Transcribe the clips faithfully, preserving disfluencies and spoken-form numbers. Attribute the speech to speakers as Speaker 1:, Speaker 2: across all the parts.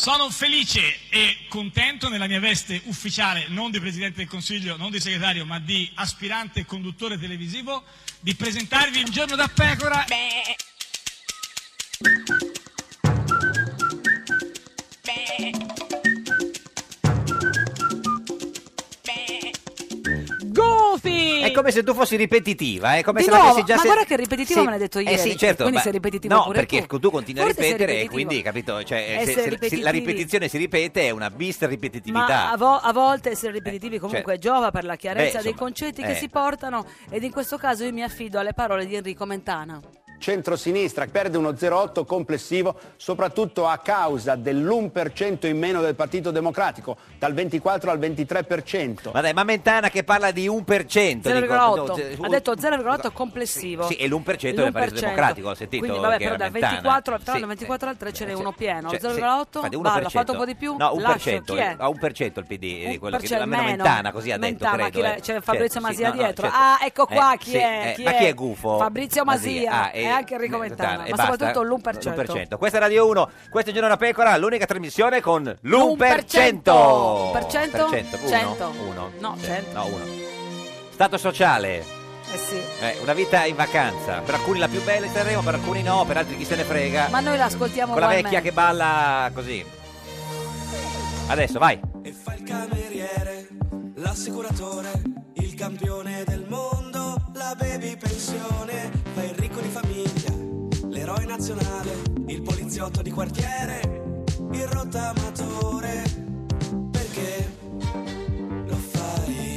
Speaker 1: Sono felice e contento nella mia veste ufficiale, non di Presidente del Consiglio, non di segretario, ma di aspirante conduttore televisivo, di presentarvi Un giorno da pecora. Beh.
Speaker 2: Beh.
Speaker 3: È come se tu fossi ripetitiva, è come
Speaker 2: Di
Speaker 3: se
Speaker 2: nuovo,
Speaker 3: l'avessi già
Speaker 2: ma
Speaker 3: se-
Speaker 2: guarda che ripetitiva
Speaker 3: sì,
Speaker 2: me l'hai detto
Speaker 3: eh
Speaker 2: ieri,
Speaker 3: sì, certo,
Speaker 2: quindi
Speaker 3: ma-
Speaker 2: sei ripetitivo
Speaker 3: no,
Speaker 2: pure
Speaker 3: perché
Speaker 2: tu.
Speaker 3: tu continui a
Speaker 2: Forse sei
Speaker 3: ripetere e
Speaker 2: ripetitivo.
Speaker 3: quindi, capito, cioè, se-
Speaker 2: Essere
Speaker 3: se- se
Speaker 2: ripetitivi.
Speaker 3: la ripetizione si ripete è una bis ripetitività.
Speaker 2: Ma a, vo- a volte essere ripetitivi comunque
Speaker 3: cioè,
Speaker 2: giova per la chiarezza
Speaker 3: beh,
Speaker 2: dei
Speaker 3: insomma,
Speaker 2: concetti
Speaker 3: eh.
Speaker 2: che si portano, ed in questo caso io mi affido alle parole di Enrico Mentana.
Speaker 4: Centrosinistra perde uno zero virgola otto complessivo soprattutto a causa dell'uno per cento in meno del Partito Democratico, dal ventiquattro al ventitré per cento.
Speaker 3: Ma dai, ma Mentana che parla di uno per cento.
Speaker 2: zero virgola otto.
Speaker 3: dico,
Speaker 2: Ha detto zero virgola otto complessivo.
Speaker 3: Sì, e l'uno per cento del Partito Democratico, ho sentito.
Speaker 2: Quindi vabbè,
Speaker 3: che
Speaker 2: però
Speaker 3: era
Speaker 2: dal
Speaker 3: Mentana.
Speaker 2: ventiquattro, però
Speaker 3: Sì,
Speaker 2: dal ventiquattro al tre ce n'è
Speaker 3: cioè,
Speaker 2: uno pieno.
Speaker 3: cioè,
Speaker 2: zero virgola otto,
Speaker 3: sì, fate uno per
Speaker 2: valla,
Speaker 3: cento.
Speaker 2: fatto un po' di più.
Speaker 3: No, uno per
Speaker 2: lascio.
Speaker 3: cento.
Speaker 2: Chi è?
Speaker 3: A uno per cento il P D,
Speaker 2: Un
Speaker 3: quello
Speaker 2: per
Speaker 3: che
Speaker 2: cento
Speaker 3: almeno
Speaker 2: meno.
Speaker 3: Mentana così ha detto,
Speaker 2: Mentana,
Speaker 3: credo.
Speaker 2: chi l'è-
Speaker 3: eh.
Speaker 2: c'è Fabrizio
Speaker 3: Certo, sì,
Speaker 2: Masia
Speaker 3: no, no,
Speaker 2: dietro.
Speaker 3: certo.
Speaker 2: Ah, ecco qua
Speaker 3: Eh,
Speaker 2: chi
Speaker 3: sì,
Speaker 2: è?
Speaker 3: eh,
Speaker 2: Chi
Speaker 3: ma
Speaker 2: è?
Speaker 3: chi è gufo?
Speaker 2: Fabrizio Masia,
Speaker 3: Ah,
Speaker 2: e anche Enrico Mentana,
Speaker 3: e
Speaker 2: ma
Speaker 3: basta?
Speaker 2: soprattutto l'uno per cento.
Speaker 3: l'uno per cento. Questa è Radio uno, questo è Giorno da Pecora, l'unica trasmissione con l'uno per
Speaker 2: Per
Speaker 3: cento.
Speaker 2: cento. Per cento?
Speaker 3: Uno,
Speaker 2: Cento.
Speaker 3: uno.
Speaker 2: No,
Speaker 3: Sì,
Speaker 2: cento.
Speaker 3: no, uno. Stato sociale.
Speaker 2: Eh sì.
Speaker 3: Eh, una vita in vacanza, per alcuni la più bella in Sanremo, per alcuni no, per altri chi se ne frega.
Speaker 2: Ma noi l'ascoltiamo
Speaker 3: con la
Speaker 2: ugualmente.
Speaker 3: vecchia che balla così. Adesso vai.
Speaker 5: E fa il cameriere, l'assicuratore, il campione del mondo, la baby pensione, fa il ricco di famiglia, l'eroe nazionale, il poliziotto di quartiere, il rottamatore. Perché lo fai?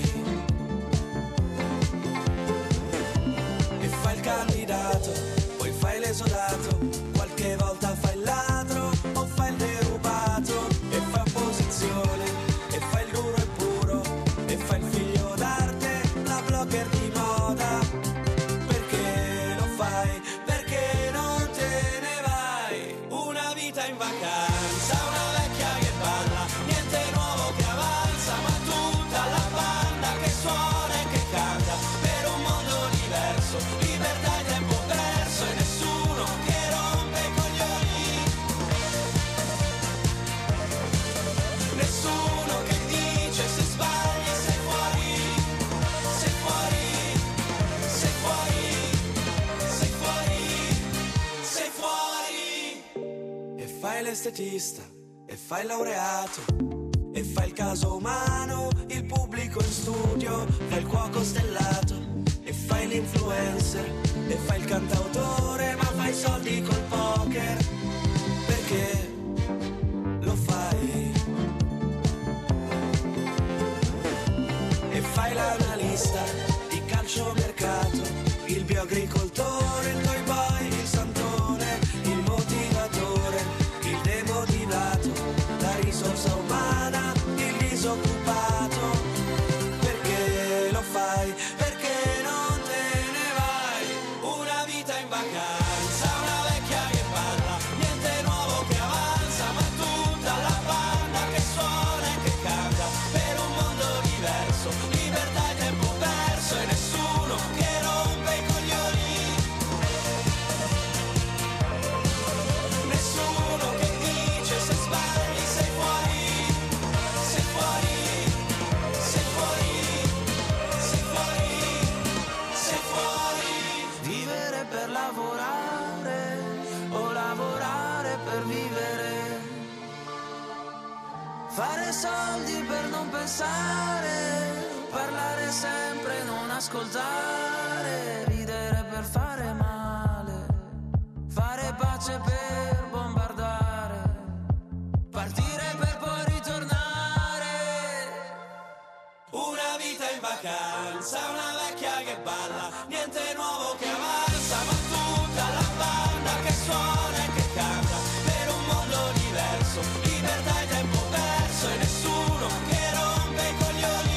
Speaker 5: E fa il candidato, poi fai l'esodato, qualche volta fai il ladro o fai il derubato, e fai opposizione, e fai il duro e puro, e fai il figlio d'arte, la blogger di moda. Perché lo fai? Perché non te ne vai? Una vita in vacanza, una vecchia che balla, niente nuovo che avanza, ma tutta la banda che suona e che canta, per un mondo diverso, libertà e tempo perso, e nessuno che rompe i coglioni, nessuno che dice se sbagli sei fuori, sei fuori, sei fuori, sei fuori, sei fuori. E fai l'estetista, e fai il laureato, e fai il caso umano, il pubblico in studio, fai il cuoco stellato, e fai l'influencer, e fai il cantautore, ma fai soldi col poker. Perché lo fai? E fai l'analista di calciomercato, il bioagricoltore, il toy boy, il santone, il motivatore, il demotivato, la risorsa umana, il disoccupato. Perché lo fai? Perché non te ne vai? Una vita in vacanza, una vecchia che parla, niente nuovo che avanza, ma tutta la banda che suona e che canta, per un mondo diverso, libertà e tempo perso, e nessuno che rompe i coglioni, nessuno che dice se sbagli sei fuori, sei fuori, sei fuori, sei fuori, sei fuori. Vivere per lavorare o lavorare per vivere, fare soldi per non pensare, parlare sempre, non ascoltare, ridere per fare male, fare pace per bombardare, partire per poi ritornare. Una vita in vacanza, una vecchia che balla, niente nuovo che avanza, ma tutta la banda che suona e che canta, per un mondo diverso, libertà e tempo perso, e nessuno che rompe i coglioni,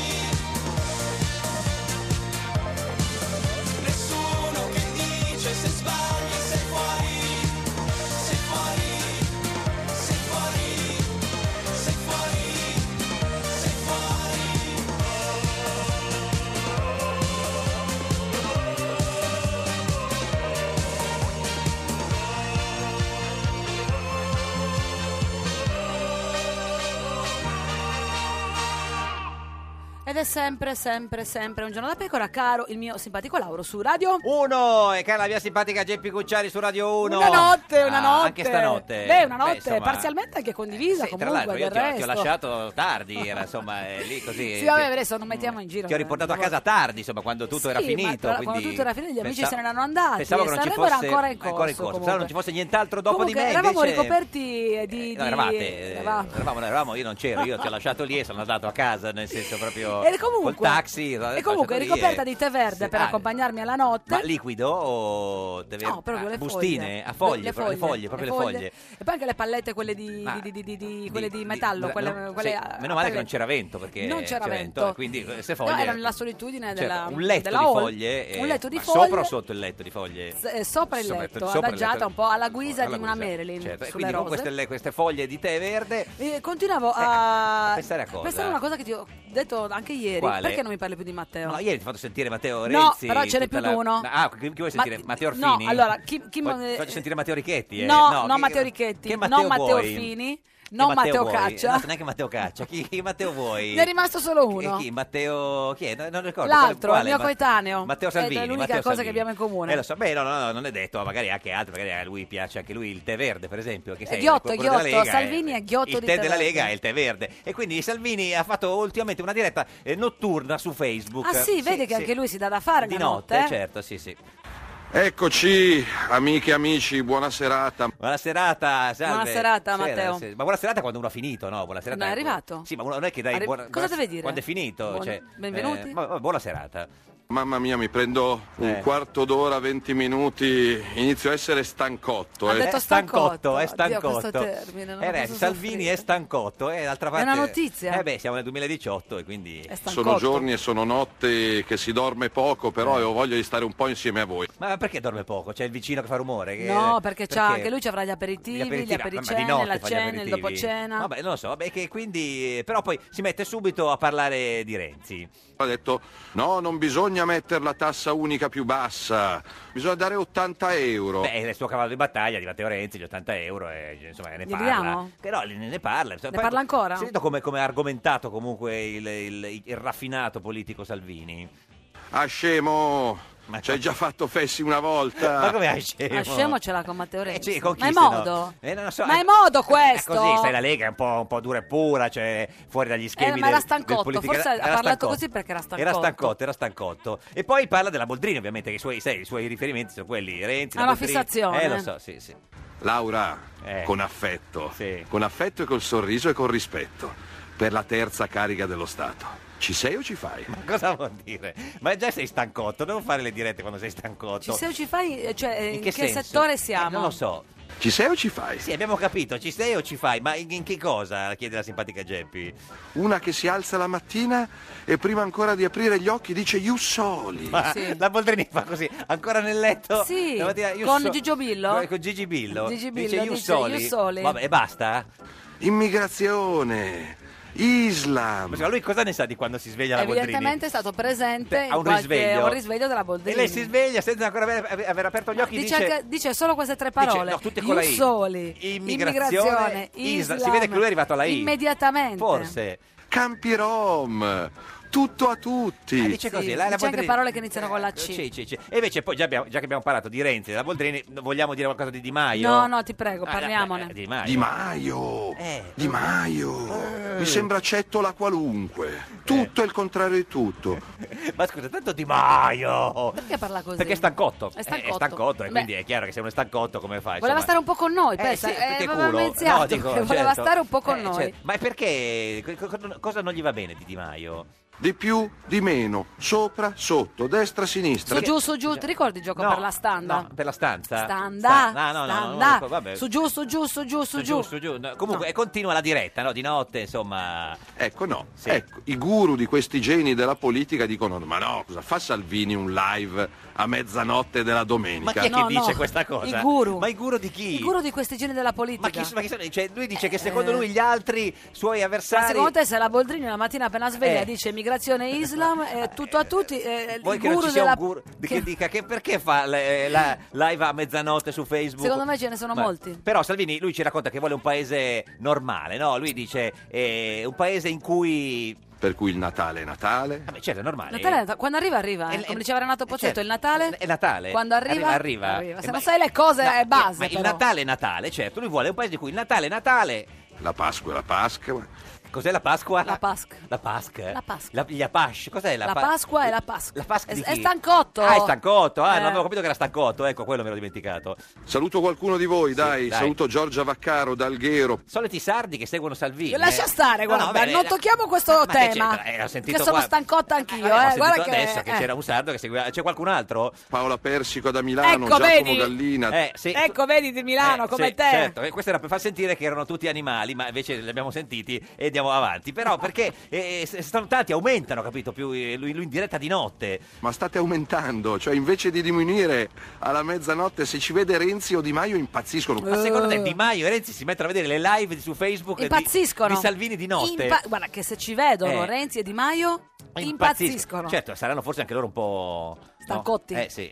Speaker 5: nessuno che dice se sbagli sei fuori, sei fuori, sei fuori, sei fuori, sei fuori.
Speaker 2: Ed è sempre, sempre, sempre un giorno da pecora, caro il mio simpatico Lauro su Radio
Speaker 3: Uno, e cara la mia simpatica Geppi Cucciari su Radio uno.
Speaker 2: Una notte, una
Speaker 3: Ah,
Speaker 2: notte.
Speaker 3: Anche stanotte.
Speaker 2: Beh, una notte,
Speaker 3: Beh, insomma,
Speaker 2: parzialmente anche condivisa
Speaker 3: sì, tra
Speaker 2: comunque,
Speaker 3: l'altro io
Speaker 2: del
Speaker 3: ti ho, ti ho
Speaker 2: resto.
Speaker 3: lasciato tardi, era insomma eh, lì così.
Speaker 2: Sì, vabbè, adesso non mettiamo in giro.
Speaker 3: Ti ho riportato a casa tardi, insomma, quando tutto
Speaker 2: Sì,
Speaker 3: era
Speaker 2: ma
Speaker 3: finito.
Speaker 2: tra-
Speaker 3: quindi
Speaker 2: quando tutto era finito, gli amici
Speaker 3: pensa-
Speaker 2: se ne erano andati.
Speaker 3: Pensavo che
Speaker 2: e
Speaker 3: non ci
Speaker 2: Sanremo
Speaker 3: fosse
Speaker 2: era ancora in corso.
Speaker 3: ancora in corso. Pensavo non ci fosse nient'altro dopo
Speaker 2: Comunque,
Speaker 3: di me.
Speaker 2: eravamo
Speaker 3: invece...
Speaker 2: ricoperti di...
Speaker 3: No,
Speaker 2: di-
Speaker 3: eravate, eh,
Speaker 2: eravamo.
Speaker 3: eravamo, eravamo, io non c'ero, io ti ho lasciato lì e sono andato a casa, nel senso proprio
Speaker 2: E comunque,
Speaker 3: col taxi.
Speaker 2: e comunque ricoperta di tè verde
Speaker 3: sì,
Speaker 2: per
Speaker 3: ah,
Speaker 2: accompagnarmi alla notte.
Speaker 3: Ma liquido o deve...
Speaker 2: No, proprio
Speaker 3: ah,
Speaker 2: le
Speaker 3: bustine?
Speaker 2: foglie.
Speaker 3: A foglie,
Speaker 2: Le
Speaker 3: proprio le foglie, proprio le foglie.
Speaker 2: E poi anche le pallette, quelle di,
Speaker 3: Ah,
Speaker 2: di, di, di, di- quelle di,
Speaker 3: di-
Speaker 2: metallo.
Speaker 3: di-
Speaker 2: quelle,
Speaker 3: meno-
Speaker 2: quelle
Speaker 3: sì,
Speaker 2: a-
Speaker 3: meno
Speaker 2: a
Speaker 3: male che
Speaker 2: pelle.
Speaker 3: non c'era vento, perché
Speaker 2: Non c'era vento.
Speaker 3: e quindi queste
Speaker 2: No,
Speaker 3: foglie
Speaker 2: era nella solitudine
Speaker 3: certo,
Speaker 2: della
Speaker 3: un letto
Speaker 2: della
Speaker 3: di
Speaker 2: hall.
Speaker 3: foglie e-
Speaker 2: Un letto di
Speaker 3: ma
Speaker 2: foglie.
Speaker 3: sopra o sotto il letto di foglie?
Speaker 2: S- eh, sopra il
Speaker 3: Sopra-
Speaker 2: letto,
Speaker 3: sopra il
Speaker 2: adagiata
Speaker 3: letto.
Speaker 2: un po' alla guisa
Speaker 3: Alla
Speaker 2: di una
Speaker 3: guisa,
Speaker 2: Marilyn
Speaker 3: certo. E
Speaker 2: sulle
Speaker 3: quindi con
Speaker 2: rose.
Speaker 3: queste, le- queste foglie di tè verde
Speaker 2: E continuavo a
Speaker 3: a pensare a cosa?
Speaker 2: pensare a una cosa che ti ho detto anche ieri.
Speaker 3: Quale?
Speaker 2: Perché non mi parli più di Matteo?
Speaker 3: No, ieri ti ho fatto sentire Matteo Renzi.
Speaker 2: No, però ce n'è
Speaker 3: tutta
Speaker 2: più di uno.
Speaker 3: Ah, chi, chi vuoi sentire?
Speaker 2: Ma-
Speaker 3: Matteo
Speaker 2: no,
Speaker 3: Orfini?
Speaker 2: allora, chi- chi-
Speaker 3: Vuoi- Faccio sentire Matteo Richetti? Eh?
Speaker 2: No, no,
Speaker 3: chi-
Speaker 2: Matteo Richetti,
Speaker 3: che
Speaker 2: non Matteo
Speaker 3: vuoi?
Speaker 2: Orfini,
Speaker 3: Che
Speaker 2: non Matteo
Speaker 3: vuoi?
Speaker 2: Caccia.
Speaker 3: No, neanche Matteo Caccia. Chi, chi Matteo vuoi?
Speaker 2: Ne è rimasto solo
Speaker 3: Chi-
Speaker 2: uno.
Speaker 3: Chi? Matteo... Chi è? No, non ricordo.
Speaker 2: L'altro,
Speaker 3: Quale?
Speaker 2: il mio
Speaker 3: Ma-
Speaker 2: coetaneo.
Speaker 3: Matteo
Speaker 2: È
Speaker 3: Salvini.
Speaker 2: l'unica
Speaker 3: Matteo
Speaker 2: cosa
Speaker 3: Salvini.
Speaker 2: che abbiamo in comune.
Speaker 3: Eh, lo so. Beh, no, no, no, non è detto, magari anche altri, magari a lui piace anche lui il tè verde, per esempio. Che sei
Speaker 2: ghiotto,
Speaker 3: quello della
Speaker 2: ghiotto,
Speaker 3: Lega,
Speaker 2: Salvini è ghiotto
Speaker 3: il
Speaker 2: di
Speaker 3: tè
Speaker 2: tè
Speaker 3: della
Speaker 2: verde.
Speaker 3: Lega è il tè verde. E quindi Salvini ha fatto ultimamente una diretta eh, notturna su Facebook.
Speaker 2: Ah sì, vedi che anche lui si dà da fare
Speaker 3: Di
Speaker 2: la
Speaker 3: notte,
Speaker 2: notte, eh?
Speaker 3: certo, sì, sì.
Speaker 6: Eccoci, amiche e amici, buona serata.
Speaker 3: Buona serata, salve.
Speaker 2: Buona serata,
Speaker 3: Sera,
Speaker 2: Matteo.
Speaker 3: sì. Ma buona serata quando uno ha finito, no? Buona serata.
Speaker 2: Non è arrivato?
Speaker 3: Sì, ma uno non è che dai
Speaker 2: Arri-
Speaker 3: buona,
Speaker 2: cosa
Speaker 3: buona-
Speaker 2: deve dire?
Speaker 3: Quando è finito,
Speaker 2: Buona-
Speaker 3: cioè,
Speaker 2: benvenuti?
Speaker 3: eh, ma- ma buona serata.
Speaker 6: Mamma mia, mi prendo un
Speaker 3: Eh.
Speaker 6: quarto d'ora, venti minuti, inizio a essere stancotto.
Speaker 2: Ha
Speaker 6: eh.
Speaker 2: detto
Speaker 3: È stancotto, è
Speaker 2: Oddio,
Speaker 3: stancotto.
Speaker 2: questo termine, non
Speaker 3: Eh,
Speaker 2: lo
Speaker 3: beh,
Speaker 2: posso
Speaker 3: Salvini
Speaker 2: soffrire.
Speaker 3: è stancotto, e d'altra parte...
Speaker 2: una notizia.
Speaker 3: Eh beh, siamo nel duemiladiciotto e quindi...
Speaker 2: È stancotto.
Speaker 6: Sono giorni e sono notti che si dorme poco, però io ho voglia di stare un po' insieme a voi.
Speaker 3: Ma perché dorme poco? C'è il vicino che fa rumore? Che-
Speaker 2: No, perché, c'ha- anche lui ci avrà gli aperitivi, gli,
Speaker 3: aperitivi, ah, ma- ma di
Speaker 2: apericene,
Speaker 3: notte
Speaker 2: la
Speaker 3: fa gli
Speaker 2: cena, il
Speaker 3: aperitivi.
Speaker 2: dopo cena.
Speaker 3: Vabbè, non lo so, vabbè, che quindi... Però poi si mette subito a parlare di Renzi.
Speaker 6: Ha detto, no, non bisogna mettere la tassa unica più bassa, bisogna dare ottanta euro.
Speaker 3: Beh, è il suo cavallo di battaglia di Matteo Renzi, gli ottanta euro, e insomma ne
Speaker 2: Gli
Speaker 3: parla.
Speaker 2: diamo?
Speaker 3: Che no, ne, ne parla. Ne
Speaker 2: parla ancora?
Speaker 3: Sento come, come ha argomentato comunque il, il- il raffinato politico Salvini.
Speaker 6: Ah, scemo,
Speaker 3: Ma-
Speaker 6: ci hai già fatto fessi una volta.
Speaker 3: Ma come hai scemo?
Speaker 2: A scemo ce l'ha con Matteo Renzi.
Speaker 3: Eh, sì, con chi
Speaker 2: Ma è
Speaker 3: se no?
Speaker 2: modo?
Speaker 3: Eh, non lo so,
Speaker 2: Ma
Speaker 3: eh,
Speaker 2: è modo
Speaker 3: eh,
Speaker 2: questo?
Speaker 3: così, sai, la Lega è un po', un po' dura e pura, cioè fuori dagli schemi
Speaker 2: Eh, ma era
Speaker 3: del- del
Speaker 2: stancotto,
Speaker 3: politico-
Speaker 2: forse ha
Speaker 3: era
Speaker 2: parlato
Speaker 3: stancotto.
Speaker 2: così perché era stancotto.
Speaker 3: Era stancotto, era stancotto. E poi parla della Boldrini, ovviamente, che i suoi, sai, i suoi riferimenti sono quelli, Renzi,
Speaker 2: Ha
Speaker 3: la
Speaker 2: una
Speaker 3: Boldrini.
Speaker 2: fissazione.
Speaker 3: Eh, lo so, sì, sì.
Speaker 6: Laura,
Speaker 3: Eh.
Speaker 6: con affetto,
Speaker 3: Sì.
Speaker 6: con affetto e col sorriso e con rispetto, per la terza carica dello Stato. Ci sei o ci fai?
Speaker 3: Ma cosa vuol dire? Ma già sei stancotto, non fare le dirette quando sei stancotto.
Speaker 2: Ci sei o ci fai? eh, Cioè, in, che,
Speaker 3: senso?
Speaker 2: settore siamo?
Speaker 3: Eh, non lo so.
Speaker 6: Ci sei o ci fai?
Speaker 3: Sì, abbiamo capito, ci sei o ci fai? Ma in, in che cosa? Chiede la simpatica Geppi.
Speaker 6: Una che si alza la mattina e prima ancora di aprire gli occhi dice Ius Soli.
Speaker 3: Ma
Speaker 2: Sì.
Speaker 3: la Boldrini fa così, ancora nel letto.
Speaker 2: Sì,
Speaker 3: la mattina, io
Speaker 2: con
Speaker 3: so-
Speaker 2: Gigio Billo?
Speaker 3: Con, con Gigi Billo.
Speaker 2: Gigi
Speaker 3: dice
Speaker 2: Billo
Speaker 3: Ius
Speaker 2: dice
Speaker 3: Soli.
Speaker 2: Ius Soli.
Speaker 3: Vabbè, e basta?
Speaker 6: Immigrazione, Islam.
Speaker 3: Ma lui cosa ne sa di quando si sveglia la Boldrini?
Speaker 2: Evidentemente è stato presente
Speaker 3: Beh,
Speaker 2: in
Speaker 3: a un
Speaker 2: qualche-
Speaker 3: risveglio.
Speaker 2: un risveglio della
Speaker 3: E
Speaker 2: Boldrini.
Speaker 3: lei si sveglia senza ancora aver, aver aperto gli occhi.
Speaker 2: Dice,
Speaker 3: dice,
Speaker 2: anche- dice solo queste tre parole.
Speaker 3: Dice, no, tutte con la I.
Speaker 2: Ius Soli,
Speaker 3: Immigrazione,
Speaker 2: immigrazione,
Speaker 3: Islam.
Speaker 2: Islam.
Speaker 3: Si vede che lui è arrivato alla I.
Speaker 2: Immediatamente.
Speaker 3: Forse.
Speaker 6: Campi Rom, tutto a tutti.
Speaker 3: Eh, dice così.
Speaker 2: Sì,
Speaker 3: la, la
Speaker 2: dice anche
Speaker 3: Boldrini-
Speaker 2: parole che iniziano con la C.
Speaker 3: Sì, sì, sì. E invece poi già, abbiamo, già che abbiamo parlato di Renzi e della Boldrini, vogliamo dire qualcosa di Di Maio?
Speaker 2: No, no, ti prego,
Speaker 3: Ah,
Speaker 2: parliamone.
Speaker 3: eh, Di Maio.
Speaker 6: Di Maio,
Speaker 3: Eh.
Speaker 6: Di Maio, mi sembra cettola qualunque, tutto è il contrario di tutto.
Speaker 3: Ma scusa, tanto Di Maio!
Speaker 2: Perché parla così?
Speaker 3: Perché è stancotto.
Speaker 2: È stancotto.
Speaker 3: Eh, È stancotto, e
Speaker 2: Beh,
Speaker 3: quindi è chiaro che se uno è stancotto come fai?
Speaker 2: voleva stare un po' con noi,
Speaker 3: Eh,
Speaker 2: pensa.
Speaker 3: sì,
Speaker 2: eh,
Speaker 3: che
Speaker 2: avevamo
Speaker 3: culo.
Speaker 2: iniziato
Speaker 3: No, dico,
Speaker 2: che voleva
Speaker 3: certo.
Speaker 2: stare un po' con
Speaker 3: Eh,
Speaker 2: noi.
Speaker 3: certo. Ma è perché? Co- co- Cosa non gli va bene di Di Maio?
Speaker 6: Di più, di meno, sopra, sotto, destra, sinistra.
Speaker 2: Su giù, su giù, ti ricordi il gioco
Speaker 3: No,
Speaker 2: per la standa?
Speaker 3: no, per la stanza?
Speaker 2: Standa,
Speaker 3: Sta- no, no, no, no,
Speaker 2: standa.
Speaker 3: no, vabbè.
Speaker 2: Su giù, su giù, su giù, su
Speaker 3: Su
Speaker 2: giù.
Speaker 3: giù, su giù. No, comunque, e continua la diretta, no? Di notte, insomma.
Speaker 6: Ecco, no,
Speaker 3: Sì.
Speaker 6: ecco, i guru di questi geni della politica dicono, ma no, cosa fa Salvini un live a mezzanotte della
Speaker 3: Ma
Speaker 6: domenica?
Speaker 3: chi è che
Speaker 2: No,
Speaker 3: dice
Speaker 2: no,
Speaker 3: questa cosa?
Speaker 2: i guru.
Speaker 3: Ma i guru di chi?
Speaker 2: Il guru di questi geni della
Speaker 3: Ma
Speaker 2: politica.
Speaker 3: chi, ma chi sono? Cioè, lui dice che secondo
Speaker 2: Eh.
Speaker 3: lui gli altri suoi
Speaker 2: Ma
Speaker 3: avversari.
Speaker 2: secondo te se la Boldrini la mattina appena sveglia
Speaker 3: Eh.
Speaker 2: dice immigrazione Islam, eh, tutto a tutti, eh,
Speaker 3: Vuoi
Speaker 2: il
Speaker 3: che non
Speaker 2: guru
Speaker 3: ci sia
Speaker 2: della...
Speaker 3: un guru di- che
Speaker 2: che-
Speaker 3: dica che perché fa le- la live a mezzanotte su Facebook?
Speaker 2: Secondo me ce ne sono
Speaker 3: Ma-
Speaker 2: molti.
Speaker 3: Però Salvini, lui ci racconta che vuole un paese normale, no? Lui dice eh, un paese in cui
Speaker 6: per cui il Natale è Natale.
Speaker 3: Vabbè, certo, è normale.
Speaker 2: Natale, è Natale, quando arriva arriva, eh.
Speaker 3: Eh,
Speaker 2: come diceva Renato Pozzetto,
Speaker 3: certo,
Speaker 2: il Natale
Speaker 3: è Natale.
Speaker 2: quando arriva
Speaker 3: arriva, arriva.
Speaker 2: Se
Speaker 3: Eh,
Speaker 2: non
Speaker 3: ma-
Speaker 2: sai le cose
Speaker 3: No,
Speaker 2: è base
Speaker 3: ma il
Speaker 2: però.
Speaker 3: Natale è Natale, certo, lui vuole un paese in cui il Natale è Natale.
Speaker 6: La Pasqua è la Pasqua.
Speaker 3: Cos'è la Pasqua?
Speaker 2: La Pasqua.
Speaker 3: La Pasqua?
Speaker 2: La Pasqua.
Speaker 3: La, gli Apache, cos'è la,
Speaker 2: La
Speaker 3: pa-
Speaker 2: Pasqua è la Pasqua.
Speaker 3: La Pasqua
Speaker 2: È,
Speaker 3: di
Speaker 2: è
Speaker 3: chi?
Speaker 2: Stancotto.
Speaker 3: Ah, è Stancotto, ah,
Speaker 2: Eh.
Speaker 3: non avevo capito che era Stancotto, ecco, quello mi ero dimenticato.
Speaker 6: Saluto qualcuno di voi, dai.
Speaker 3: dai.
Speaker 6: Saluto Giorgia Vaccaro d'Alghero.
Speaker 3: Soliti sardi che seguono Salvini.
Speaker 2: Lascia
Speaker 3: eh.
Speaker 2: stare,
Speaker 3: No, no,
Speaker 2: guarda,
Speaker 3: bene,
Speaker 2: non
Speaker 3: la-
Speaker 2: tocchiamo questo
Speaker 3: Ma che
Speaker 2: tema.
Speaker 3: c'entra? Eh, ho sentito
Speaker 2: che sono
Speaker 3: qua-
Speaker 2: stancotta anch'io,
Speaker 3: Eh, ho
Speaker 2: eh.
Speaker 3: sentito
Speaker 2: Guarda che
Speaker 3: adesso che
Speaker 2: eh.
Speaker 3: c'era un sardo che seguiva. C'è qualcun altro?
Speaker 6: Paola Persico da Milano,
Speaker 2: Ecco,
Speaker 6: Giacomo
Speaker 2: vedi?
Speaker 6: Gallina.
Speaker 3: Eh, sì.
Speaker 2: Ecco, vedi di Milano
Speaker 3: Eh,
Speaker 2: come
Speaker 3: sì,
Speaker 2: te.
Speaker 3: Certo, eh, questo era per far sentire che erano tutti animali, ma invece li abbiamo sentiti e andiamo avanti. Però perché eh, s- stanno tanti, aumentano, capito? Più eh, lui, lui in diretta di notte.
Speaker 6: Ma state aumentando, cioè invece di diminuire alla mezzanotte, se ci vede Renzi o Di Maio impazziscono.
Speaker 3: Ma secondo te Di Maio e Renzi si mettono a vedere le live su Facebook di,
Speaker 2: Impazziscono.
Speaker 3: di Salvini di notte?
Speaker 2: Impa- guarda che se ci vedono
Speaker 3: Eh.
Speaker 2: Renzi e Di Maio impazziscono.
Speaker 3: Certo, saranno forse anche loro un po'... no?
Speaker 2: Stancotti.
Speaker 3: Eh sì.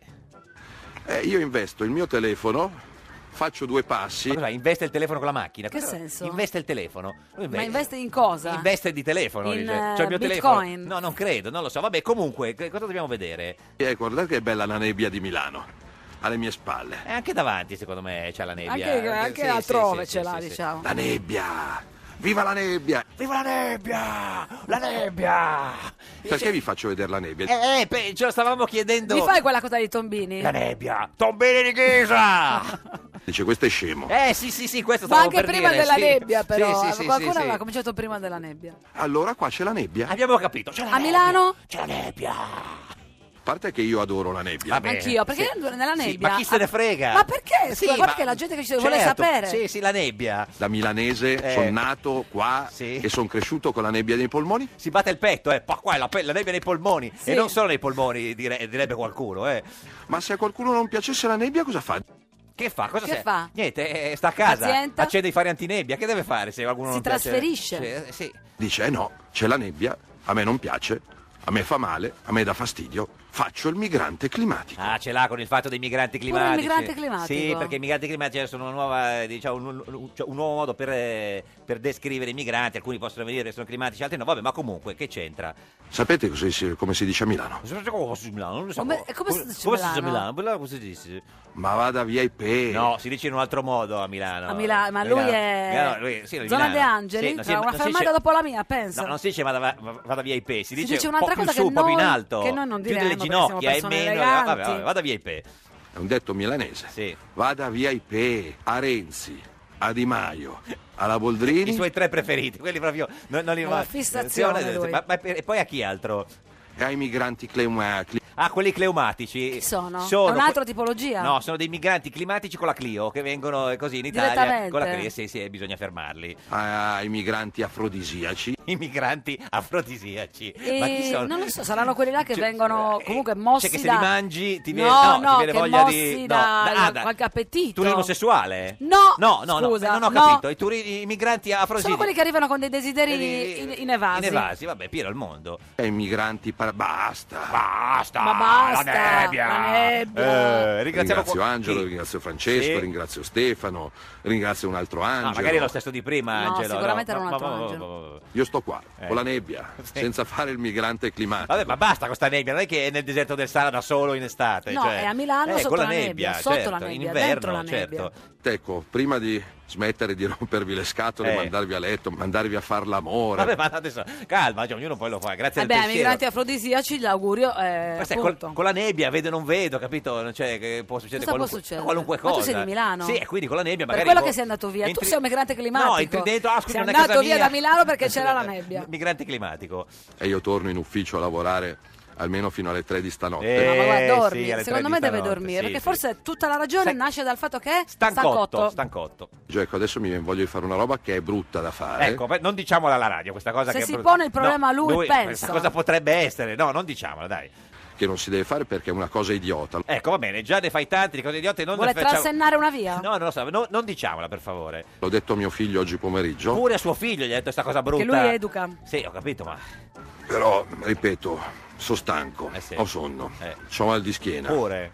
Speaker 6: Eh, io investo il mio telefono, faccio due passi.
Speaker 3: Ma cosa, investe il telefono con la macchina?
Speaker 2: Che
Speaker 3: Cosa-
Speaker 2: senso?
Speaker 3: Investe il telefono. Lui
Speaker 2: Ma investe in cosa?
Speaker 3: Investe di telefono.
Speaker 2: In,
Speaker 3: dice.
Speaker 2: eh,
Speaker 3: C'ho il mio
Speaker 2: Bitcoin?
Speaker 3: telefono. No, non credo, non lo so. Vabbè, comunque, che cosa dobbiamo vedere?
Speaker 6: Eh, guardate che bella la nebbia di Milano, alle mie spalle.
Speaker 3: E anche davanti, secondo me, c'è la nebbia.
Speaker 2: Anche, anche
Speaker 3: Sì,
Speaker 2: altrove
Speaker 3: sì,
Speaker 2: ce
Speaker 3: sì,
Speaker 2: l'ha,
Speaker 3: sì, sì.
Speaker 2: diciamo.
Speaker 6: La nebbia! Viva la nebbia!
Speaker 3: Viva la nebbia! La nebbia!
Speaker 6: Perché vi faccio vedere la nebbia?
Speaker 3: Eh, eh, pe- ce lo stavamo chiedendo.
Speaker 2: Mi fai quella cosa di Tombini?
Speaker 3: La nebbia! Tombini di Ghisa!
Speaker 6: Dice, questo è scemo.
Speaker 3: eh, sì, sì, sì, questo
Speaker 2: Ma
Speaker 3: stavo
Speaker 2: anche
Speaker 3: per
Speaker 2: prima
Speaker 3: dire,
Speaker 2: della
Speaker 3: sì.
Speaker 2: nebbia, però.
Speaker 3: Sì, sì, sì,
Speaker 2: Qualcuno
Speaker 3: sì, sì.
Speaker 2: aveva cominciato prima della nebbia.
Speaker 6: Allora qua c'è la nebbia. A
Speaker 3: Abbiamo capito. C'è la
Speaker 2: A
Speaker 3: nebbia.
Speaker 2: Milano?
Speaker 3: C'è la nebbia.
Speaker 6: parte che io adoro la nebbia.
Speaker 3: Vabbè.
Speaker 2: Anch'io, perché
Speaker 3: Sì.
Speaker 2: nella
Speaker 3: Sì,
Speaker 2: nebbia.
Speaker 3: ma chi se ne frega?
Speaker 2: Ma perché?
Speaker 3: Sì,
Speaker 2: Scusa, guarda
Speaker 3: ma-
Speaker 2: che la gente che ci vuole
Speaker 3: Certo,
Speaker 2: sapere.
Speaker 3: Sì, sì, la nebbia.
Speaker 6: Da milanese
Speaker 3: Eh.
Speaker 6: sono nato qua
Speaker 3: Sì.
Speaker 6: e sono cresciuto con la nebbia nei polmoni.
Speaker 3: Si batte il petto, eh. Pa, qua è la, pe- la nebbia nei polmoni.
Speaker 2: Sì.
Speaker 3: E non solo nei polmoni, dire- direbbe qualcuno, eh.
Speaker 6: Ma se a qualcuno non piacesse la nebbia, cosa fa?
Speaker 3: Che fa? Cosa
Speaker 2: Che
Speaker 3: sei?
Speaker 2: fa?
Speaker 3: Niente, eh, sta a casa,
Speaker 2: Pazienta.
Speaker 3: accende i fari antinebbia. Che deve fare se qualcuno
Speaker 2: Si
Speaker 3: non piace?
Speaker 2: trasferisce.
Speaker 3: Sì, sì.
Speaker 6: Dice, eh no, c'è la nebbia, a me non piace, a me fa male, a me dà fastidio, faccio il migrante climatico.
Speaker 3: Ah, ce l'ha con il fatto dei migranti
Speaker 2: Pure il
Speaker 3: climatici.
Speaker 2: migrante climatico.
Speaker 3: Sì, perché i migranti climatici sono una nuova, eh, diciamo, un, un- cioè, un nuovo modo per, eh, per descrivere i migranti. Alcuni possono venire che sono climatici, altri no. Vabbè, ma comunque, che c'entra?
Speaker 6: Sapete così si- come si dice a Milano?
Speaker 3: Come si dice a Milano? Non lo so.
Speaker 2: Come- e come si dice
Speaker 3: Come si dice a
Speaker 2: Milano?
Speaker 3: Milano? Milano come si dice?
Speaker 6: Ma vada via i pe.
Speaker 3: No, si dice in un altro modo a Milano.
Speaker 2: A Milano, ma lui è
Speaker 3: Milano, lui- sì, di
Speaker 2: Zona
Speaker 3: Milano.
Speaker 2: De Angeli,
Speaker 3: Sì, non si-
Speaker 2: tra una
Speaker 3: non si
Speaker 2: fermata
Speaker 3: dice-
Speaker 2: dopo la mia, pensa.
Speaker 3: No, non si dice vada, va- vada via i pe, si dice,
Speaker 2: dice
Speaker 3: un
Speaker 2: un'altra
Speaker 3: po' più
Speaker 2: cosa
Speaker 3: su,
Speaker 2: che
Speaker 3: un po' più in
Speaker 2: noi-
Speaker 3: alto.
Speaker 2: che noi non
Speaker 3: più delle
Speaker 2: diremmo, perché siamo
Speaker 3: ginocchia e
Speaker 2: persone
Speaker 3: meno.
Speaker 2: eleganti.
Speaker 3: Vabbè, vabbè, vada via i pe.
Speaker 6: È un detto milanese.
Speaker 3: Sì.
Speaker 6: Vada via i pe, a Renzi, a Di Maio, alla Boldrini.
Speaker 3: I suoi tre preferiti, quelli proprio non, non li
Speaker 2: Una
Speaker 3: va.
Speaker 2: fissazione, lui.
Speaker 3: Ma, ma per- e poi a chi altro?
Speaker 6: E ai migranti climatici.
Speaker 3: Ah, quelli cleumatici.
Speaker 2: Chi sono?
Speaker 3: Sono
Speaker 2: È un'altra
Speaker 3: que-
Speaker 2: tipologia?
Speaker 3: No, sono dei migranti climatici con la Clio che vengono eh, così in Italia
Speaker 2: Direttamente?
Speaker 3: con la Clio. Sì, sì, bisogna fermarli.
Speaker 6: Ai migranti afrodisiaci.
Speaker 3: I migranti afrodisiaci.
Speaker 2: E
Speaker 3: Ma chi sono?
Speaker 2: non lo so, saranno quelli là che
Speaker 3: Cioè,
Speaker 2: vengono
Speaker 3: eh,
Speaker 2: comunque mossi
Speaker 3: cioè che se
Speaker 2: da...
Speaker 3: li mangi ti viene,
Speaker 2: no,
Speaker 3: no,
Speaker 2: no,
Speaker 3: ti viene
Speaker 2: che
Speaker 3: voglia
Speaker 2: mossi
Speaker 3: di no,
Speaker 2: da,
Speaker 3: da- ah,
Speaker 2: da
Speaker 3: da-
Speaker 2: qualche appetito.
Speaker 3: Turismo sessuale?
Speaker 2: No,
Speaker 3: No, no,
Speaker 2: scusa,
Speaker 3: no, non ho
Speaker 2: no.
Speaker 3: capito. I, turi- i migranti afrodisiaci.
Speaker 2: Sono quelli che arrivano con dei desideri
Speaker 3: Eh,
Speaker 2: in- inevasi.
Speaker 3: Inevasi, vabbè, pieno il mondo.
Speaker 6: Ai migranti par- basta.
Speaker 3: Basta!
Speaker 2: Ma basta,
Speaker 3: La nebbia!
Speaker 2: la nebbia.
Speaker 3: Eh, ringraziamo
Speaker 6: Ringrazio
Speaker 3: qua-
Speaker 6: Angelo,
Speaker 3: chi?
Speaker 6: ringrazio Francesco,
Speaker 3: Sì.
Speaker 6: ringrazio Stefano, ringrazio un altro Angelo.
Speaker 3: No, magari è lo stesso di prima,
Speaker 2: No,
Speaker 3: Angelo.
Speaker 2: sicuramente
Speaker 3: no,
Speaker 2: era un
Speaker 3: ma-
Speaker 2: altro
Speaker 3: ma- ma-
Speaker 2: Angelo.
Speaker 3: ma- ma-
Speaker 6: Io sto qua,
Speaker 3: Eh.
Speaker 6: con la nebbia,
Speaker 3: Sì.
Speaker 6: senza fare il migrante climatico.
Speaker 3: Vabbè, ma basta con sta nebbia, non è che è nel deserto del Sahara da solo in estate.
Speaker 2: No,
Speaker 3: cioè,
Speaker 2: è a Milano
Speaker 3: eh,
Speaker 2: sotto
Speaker 3: con la
Speaker 2: la nebbia, sotto
Speaker 3: certo,
Speaker 2: la nebbia,
Speaker 3: in inverno,
Speaker 2: dentro la nebbia.
Speaker 3: certo.
Speaker 6: Ecco, prima di smettere di rompervi le scatole,
Speaker 3: Eh.
Speaker 6: mandarvi a letto, mandarvi a far l'amore.
Speaker 3: Vabbè, ma adesso calma, cioè, ognuno poi lo fa, grazie
Speaker 2: Vabbè,
Speaker 3: al
Speaker 2: ai
Speaker 3: pensiero.
Speaker 2: migranti afrodisiaci l'augurio è
Speaker 3: Ma sai,
Speaker 2: appunto.
Speaker 3: col- con la nebbia vedo non vedo, capito? Non c'è che può succedere
Speaker 2: Cosa può
Speaker 3: qualunque,
Speaker 2: succedere?
Speaker 3: qualunque
Speaker 2: Ma
Speaker 3: cosa.
Speaker 2: tu sei di Milano?
Speaker 3: Sì, e quindi con la nebbia
Speaker 2: Per
Speaker 3: magari
Speaker 2: quello
Speaker 3: boh,
Speaker 2: che sei andato via. Tu
Speaker 3: entri-
Speaker 2: sei un migrante climatico.
Speaker 3: No, entri dentro, ah, scusi,
Speaker 2: sei
Speaker 3: non è
Speaker 2: andato
Speaker 3: casa
Speaker 2: via
Speaker 3: mia.
Speaker 2: da Milano perché c'era la nebbia.
Speaker 3: Migrante climatico.
Speaker 6: E io torno in ufficio a lavorare almeno fino alle tre di stanotte.
Speaker 3: Eh,
Speaker 2: No, ma guarda,
Speaker 3: sì,
Speaker 2: dormi.
Speaker 3: alle
Speaker 2: Secondo
Speaker 3: tre
Speaker 2: me
Speaker 3: di
Speaker 2: deve
Speaker 3: stanotte,
Speaker 2: dormire.
Speaker 3: sì,
Speaker 2: perché
Speaker 3: sì.
Speaker 2: forse tutta la ragione
Speaker 3: Sai-
Speaker 2: nasce dal fatto che è
Speaker 3: Stancotto, stancotto.
Speaker 6: Cioè, ecco, adesso mi voglio fare una roba che è brutta da fare.
Speaker 3: Ecco, beh, non diciamola alla radio questa cosa
Speaker 2: Se
Speaker 3: che è
Speaker 2: si
Speaker 3: brutta.
Speaker 2: pone il problema
Speaker 3: No,
Speaker 2: lui, pensa.
Speaker 3: Questa cosa potrebbe essere, no, non diciamola, dai.
Speaker 6: Che non si deve fare perché è una cosa idiota.
Speaker 3: Ecco, va bene, già ne fai tanti di cose idiote, non
Speaker 2: Vuole
Speaker 3: ne facciamo...
Speaker 2: trasennare una via?
Speaker 3: No, non lo so, no- non diciamola per favore.
Speaker 6: L'ho detto a mio figlio oggi pomeriggio.
Speaker 3: Pure a suo figlio gli ha detto questa cosa brutta.
Speaker 2: Che lui educa.
Speaker 3: Sì, ho capito, ma...
Speaker 6: Però, ripeto, sono stanco,
Speaker 3: Eh sì.
Speaker 6: ho sonno,
Speaker 3: Eh.
Speaker 6: ho mal di schiena,
Speaker 3: Pure.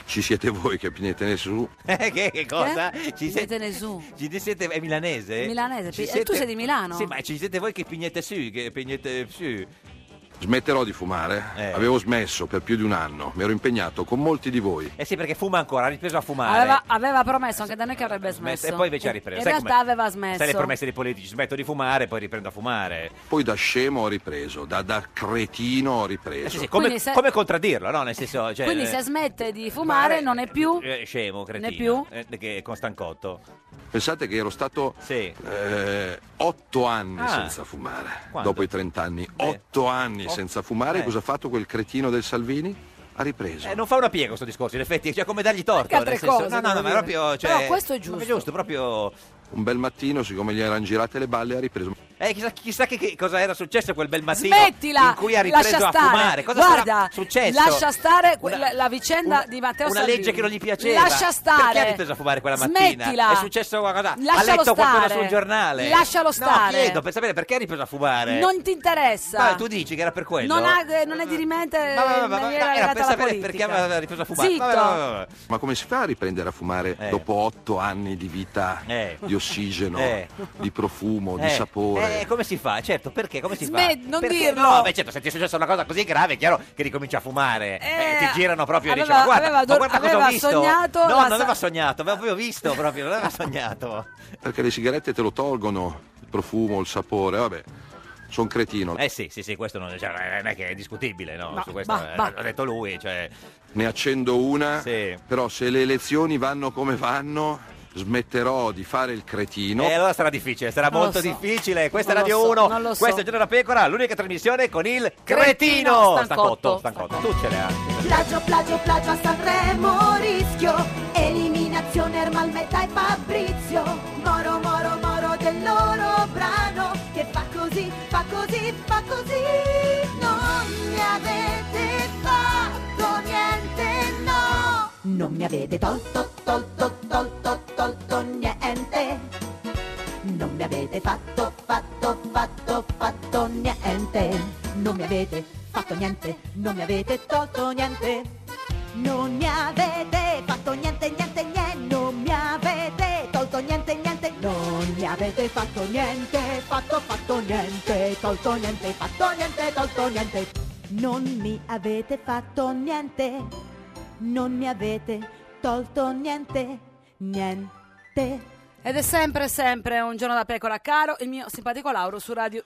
Speaker 6: ci siete voi che pignete su.
Speaker 3: Eh, che, che cosa?
Speaker 2: Che?
Speaker 3: Ci
Speaker 2: Siete ne su.
Speaker 3: Ci siete, è milanese?
Speaker 2: Milanese,
Speaker 3: Ci
Speaker 2: pi- e tu sei di Milano?
Speaker 3: Sì, ma ci siete voi che pignete su, che pignete su.
Speaker 6: Smetterò di fumare?
Speaker 3: Eh.
Speaker 6: Avevo smesso per più di un anno, mi ero impegnato con molti di voi.
Speaker 3: Eh sì, perché fuma ancora, ha ripreso a fumare.
Speaker 2: Aveva, aveva promesso anche da noi che avrebbe smesso.
Speaker 3: E poi invece ha ripreso.
Speaker 2: In
Speaker 3: Sai
Speaker 2: realtà
Speaker 3: com'è?
Speaker 2: aveva smesso.
Speaker 3: Sai le promesse dei politici, smetto di fumare, poi riprendo a fumare.
Speaker 6: Poi da scemo ho ripreso, da, da cretino ho ripreso.
Speaker 3: Eh sì, sì, come,
Speaker 2: Quindi se-
Speaker 3: come contraddirlo, no? Nel senso, cioè,
Speaker 2: Quindi
Speaker 3: eh,
Speaker 2: se smette di fumare non è più...
Speaker 3: eh, scemo, cretino.
Speaker 2: Ne più?
Speaker 3: Eh, che con Stancotto.
Speaker 6: Pensate che ero stato
Speaker 3: Sì.
Speaker 6: eh, otto anni
Speaker 3: Ah.
Speaker 6: senza fumare,
Speaker 3: Quando?
Speaker 6: dopo i trent'anni. Otto anni
Speaker 3: Oh.
Speaker 6: senza fumare,
Speaker 3: Eh.
Speaker 6: cosa ha fatto quel cretino del Salvini? Ha ripreso.
Speaker 3: Eh, non fa una piega questo discorso, in effetti, cioè come dargli torto.
Speaker 2: Anche altre
Speaker 3: nel senso-
Speaker 2: cose,
Speaker 3: no, no, no,
Speaker 2: devo
Speaker 3: ma
Speaker 2: dire.
Speaker 3: proprio. Cioè,
Speaker 2: Però questo è giusto.
Speaker 3: ma giusto, proprio.
Speaker 6: Un bel mattino, siccome gli erano girate le balle, ha ripreso.
Speaker 3: Eh, chissà, chissà che, che cosa era successo quel bel mattino
Speaker 2: Smettila!
Speaker 3: in cui ha ripreso
Speaker 2: lascia
Speaker 3: a
Speaker 2: stare.
Speaker 3: fumare. Cosa
Speaker 2: Guarda,
Speaker 3: sarà successo?
Speaker 2: lascia stare que-
Speaker 3: Una-
Speaker 2: la, la vicenda
Speaker 3: una-
Speaker 2: di Matteo
Speaker 3: una
Speaker 2: Salvini.
Speaker 3: legge che non gli piaceva.
Speaker 2: Lascia stare.
Speaker 3: Perché ha ripreso a fumare quella mattina?
Speaker 2: Smettila.
Speaker 3: È successo qualcosa? Ha
Speaker 2: Lascialo
Speaker 3: letto qualcosa
Speaker 2: stare.
Speaker 3: sul giornale?
Speaker 2: Lascialo
Speaker 3: No,
Speaker 2: stare.
Speaker 3: chiedo per sapere perché ha ripreso a fumare.
Speaker 2: Non ti interessa.
Speaker 3: Ma tu dici che era per quello?
Speaker 2: Non, ha, eh, non è dirimente
Speaker 3: Ma, ma, ma,
Speaker 2: in
Speaker 3: ma,
Speaker 2: maniera
Speaker 3: ma era
Speaker 2: legata
Speaker 3: per
Speaker 2: alla
Speaker 3: sapere
Speaker 2: politica.
Speaker 3: perché aveva ripreso a fumare.
Speaker 2: Zitto.
Speaker 3: Vabbè, vabbè, vabbè.
Speaker 6: Ma come si fa a riprendere a fumare
Speaker 3: Eh.
Speaker 6: dopo otto anni di vita,
Speaker 3: Eh.
Speaker 6: di ossigeno,
Speaker 3: Eh.
Speaker 6: di profumo, di
Speaker 3: Eh,
Speaker 6: sapore?
Speaker 3: Eh, come si fa? Certo, perché? Come si
Speaker 2: Smet-
Speaker 3: fa?
Speaker 2: non
Speaker 3: Perché?
Speaker 2: dirlo.
Speaker 3: No, beh, certo, se ti è successa una cosa così grave, è chiaro che ricominci a fumare.
Speaker 2: Eh,
Speaker 3: Eh, ti girano proprio e
Speaker 2: aveva-
Speaker 3: dici, ma guarda,
Speaker 2: aveva
Speaker 3: ma
Speaker 2: dor-
Speaker 3: guarda cosa ho
Speaker 2: aveva
Speaker 3: visto.
Speaker 2: sognato
Speaker 3: No,
Speaker 2: la
Speaker 3: non
Speaker 2: sa-
Speaker 3: aveva sognato, aveva proprio visto proprio, non aveva sognato.
Speaker 6: Perché le sigarette te lo tolgono, il profumo, il sapore, vabbè. Sono cretino.
Speaker 3: Eh sì, sì, sì, questo non, cioè, non è che è discutibile, no?
Speaker 2: Ma-
Speaker 3: Su questo
Speaker 2: ma-
Speaker 3: eh,
Speaker 2: ma-
Speaker 3: l'ha detto lui, cioè.
Speaker 6: Ne accendo una,
Speaker 3: Sì.
Speaker 6: però se le elezioni vanno come vanno, smetterò di fare il cretino.
Speaker 3: E allora sarà difficile, sarà
Speaker 2: Non lo
Speaker 3: molto
Speaker 2: so.
Speaker 3: difficile. Questa è
Speaker 2: Non lo
Speaker 3: Radio
Speaker 2: so,
Speaker 3: uno,
Speaker 2: non lo so.
Speaker 3: questo è Il Giorno da Pecora, l'unica trasmissione con il
Speaker 2: Cretino,
Speaker 3: cretino.
Speaker 2: Stancotto.
Speaker 3: Stancotto, tu ce l'hai.
Speaker 7: Plagio, plagio, plagio a Sanremo, rischio. Eliminazione Ermalmetta e Fabrizio. Moro, moro, moro del loro brano. Che fa così, fa così, fa così. Non mi avete fatto niente, no. Non mi avete tolto, tolto, tolto, tolto niente. Non mi avete fatto, fatto, fatto, fatto niente. Non mi avete fatto niente, non mi avete tolto niente. Non mi avete fatto niente, niente, niente. Non mi avete tolto niente, niente. Non mi avete fatto niente, fatto, fatto niente. Tolto niente, fatto niente, tolto niente. Non mi avete fatto niente. Non mi avete tolto niente, niente.
Speaker 2: Ed è sempre, sempre un giorno da pecora, caro il mio simpatico Lauro su Radio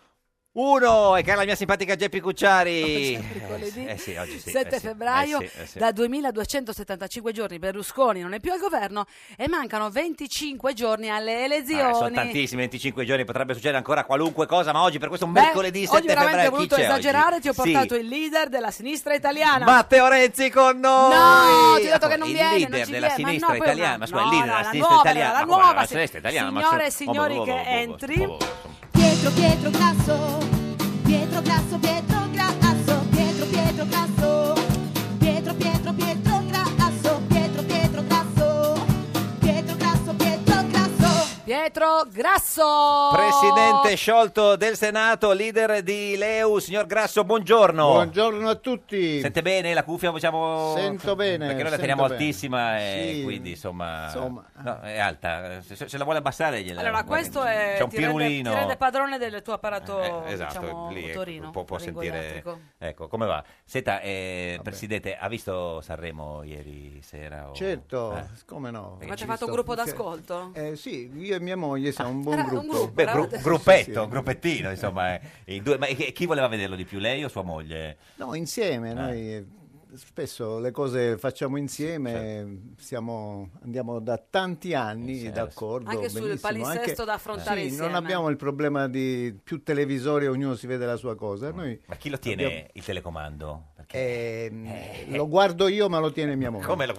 Speaker 3: Uno, e cara la mia simpatica Geppi Cucciari.
Speaker 2: Oggi è mercoledì,
Speaker 3: Eh sì, oggi sì.
Speaker 2: sette
Speaker 3: eh sì,
Speaker 2: febbraio,
Speaker 3: eh sì, eh sì.
Speaker 2: da duemiladuecentosettantacinque giorni Berlusconi non è più al governo e mancano venticinque giorni alle elezioni.
Speaker 3: Ah, sono tantissimi, venticinque giorni, potrebbe succedere ancora qualunque cosa, ma oggi per questo è un
Speaker 2: Beh,
Speaker 3: mercoledì sette
Speaker 2: oggi veramente
Speaker 3: febbraio
Speaker 2: ho voluto
Speaker 3: chi c'è
Speaker 2: esagerare,
Speaker 3: oggi?
Speaker 2: ti ho
Speaker 3: Sì.
Speaker 2: portato il leader della sinistra italiana.
Speaker 3: Matteo Renzi con noi!
Speaker 2: No, ti ho detto che non
Speaker 3: il
Speaker 2: viene,
Speaker 3: leader
Speaker 2: non ci
Speaker 3: della
Speaker 2: viene, ma
Speaker 3: sinistra
Speaker 2: no, poi
Speaker 3: italiana,
Speaker 2: una-
Speaker 3: ma scusa, il
Speaker 2: no,
Speaker 3: leader
Speaker 2: no,
Speaker 3: della
Speaker 2: la
Speaker 3: sinistra
Speaker 2: nuova,
Speaker 3: italiana,
Speaker 2: la
Speaker 3: ma come,
Speaker 2: nuova,
Speaker 3: la sinistra italiana, ma
Speaker 2: signore e
Speaker 3: c'è-
Speaker 2: signori
Speaker 3: oh, oh,
Speaker 2: che
Speaker 3: oh, oh, oh,
Speaker 2: entri.
Speaker 3: oh, oh, oh.
Speaker 7: Pietro, Pietro Grasso, Pietro Grasso, Pietro Grasso, Pietro, Pietro Grasso, Pietro, Pietro, Pietro Grasso, Pietro, Pietro Grasso, Pietro Grasso, Pietro Grasso.
Speaker 2: Pietro Grasso.
Speaker 3: Presidente sciolto del Senato, leader di Leu, signor Grasso, buongiorno.
Speaker 8: Buongiorno a tutti.
Speaker 3: Sente bene la cuffia? Facciamo...
Speaker 8: Sento bene,
Speaker 3: Perché noi la
Speaker 8: sento
Speaker 3: teniamo
Speaker 8: bene.
Speaker 3: altissima e
Speaker 8: Sì.
Speaker 3: quindi insomma...
Speaker 8: Insomma.
Speaker 3: No, è alta. Se, se la vuole abbassare gliela...
Speaker 2: Allora, questo è
Speaker 3: C'è un
Speaker 2: ti rende,
Speaker 3: pirulino.
Speaker 2: ti rende padrone del tuo apparato,
Speaker 3: Eh, esatto,
Speaker 2: diciamo,
Speaker 3: lì, ecco,
Speaker 2: motorino,
Speaker 3: può, può sentire.
Speaker 2: ringoiatrico.
Speaker 3: Ecco, come va? Senta, eh, Presidente, ha visto Sanremo ieri sera? o-
Speaker 8: Certo,
Speaker 3: eh?
Speaker 8: come no?
Speaker 2: Ma ci ha
Speaker 8: Ho
Speaker 2: fatto un
Speaker 8: visto-
Speaker 2: gruppo
Speaker 8: che-
Speaker 2: d'ascolto?
Speaker 8: Eh sì, io e mia moglie siamo un buon
Speaker 2: era un
Speaker 8: gruppo.
Speaker 2: gruppo.
Speaker 3: Beh, gru-
Speaker 2: Sì, sì.
Speaker 3: gruppetto,
Speaker 8: Sì, sì.
Speaker 3: gruppettino, insomma. eh, i due- ma chi chi voleva vederlo di più, lei o sua moglie?
Speaker 8: No, insieme,
Speaker 3: Eh.
Speaker 8: noi eh, spesso le cose facciamo insieme, siamo, andiamo da tanti anni
Speaker 3: Insieme.
Speaker 8: d'accordo.
Speaker 2: Anche sul
Speaker 8: benissimo,
Speaker 2: palinsesto
Speaker 8: anche-
Speaker 2: da affrontare
Speaker 8: sì,
Speaker 2: insieme.
Speaker 8: non abbiamo il problema di più televisori, ognuno si vede la sua cosa. Noi
Speaker 3: Ma chi lo tiene
Speaker 8: abbiamo-
Speaker 3: il telecomando? Perché...
Speaker 8: Ehm,
Speaker 3: Eh.
Speaker 8: Lo guardo io, ma lo tiene mia moglie.
Speaker 3: Come lo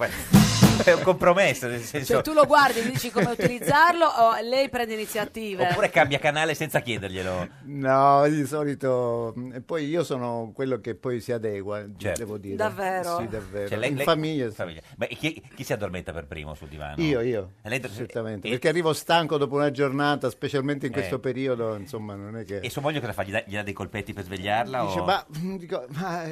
Speaker 3: È un compromesso, nel senso...
Speaker 2: Cioè tu lo guardi e dici come utilizzarlo o lei prende iniziative?
Speaker 3: Oppure cambia canale senza chiederglielo.
Speaker 8: No, di solito. E poi io sono quello che poi si adegua,
Speaker 3: Certo.
Speaker 8: devo dire.
Speaker 2: Davvero?
Speaker 8: Sì, davvero.
Speaker 3: Cioè, lei-
Speaker 8: In
Speaker 3: lei-
Speaker 8: famiglia. sì.
Speaker 3: famiglia. Ma chi, chi si addormenta per primo sul divano?
Speaker 8: Io, io.
Speaker 3: E lei-
Speaker 8: Certamente.
Speaker 3: e-
Speaker 8: Perché arrivo stanco dopo una giornata, specialmente in questo
Speaker 3: Eh.
Speaker 8: periodo, insomma, non è che.
Speaker 3: E sua moglie cosa fa? Gli dà, gli dà dei colpetti per svegliarla?
Speaker 8: Dice,
Speaker 3: o...
Speaker 8: ma, dico, ma, eh, sei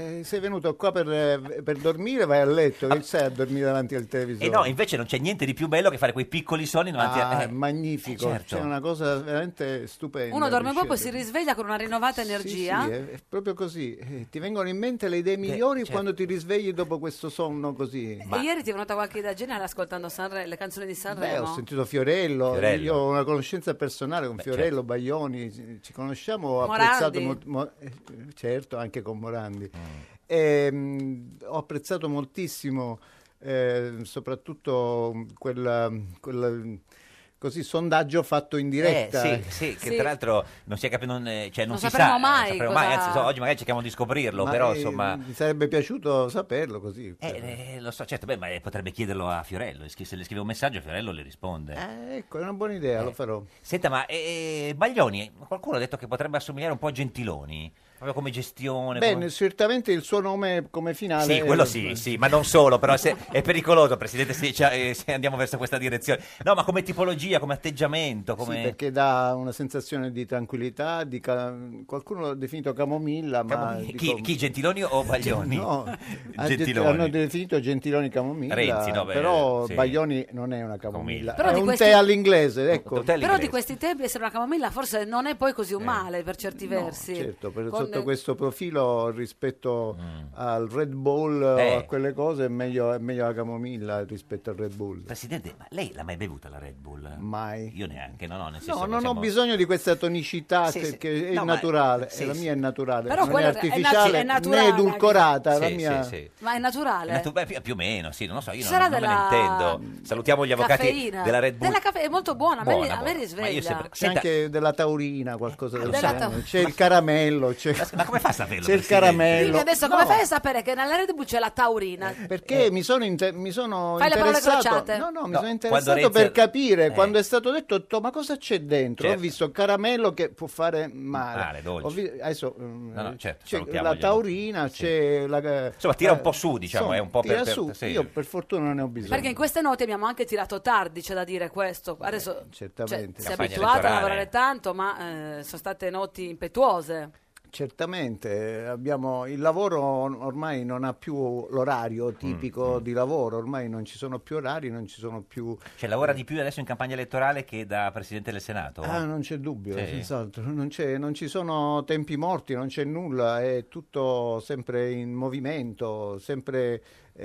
Speaker 8: venuto qua per, eh, per dormire, vai a letto, che stai a dormire davanti al televisore?
Speaker 3: E no, invece non c'è niente di più bello che fare quei piccoli sonni davanti
Speaker 8: Ah,
Speaker 3: a...
Speaker 8: è magnifico,
Speaker 3: eh, certo.
Speaker 8: c'è una cosa veramente stupenda.
Speaker 2: Uno dorme un po', poi
Speaker 8: riuscite-
Speaker 2: si risveglia con una rinnovata
Speaker 8: Sì,
Speaker 2: energia.
Speaker 8: sì, è, è proprio così. Eh, ti vengono in mente le idee migliori
Speaker 3: certo.
Speaker 8: quando ti risvegli dopo questo sonno così.
Speaker 2: E ieri ti è venuta qualche idea geniale ascoltando Sanre- le canzoni di
Speaker 8: Beh,
Speaker 2: Sanremo?
Speaker 8: ho sentito Fiorello,
Speaker 3: Fiorello.
Speaker 8: io ho una conoscenza personale con
Speaker 3: Beh,
Speaker 8: Fiorello,
Speaker 3: certo.
Speaker 8: Baglioni, ci ci conosciamo, ho
Speaker 2: Morandi.
Speaker 8: apprezzato mo- mo- eh, certo, anche con Morandi.
Speaker 3: Mm.
Speaker 8: E, mh, ho apprezzato moltissimo eh, soprattutto quel, quel così sondaggio fatto in diretta.
Speaker 3: Eh, sì, sì, che
Speaker 2: Sì.
Speaker 3: tra l'altro non si è capito, non, eh, cioè non,
Speaker 2: Non
Speaker 3: si
Speaker 2: sapremo
Speaker 3: sa,
Speaker 2: mai
Speaker 3: non sapremo
Speaker 2: cosa-
Speaker 3: mai, anzi, so, oggi magari cerchiamo di scoprirlo,
Speaker 8: Ma,
Speaker 3: però
Speaker 8: eh,
Speaker 3: insomma...
Speaker 8: mi sarebbe piaciuto saperlo così.
Speaker 3: Eh, eh, lo so, certo, beh, ma eh, potrebbe chiederlo a Fiorello, se le scrive un messaggio Fiorello le risponde.
Speaker 8: Eh, ecco, è una buona idea, lo farò.
Speaker 3: Senta, ma eh, Baglioni, qualcuno ha detto che potrebbe assomigliare un po' a Gentiloni, proprio come gestione.
Speaker 8: Bene,
Speaker 3: come-
Speaker 8: certamente il suo nome come finale.
Speaker 3: Sì, quello sì, sì, ma non solo, però se- è pericoloso, Presidente, se, cioè, eh, se andiamo verso questa direzione. No, ma come tipologia, come atteggiamento, come...
Speaker 8: Sì, perché dà una sensazione di tranquillità, di ca- qualcuno l'ha definito camomilla, ma
Speaker 3: Camomilla.
Speaker 8: dico-
Speaker 3: Chi, chi, Gentiloni o Baglioni?
Speaker 8: No, ha
Speaker 3: Gentiloni.
Speaker 8: hanno definito Gentiloni camomilla,
Speaker 3: Renzi, no, beh,
Speaker 8: però
Speaker 3: sì.
Speaker 8: Baglioni non è una camomilla,
Speaker 3: Camomilla.
Speaker 2: Però
Speaker 8: è
Speaker 2: di
Speaker 8: un
Speaker 2: questi-
Speaker 8: tè all'inglese, ecco.
Speaker 3: Un tè
Speaker 2: Però
Speaker 3: all'inglese.
Speaker 2: di questi tempi essere una camomilla forse non è poi così un male per certi
Speaker 8: No,
Speaker 2: versi.
Speaker 8: certo, per-
Speaker 2: Con-
Speaker 8: sotto questo profilo rispetto al Red Bull o
Speaker 3: Mm. Eh.
Speaker 8: a quelle cose è meglio, è meglio la camomilla rispetto al Red Bull.
Speaker 3: Presidente, ma lei l'ha mai bevuta la Red Bull?
Speaker 8: Mai.
Speaker 3: Io neanche, no, no, nel senso
Speaker 8: No,
Speaker 3: che
Speaker 8: non
Speaker 3: siamo-
Speaker 8: ho bisogno di questa tonicità
Speaker 3: Sì,
Speaker 8: che,
Speaker 3: sì.
Speaker 8: che è
Speaker 3: No, ma-
Speaker 8: naturale,
Speaker 3: sì,
Speaker 8: e la
Speaker 3: sì.
Speaker 8: mia è naturale,
Speaker 2: Però
Speaker 8: non è
Speaker 2: quella è nat-
Speaker 8: artificiale
Speaker 2: è naturale,
Speaker 8: né edulcorata, la
Speaker 3: Sì,
Speaker 8: mia...
Speaker 3: sì, sì.
Speaker 2: Ma è naturale?
Speaker 3: Natu- beh, più, più o meno, sì, non lo so, io
Speaker 2: Ci
Speaker 3: non,
Speaker 2: sarà
Speaker 3: non
Speaker 2: della-
Speaker 3: me ne intendo. Salutiamo gli avvocati
Speaker 2: Caffeina.
Speaker 3: della Red Bull.
Speaker 2: Della caffè- è molto buona, a me-
Speaker 3: Buona,
Speaker 2: a me
Speaker 3: buona.
Speaker 2: risveglia.
Speaker 3: Ma io sempre-
Speaker 8: C'è
Speaker 3: Senta-
Speaker 8: anche della taurina, qualcosa del
Speaker 2: Della
Speaker 8: genere.
Speaker 2: ta-
Speaker 8: C'è il caramello, c'è,
Speaker 3: Ma come fa a saperlo?
Speaker 8: c'è il
Speaker 3: Presidente?
Speaker 8: caramello.
Speaker 2: Dimmi adesso
Speaker 8: No,
Speaker 2: come fai a sapere che nella Red Bull c'è la taurina?
Speaker 8: Perché mi sono, inter- mi sono
Speaker 2: Fai le parole
Speaker 8: interessato.
Speaker 2: crociate.
Speaker 8: No, no, mi
Speaker 3: No,
Speaker 8: sono
Speaker 3: quando
Speaker 8: interessato
Speaker 3: Renzi-
Speaker 8: per capire.
Speaker 3: eh.
Speaker 8: Quando è stato detto, ho detto, ma cosa c'è dentro?
Speaker 3: Certo.
Speaker 8: Ho visto caramello che può fare male.
Speaker 3: Male, dolce.
Speaker 8: Ho vi- adesso mm,
Speaker 3: No, no, certo,
Speaker 8: c'è
Speaker 3: salutiamo
Speaker 8: la
Speaker 3: gli
Speaker 8: taurina,
Speaker 3: Sì.
Speaker 8: c'è la.
Speaker 3: Insomma, tira un
Speaker 8: eh,
Speaker 3: po' su, diciamo,
Speaker 8: insomma,
Speaker 3: è un po' per-
Speaker 8: tira
Speaker 3: per-
Speaker 8: su.
Speaker 3: sì.
Speaker 8: Io per fortuna non ne ho bisogno.
Speaker 2: Perché in queste notti abbiamo anche tirato tardi, c'è da dire questo. Adesso
Speaker 8: certamente.
Speaker 2: cioè, si è
Speaker 3: Campagna
Speaker 2: abituato a
Speaker 3: elettorale.
Speaker 2: lavorare tanto, ma eh, sono state notti impetuose.
Speaker 8: Certamente, abbiamo, il lavoro ormai non ha più l'orario tipico
Speaker 3: Mm,
Speaker 8: di lavoro, ormai non ci sono più orari, non ci sono più...
Speaker 3: Cioè, lavora di più adesso in campagna elettorale che da Presidente del Senato?
Speaker 8: Ah, non c'è dubbio,
Speaker 3: Sì.
Speaker 8: senz'altro, non, c'è- non ci sono tempi morti, non c'è nulla, è tutto sempre in movimento, sempre,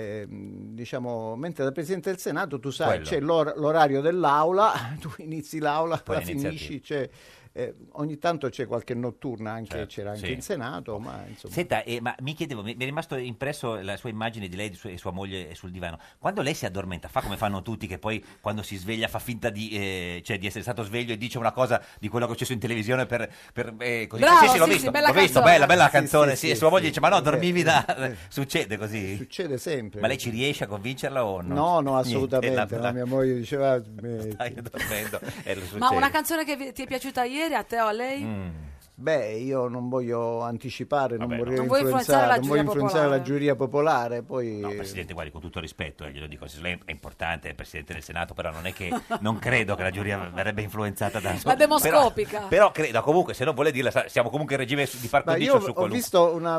Speaker 8: ehm, diciamo, mentre da Presidente del Senato tu sai,
Speaker 3: Quello.
Speaker 8: c'è l'or- l'orario dell'aula, tu inizi l'aula,
Speaker 3: Poi
Speaker 8: la
Speaker 3: la iniziativa.
Speaker 8: finisci, c'è, eh, ogni tanto c'è qualche notturna, anche,
Speaker 3: Certo,
Speaker 8: c'era anche
Speaker 3: sì.
Speaker 8: in Senato, ma insomma...
Speaker 3: Senta, eh, ma mi chiedevo, mi, mi è rimasto impresso la sua immagine di lei di sua- e sua moglie sul divano. Quando lei si addormenta, fa come fanno tutti, che poi quando si sveglia fa finta di, eh, cioè, di essere stato sveglio e dice una cosa di quello che è successo in televisione per, per eh, così.
Speaker 2: Bravo,
Speaker 3: sì, sì, l'ho
Speaker 2: sì,
Speaker 3: visto,
Speaker 2: sì, bella
Speaker 3: l'ho visto,
Speaker 2: canzone.
Speaker 3: bella, bella
Speaker 8: Sì,
Speaker 3: canzone.
Speaker 8: sì,
Speaker 3: Sì,
Speaker 8: sì,
Speaker 3: e sua moglie
Speaker 8: sì.
Speaker 3: dice, ma no,
Speaker 8: Eh,
Speaker 3: dormivi da...
Speaker 8: eh.
Speaker 3: Succede così?
Speaker 8: Succede sempre.
Speaker 3: Ma lei ci riesce a convincerla o no?
Speaker 8: No, no,
Speaker 3: Niente,
Speaker 8: assolutamente.
Speaker 3: la-
Speaker 8: La, mia moglie diceva... eh,
Speaker 3: Stai dormendo e lo
Speaker 2: Ma
Speaker 3: succede.
Speaker 2: una canzone che vi- ti è piaciuta ieri a te o a lei?
Speaker 3: Mm.
Speaker 8: Beh, io non voglio anticipare, non
Speaker 3: Vabbè,
Speaker 8: vorrei
Speaker 2: Non vuoi influenzare
Speaker 8: influenzare,
Speaker 2: la
Speaker 8: non voglio
Speaker 2: giuria
Speaker 8: influenzare la
Speaker 2: popolare.
Speaker 8: giuria popolare, poi...
Speaker 3: No, Presidente, guardi, con tutto rispetto, eh, glielo dico, lei è importante, è il Presidente del Senato, però non è che non credo che la giuria verrebbe influenzata da...
Speaker 2: La demoscopica.
Speaker 3: Però, però credo, comunque, se non vuole dirla, sa- siamo comunque in regime di far
Speaker 8: Ma
Speaker 3: condicio
Speaker 8: io
Speaker 3: su
Speaker 8: ho
Speaker 3: qualunque...
Speaker 8: visto una,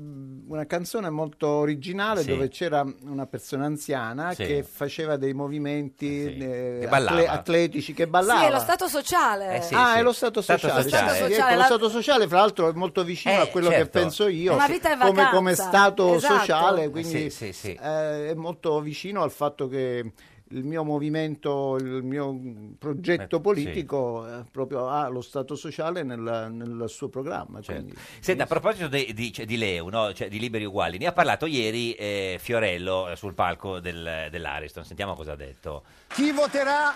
Speaker 8: una canzone molto originale
Speaker 3: Sì.
Speaker 8: dove c'era una persona anziana
Speaker 3: Sì.
Speaker 8: che faceva dei movimenti
Speaker 3: Sì.
Speaker 8: eh,
Speaker 3: Che ballava.
Speaker 8: atle- atletici, che ballava.
Speaker 2: Sì, è lo stato sociale.
Speaker 3: Eh sì.
Speaker 8: Ah, è lo stato
Speaker 3: Stato
Speaker 8: sociale.
Speaker 3: sociale.
Speaker 8: sì, sì,
Speaker 2: Stato
Speaker 8: ecco,
Speaker 2: sociale,
Speaker 8: lo
Speaker 2: la-
Speaker 8: stato sociale, fra l'altro, è molto vicino
Speaker 3: Eh,
Speaker 8: a quello
Speaker 3: certo.
Speaker 8: che penso io.
Speaker 2: Una vita in
Speaker 8: come,
Speaker 2: vacanza.
Speaker 8: come stato
Speaker 2: Esatto.
Speaker 8: sociale, quindi
Speaker 3: Sì, sì, sì.
Speaker 8: eh, è molto vicino al fatto che il mio movimento, il mio progetto
Speaker 3: Eh,
Speaker 8: politico eh, proprio ha lo stato sociale nel, nel suo programma.
Speaker 3: Certo.
Speaker 8: quindi-
Speaker 3: Senta, a proposito di, di, cioè, di Leu, no? Cioè, di Liberi Uguali, ne ha parlato ieri eh, Fiorello eh, sul palco del, dell'Ariston. Sentiamo cosa ha detto.
Speaker 9: Chi voterà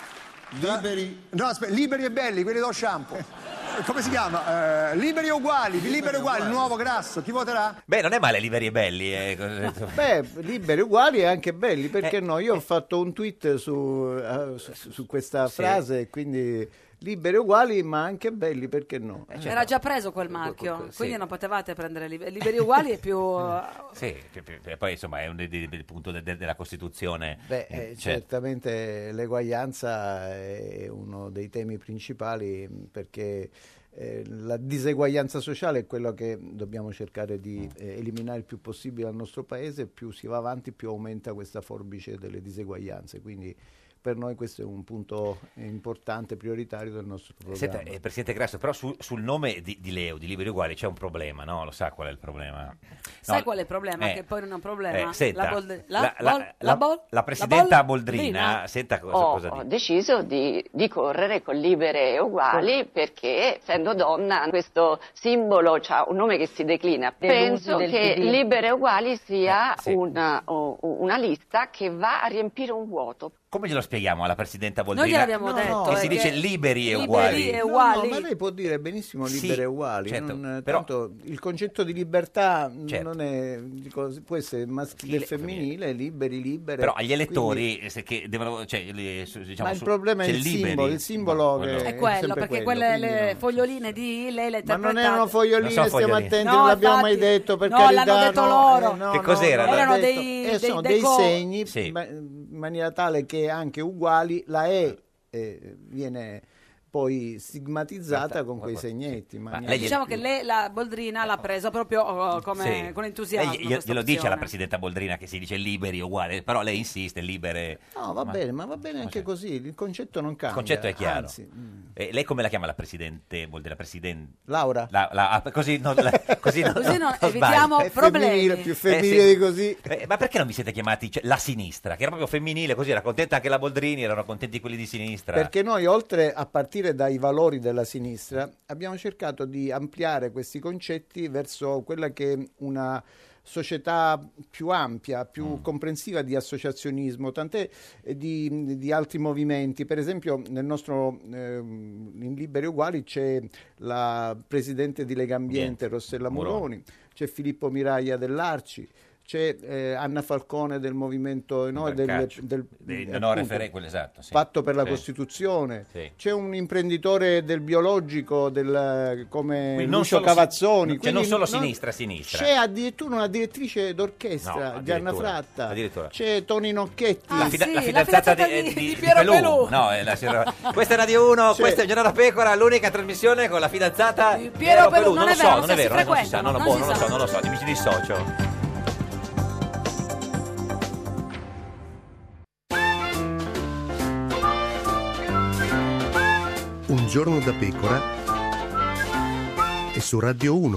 Speaker 9: liberi? No, aspetta, liberi e belli, quelli dello shampoo. Come si chiama? Eh, liberi e uguali, liberi e uguali, il nuovo grasso. Chi voterà?
Speaker 3: Beh, non è male Liberi e Belli. Eh, cosa ha detto?
Speaker 8: Beh, liberi uguali e anche belli, perché
Speaker 3: Eh,
Speaker 8: no? Io ho fatto un tweet su, eh, su- su questa
Speaker 3: Sì.
Speaker 8: frase, quindi liberi uguali ma anche belli, perché no?
Speaker 3: Eh, certo.
Speaker 2: Era già preso quel marchio,
Speaker 3: Sì.
Speaker 2: quindi non potevate prendere liber- liberi uguali e più...
Speaker 3: Sì, pi- pi- pi- poi insomma è un de- de- del punto de- de- della Costituzione.
Speaker 8: Beh,
Speaker 3: Eh,
Speaker 8: eh,
Speaker 3: cioè,
Speaker 8: certamente l'eguaglianza è uno dei temi principali, perché eh, la diseguaglianza sociale è quello che dobbiamo cercare di eh, eliminare il più possibile al nostro paese. Più si va avanti, più aumenta questa forbice delle diseguaglianze, quindi per noi questo è un punto importante, prioritario del nostro programma.
Speaker 3: Senta, eh, Presidente Grasso, però su- sul nome di, di Leo, di Liberi Uguali, c'è un problema, no? Lo sa qual è il problema?
Speaker 2: Sai
Speaker 3: No,
Speaker 2: qual è il problema?
Speaker 3: eh,
Speaker 2: Che poi non è un problema.
Speaker 3: eh, senta,
Speaker 2: la, bolde- la,
Speaker 3: la- la-
Speaker 2: bol-
Speaker 3: la-
Speaker 2: la bol-
Speaker 3: la Presidenta
Speaker 2: la
Speaker 3: Boldrina,
Speaker 2: Boldrina?
Speaker 3: senta cosa,
Speaker 10: ho,
Speaker 3: cosa
Speaker 10: ho
Speaker 3: dice.
Speaker 10: deciso di, di correre con Libere e Uguali perché, essendo donna, questo simbolo ha un nome che si declina. Penso
Speaker 11: del
Speaker 10: che
Speaker 11: P D.
Speaker 10: Libere e Uguali sia
Speaker 3: Eh, sì.
Speaker 10: una, o- una lista che va a riempire un vuoto.
Speaker 3: Come glielo spieghiamo alla Presidenta
Speaker 2: Noi
Speaker 3: Boldrina?
Speaker 2: gliel'abbiamo
Speaker 8: No,
Speaker 2: detto.
Speaker 8: no,
Speaker 3: che
Speaker 2: eh,
Speaker 3: si dice
Speaker 2: che
Speaker 3: liberi e
Speaker 2: liberi
Speaker 3: uguali.
Speaker 2: e
Speaker 8: No,
Speaker 2: uguali.
Speaker 8: no, ma lei può dire benissimo
Speaker 3: Sì,
Speaker 8: libere e uguali.
Speaker 3: certo,
Speaker 8: non-
Speaker 3: però-
Speaker 8: tanto il concetto di libertà
Speaker 3: Certo.
Speaker 8: non è, dico, può essere maschile e
Speaker 3: Maschile e
Speaker 8: femminile, liberi, libere.
Speaker 3: Però agli elettori
Speaker 8: Quindi-
Speaker 3: se che devono, cioè, le- su- diciamo,
Speaker 8: ma il
Speaker 3: su-
Speaker 8: problema è
Speaker 3: c'è
Speaker 8: il
Speaker 3: liberi,
Speaker 8: simbolo, il simbolo
Speaker 3: ma
Speaker 8: che
Speaker 3: quello-
Speaker 2: È
Speaker 8: è
Speaker 2: quello,
Speaker 8: sempre
Speaker 2: perché
Speaker 8: quello,
Speaker 2: quelle
Speaker 8: quindi
Speaker 2: le
Speaker 8: no.
Speaker 2: foglioline di lei le
Speaker 8: Ma non
Speaker 2: interpretate.
Speaker 8: erano foglioline,
Speaker 3: Non so
Speaker 8: stiamo
Speaker 3: foglioline.
Speaker 8: attenti,
Speaker 2: No,
Speaker 8: non l'abbiamo
Speaker 2: infatti-
Speaker 8: mai detto, per
Speaker 2: no,
Speaker 8: carità.
Speaker 2: l'hanno detto
Speaker 8: no,
Speaker 2: loro.
Speaker 8: eh, no,
Speaker 3: Che
Speaker 8: no,
Speaker 3: cos'erano?
Speaker 8: non l'ha
Speaker 2: Erano
Speaker 8: detto.
Speaker 2: dei-
Speaker 8: Eh,
Speaker 2: dei
Speaker 8: sono dei
Speaker 2: deco-
Speaker 8: segni,
Speaker 3: Sì.
Speaker 8: ma- in maniera tale che anche uguali, la E eh, viene poi stigmatizzata
Speaker 3: Guarda,
Speaker 8: con quei
Speaker 3: guarda,
Speaker 8: segnetti. in
Speaker 3: Ma
Speaker 8: maniera-
Speaker 3: lei gli-
Speaker 2: Diciamo che lei, la Boldrina l'ha presa proprio oh, come,
Speaker 3: Sì.
Speaker 2: con entusiasmo.
Speaker 3: Lei glielo,
Speaker 2: questa
Speaker 3: glielo dice alla
Speaker 2: opzione.
Speaker 3: Presidenta Boldrina che si dice liberi uguali, però lei insiste, libere.
Speaker 8: No, va
Speaker 3: Ma-
Speaker 8: bene, ma va bene anche
Speaker 3: c'è?
Speaker 8: così, il concetto non
Speaker 3: Il
Speaker 8: cambia.
Speaker 3: concetto è chiaro.
Speaker 8: Anzi, mm.
Speaker 3: Eh, lei come la chiama la Presidente Boldrina? Presidente...
Speaker 8: Laura?
Speaker 3: La, la- ah, così non, la- così non,
Speaker 2: Così non
Speaker 3: sbagli.
Speaker 2: evitiamo
Speaker 8: È
Speaker 2: problemi.
Speaker 8: femminile, più femminile
Speaker 3: Eh, sì.
Speaker 8: di così.
Speaker 3: Eh, ma perché non vi siete chiamati cioè, la sinistra? Che era proprio femminile, così era contenta anche la Boldrini, erano contenti quelli di sinistra.
Speaker 8: Perché noi, oltre a partire dai valori della sinistra, abbiamo cercato di ampliare questi concetti verso quella che è una società più ampia, più
Speaker 3: Mm.
Speaker 8: comprensiva di associazionismo, tant'è eh, di, di altri movimenti. Per esempio, nel nostro ehm, in Liberi e Uguali c'è la presidente di Lega Ambiente,
Speaker 3: Ambiente,
Speaker 8: Rossella
Speaker 3: Muroni.
Speaker 8: Muroni, c'è Filippo Miraglia dell'Arci, c'è eh, Anna Falcone del movimento no,
Speaker 3: Del
Speaker 8: del,
Speaker 3: calcio.
Speaker 8: del,
Speaker 3: Dei-
Speaker 8: eh,
Speaker 3: no,
Speaker 8: appunto,
Speaker 3: referen- quello esatto, sì.
Speaker 8: Patto per la
Speaker 3: Sì.
Speaker 8: Costituzione,
Speaker 3: Sì.
Speaker 8: c'è un imprenditore del biologico del, come
Speaker 3: Quindi non
Speaker 8: Lucio
Speaker 3: solo si-
Speaker 8: Cavazzoni,
Speaker 3: cioè
Speaker 8: quindi
Speaker 3: non solo
Speaker 8: non-
Speaker 3: sinistra, sinistra.
Speaker 8: c'è addirittura una direttrice d'orchestra,
Speaker 3: No,
Speaker 8: Gianna
Speaker 3: addirittura,
Speaker 8: Fratta,
Speaker 3: addirittura.
Speaker 8: c'è Toni Nocchetti.
Speaker 2: Ah,
Speaker 3: La, fida-
Speaker 2: sì,
Speaker 3: la
Speaker 2: la
Speaker 3: fidanzata,
Speaker 2: fidanzata
Speaker 3: di,
Speaker 2: di-
Speaker 3: di-
Speaker 2: di
Speaker 3: di
Speaker 2: Piero
Speaker 3: Pelù.
Speaker 2: Pelù.
Speaker 3: No, è la signora- questa è Radio uno,
Speaker 8: Cioè-
Speaker 3: questa è Giorno da Pecora, l'unica trasmissione con la fidanzata
Speaker 2: Di
Speaker 3: di
Speaker 2: Piero Pelù,
Speaker 3: Non,
Speaker 2: non
Speaker 3: lo
Speaker 2: è
Speaker 3: so,
Speaker 2: vero,
Speaker 3: non
Speaker 2: se
Speaker 3: è
Speaker 2: si
Speaker 3: vero, non si sa,
Speaker 2: frequentano,
Speaker 3: non, lo-
Speaker 2: non
Speaker 3: boh,
Speaker 2: si
Speaker 3: non lo
Speaker 2: sa.
Speaker 3: so, non lo so, mi dissocio.
Speaker 12: Un giorno da pecora e su Radio uno.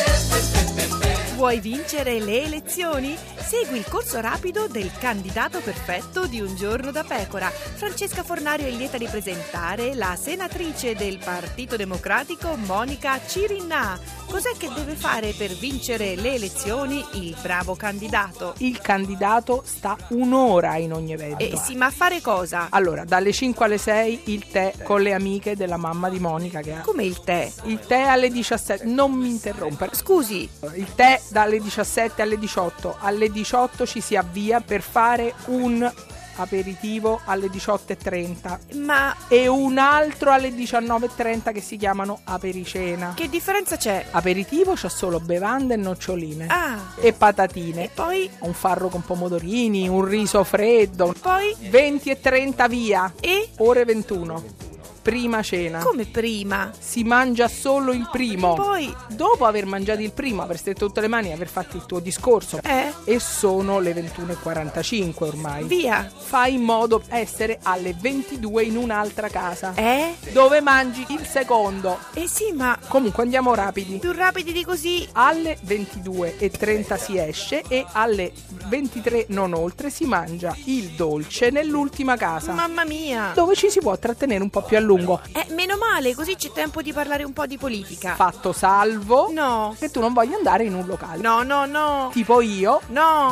Speaker 11: Vuoi vincere le elezioni? Segui il corso rapido del candidato perfetto di Un giorno da pecora. Francesca Fornario è lieta di presentare la senatrice del Partito Democratico Monica Cirinnà. Cos'è che deve fare per vincere le elezioni il bravo candidato?
Speaker 13: Il candidato sta un'ora in ogni evento.
Speaker 11: E sì, ma fare cosa?
Speaker 13: Allora, dalle cinque alle sei il tè con le amiche della mamma di Monica che ha.
Speaker 11: Come il tè?
Speaker 13: Il tè alle diciassette, non mi interrompere.
Speaker 11: Scusi,
Speaker 13: Il tè dalle diciassette alle diciotto, alle diciotto ci si avvia per fare un aperitivo alle diciotto e trenta
Speaker 11: ma
Speaker 13: e un altro alle diciannove e trenta che si chiamano apericena.
Speaker 11: che differenza c'è?
Speaker 13: Aperitivo c'ha solo bevande e noccioline
Speaker 11: Ah,
Speaker 13: e patatine.
Speaker 11: e poi?
Speaker 13: Un farro con pomodorini, un riso freddo.
Speaker 11: Poi?
Speaker 13: venti e trenta via.
Speaker 11: E?
Speaker 13: Ore ventuno. Prima cena.
Speaker 11: Come prima?
Speaker 13: Si mangia solo il primo.
Speaker 11: Poi?
Speaker 13: Dopo aver mangiato il primo, aver stretto tutte le mani e aver fatto il tuo discorso.
Speaker 11: Eh?
Speaker 13: E sono le ventuno e quarantacinque ormai.
Speaker 11: Via.
Speaker 13: Fai in modo essere alle ventidue in un'altra casa.
Speaker 11: Eh?
Speaker 13: Dove mangi il secondo.
Speaker 11: Eh sì, ma
Speaker 13: Comunque andiamo rapidi.
Speaker 11: più rapidi di così.
Speaker 13: Alle ventidue e trenta si esce e alle ventitré non oltre si mangia il dolce nell'ultima casa,
Speaker 11: Mamma mia.
Speaker 13: dove ci si può trattenere un po' più a lungo.
Speaker 11: Eh, meno male, così c'è tempo di parlare un po' di politica.
Speaker 13: Fatto salvo
Speaker 11: No.
Speaker 13: che tu non voglia andare in un locale.
Speaker 11: No, no, no.
Speaker 13: Tipo io.
Speaker 11: No.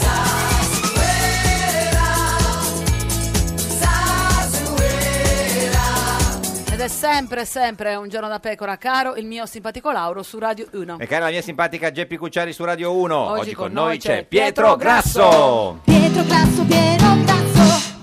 Speaker 2: Ed è sempre, sempre un giorno da pecora, caro il mio simpatico Lauro su Radio uno.
Speaker 3: E cara la mia simpatica Geppi Cucciari su Radio uno.
Speaker 2: Oggi
Speaker 3: Oggi,
Speaker 2: con
Speaker 3: con
Speaker 2: noi
Speaker 3: noi
Speaker 2: c'è
Speaker 3: c'è Pietro
Speaker 2: Pietro Grasso.
Speaker 3: Grasso.
Speaker 7: Pietro Grasso, Piero Grasso,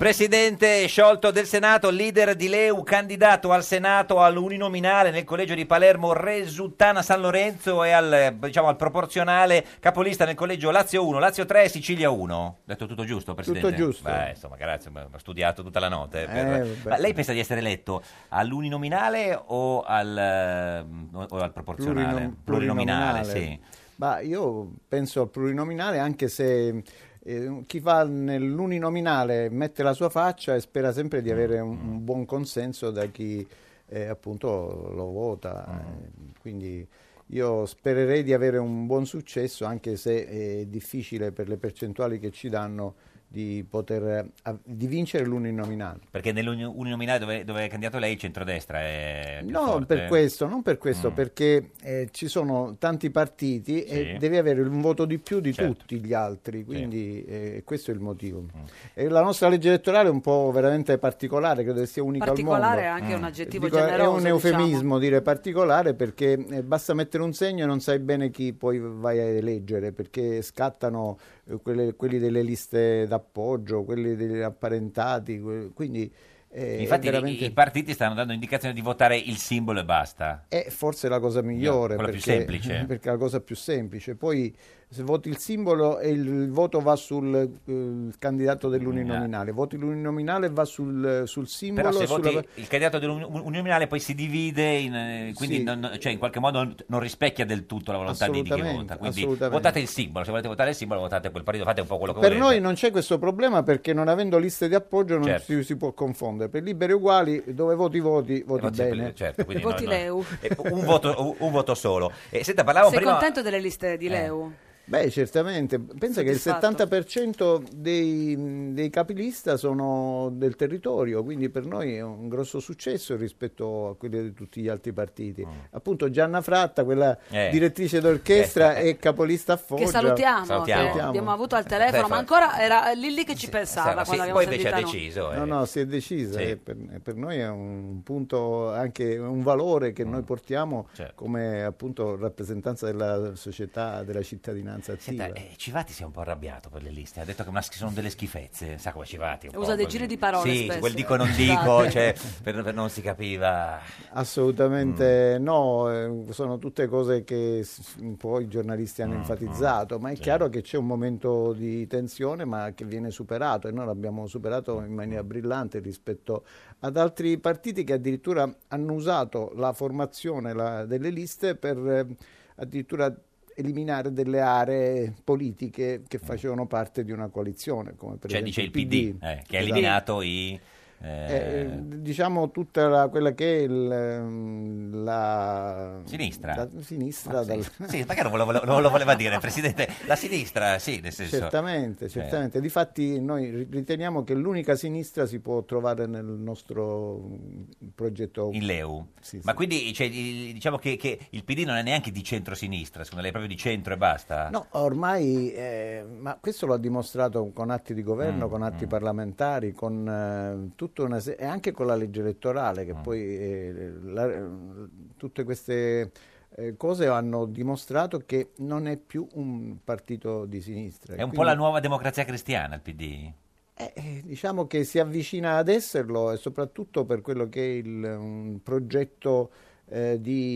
Speaker 3: Presidente sciolto del Senato, leader di L E U, candidato al Senato all'uninominale nel collegio di Palermo Resuttana San Lorenzo e al, diciamo, al proporzionale capolista nel collegio Lazio uno, Lazio tre e Sicilia uno. Ho detto tutto giusto, Presidente?
Speaker 8: Tutto giusto.
Speaker 3: Beh, insomma, grazie, ho studiato tutta la notte. Per...
Speaker 8: Eh,
Speaker 3: Ma lei pensa di essere eletto all'uninominale o al, o al proporzionale?
Speaker 8: Plurinom-
Speaker 3: plurinominale, sì.
Speaker 8: Ma io penso al plurinominale, anche se eh, chi va nell'uninominale mette la sua faccia e spera sempre di avere un, un buon consenso da chi eh, appunto lo vota. Eh, quindi io spererei di avere un buon successo, anche se è difficile per le percentuali che ci danno di poter eh, di vincere l'uninominale.
Speaker 3: Perché nell'uninominale dove, dove è candidato lei il centrodestra è più
Speaker 8: No,
Speaker 3: forte?
Speaker 8: per questo, non per questo,
Speaker 3: Mm.
Speaker 8: perché eh, ci sono tanti partiti
Speaker 3: Sì.
Speaker 8: e devi avere un voto di più di
Speaker 3: Certo.
Speaker 8: tutti gli altri, quindi eh, questo è il motivo. E la nostra legge elettorale è un po' veramente particolare, credo che sia unica al mondo.
Speaker 2: Particolare è anche un aggettivo
Speaker 8: Dico,
Speaker 2: generoso.
Speaker 8: è un eufemismo
Speaker 2: diciamo.
Speaker 8: dire particolare, perché eh, basta mettere un segno e non sai bene chi poi vai a eleggere, perché scattano eh, quelle- quelli delle liste d'appoggio, quelli degli apparentati, que- quindi eh, è
Speaker 3: Infatti i-
Speaker 8: veramente...
Speaker 3: i partiti stanno dando indicazione di votare il simbolo e basta.
Speaker 8: È forse la cosa migliore,
Speaker 3: quella più
Speaker 8: perché,
Speaker 3: semplice.
Speaker 8: perché è la cosa più semplice. Poi se voti il simbolo e il, il voto va sul eh, il candidato dell'uninominale, voti l'uninominale e va sul, sul simbolo.
Speaker 3: Però se
Speaker 8: sulla-
Speaker 3: voti il candidato dell'uninominale poi si divide, in, eh, quindi
Speaker 8: Sì.
Speaker 3: non- cioè in qualche modo non rispecchia del tutto la volontà di, di chi
Speaker 8: Assolutamente,
Speaker 3: vota. Quindi
Speaker 8: assolutamente.
Speaker 3: votate il simbolo, se volete votare il simbolo votate quel partito, fate un po' quello che
Speaker 8: Per
Speaker 3: volete.
Speaker 8: noi non c'è questo problema, perché non avendo liste di appoggio non
Speaker 3: Certo.
Speaker 8: si, si può confondere. Per liberi e uguali, dove voti voti, voti
Speaker 3: Voti-
Speaker 8: bene.
Speaker 3: certo, quindi
Speaker 2: Voti
Speaker 3: no, no.
Speaker 2: L E U.
Speaker 3: Eh, un, voto, un, un voto solo. Eh, senta, parlavamo
Speaker 2: Sei
Speaker 3: prima...
Speaker 2: contento delle liste di L E U?
Speaker 8: Beh, certamente. Pensa che il
Speaker 2: Soddisfatto?
Speaker 8: settanta per cento dei, dei capilista sono del territorio, quindi per noi è un grosso successo rispetto a quelli di tutti gli altri partiti. Appunto Gianna Fratta, quella
Speaker 3: Eh.
Speaker 8: direttrice d'orchestra, è capolista a Foggia.
Speaker 2: Che salutiamo,
Speaker 3: Salutiamo.
Speaker 2: che abbiamo avuto al telefono,
Speaker 3: Telefono.
Speaker 2: ma ancora era lì lì che ci pensava
Speaker 3: sì,
Speaker 2: quando abbiamo
Speaker 3: poi invece
Speaker 2: sentita
Speaker 3: ha
Speaker 2: noi.
Speaker 3: deciso. eh.
Speaker 8: No, no, si è decisa.
Speaker 3: Sì.
Speaker 8: e per, e per noi è un punto, anche un valore che noi portiamo
Speaker 3: Certo.
Speaker 8: come appunto rappresentanza della società, della cittadinanza attiva.
Speaker 3: Senta, eh, Civati si è un po' arrabbiato per le liste, ha detto che ma sono delle schifezze, sa come Civati un
Speaker 2: Usa
Speaker 3: po'
Speaker 2: dei
Speaker 3: così.
Speaker 2: giri di parole
Speaker 3: Sì,
Speaker 2: spesso.
Speaker 3: quel dico non
Speaker 2: Civati.
Speaker 3: dico, cioè per, per non si capiva.
Speaker 8: Assolutamente
Speaker 3: Mm.
Speaker 8: no, eh, sono tutte cose che s- un po' i giornalisti
Speaker 3: Mm,
Speaker 8: hanno enfatizzato, ma è chiaro che c'è un momento di tensione, ma che viene superato, e noi l'abbiamo superato in maniera brillante rispetto ad altri partiti che addirittura hanno usato la formazione la- delle liste per eh, addirittura eliminare delle aree politiche che facevano parte di una coalizione, come per
Speaker 3: Cioè
Speaker 8: esempio
Speaker 3: dice il P D, eh, che ha
Speaker 8: Esatto.
Speaker 3: eliminato i... eh,
Speaker 8: Eh, diciamo tutta la- quella che è il, ehm, la
Speaker 3: Sinistra.
Speaker 8: la sinistra dal-
Speaker 3: Sì, magari non lo, vole- non lo voleva dire, Presidente. La sinistra, sì, nel senso...
Speaker 8: certamente,
Speaker 3: Cioè,
Speaker 8: certamente. Difatti noi ri- riteniamo che l'unica sinistra si può trovare nel nostro mm, progetto
Speaker 3: in L E U.
Speaker 8: Sì, sì.
Speaker 3: Ma quindi cioè, i- diciamo che, che il P D non è neanche di centro-sinistra, secondo lei è proprio di centro e basta?
Speaker 8: No, ormai, eh, ma questo lo ha dimostrato con atti di governo,
Speaker 3: Mm,
Speaker 8: con atti
Speaker 3: mm.
Speaker 8: parlamentari, con eh, tutta una se- e anche con la legge elettorale,
Speaker 3: Mm.
Speaker 8: che poi eh, la- tutte queste eh, cose hanno dimostrato che non è più un partito di sinistra.
Speaker 3: È un po'
Speaker 8: Quindi-
Speaker 3: la nuova democrazia cristiana il P D?
Speaker 8: Eh, eh, diciamo che si avvicina ad esserlo, e soprattutto per quello che è il, un progetto eh,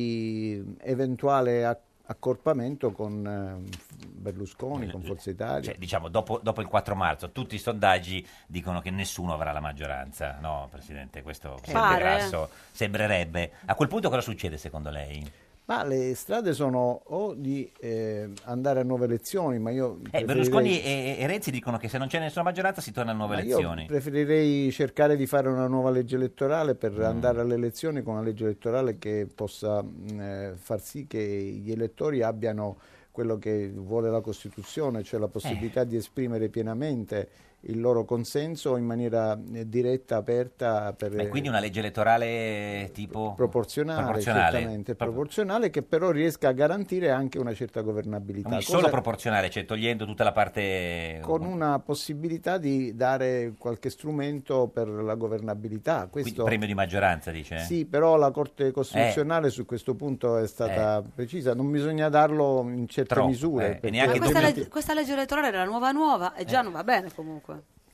Speaker 8: di eventuale ac- accorpamento con eh, Berlusconi, con Forza Italia.
Speaker 3: Cioè, diciamo, dopo, dopo il quattro marzo tutti i sondaggi dicono che nessuno avrà la maggioranza, no, Presidente? Questo
Speaker 8: Eh.
Speaker 3: sembra
Speaker 8: Pare.
Speaker 3: grasso, sembrerebbe. A quel punto cosa succede secondo lei?
Speaker 8: Ma le strade sono o di eh, andare a nuove elezioni, ma io
Speaker 3: Eh,
Speaker 8: preferirei-
Speaker 3: Berlusconi e, e Renzi dicono che se non c'è nessuna maggioranza si torna a nuove
Speaker 8: ma io
Speaker 3: elezioni.
Speaker 8: preferirei cercare di fare una nuova legge elettorale per
Speaker 3: Mm.
Speaker 8: andare alle elezioni con una legge elettorale che possa mh, eh, far sì che gli elettori abbiano quello che vuole la Costituzione, cioè la possibilità
Speaker 3: Eh.
Speaker 8: di esprimere pienamente il loro consenso in maniera eh, diretta, aperta. Per,
Speaker 3: E quindi una legge elettorale tipo
Speaker 8: proporzionale,
Speaker 3: proporzionale.
Speaker 8: certamente,
Speaker 3: Proprio-
Speaker 8: proporzionale, che però riesca a garantire anche una certa governabilità.
Speaker 3: Quindi
Speaker 8: cosa-
Speaker 3: solo proporzionale, cioè togliendo tutta la parte...
Speaker 8: con una possibilità di dare qualche strumento per la governabilità.
Speaker 3: Quindi
Speaker 8: Questo,
Speaker 3: premio di maggioranza, dice?
Speaker 8: sì, però la Corte Costituzionale su questo punto è stata precisa, non bisogna darlo in certe
Speaker 3: Troppo,
Speaker 8: misure.
Speaker 3: eh, e
Speaker 8: perché
Speaker 3: neanche
Speaker 2: Ma questa,
Speaker 8: altrimenti-
Speaker 2: legge, questa legge elettorale era nuova nuova e già non va bene comunque.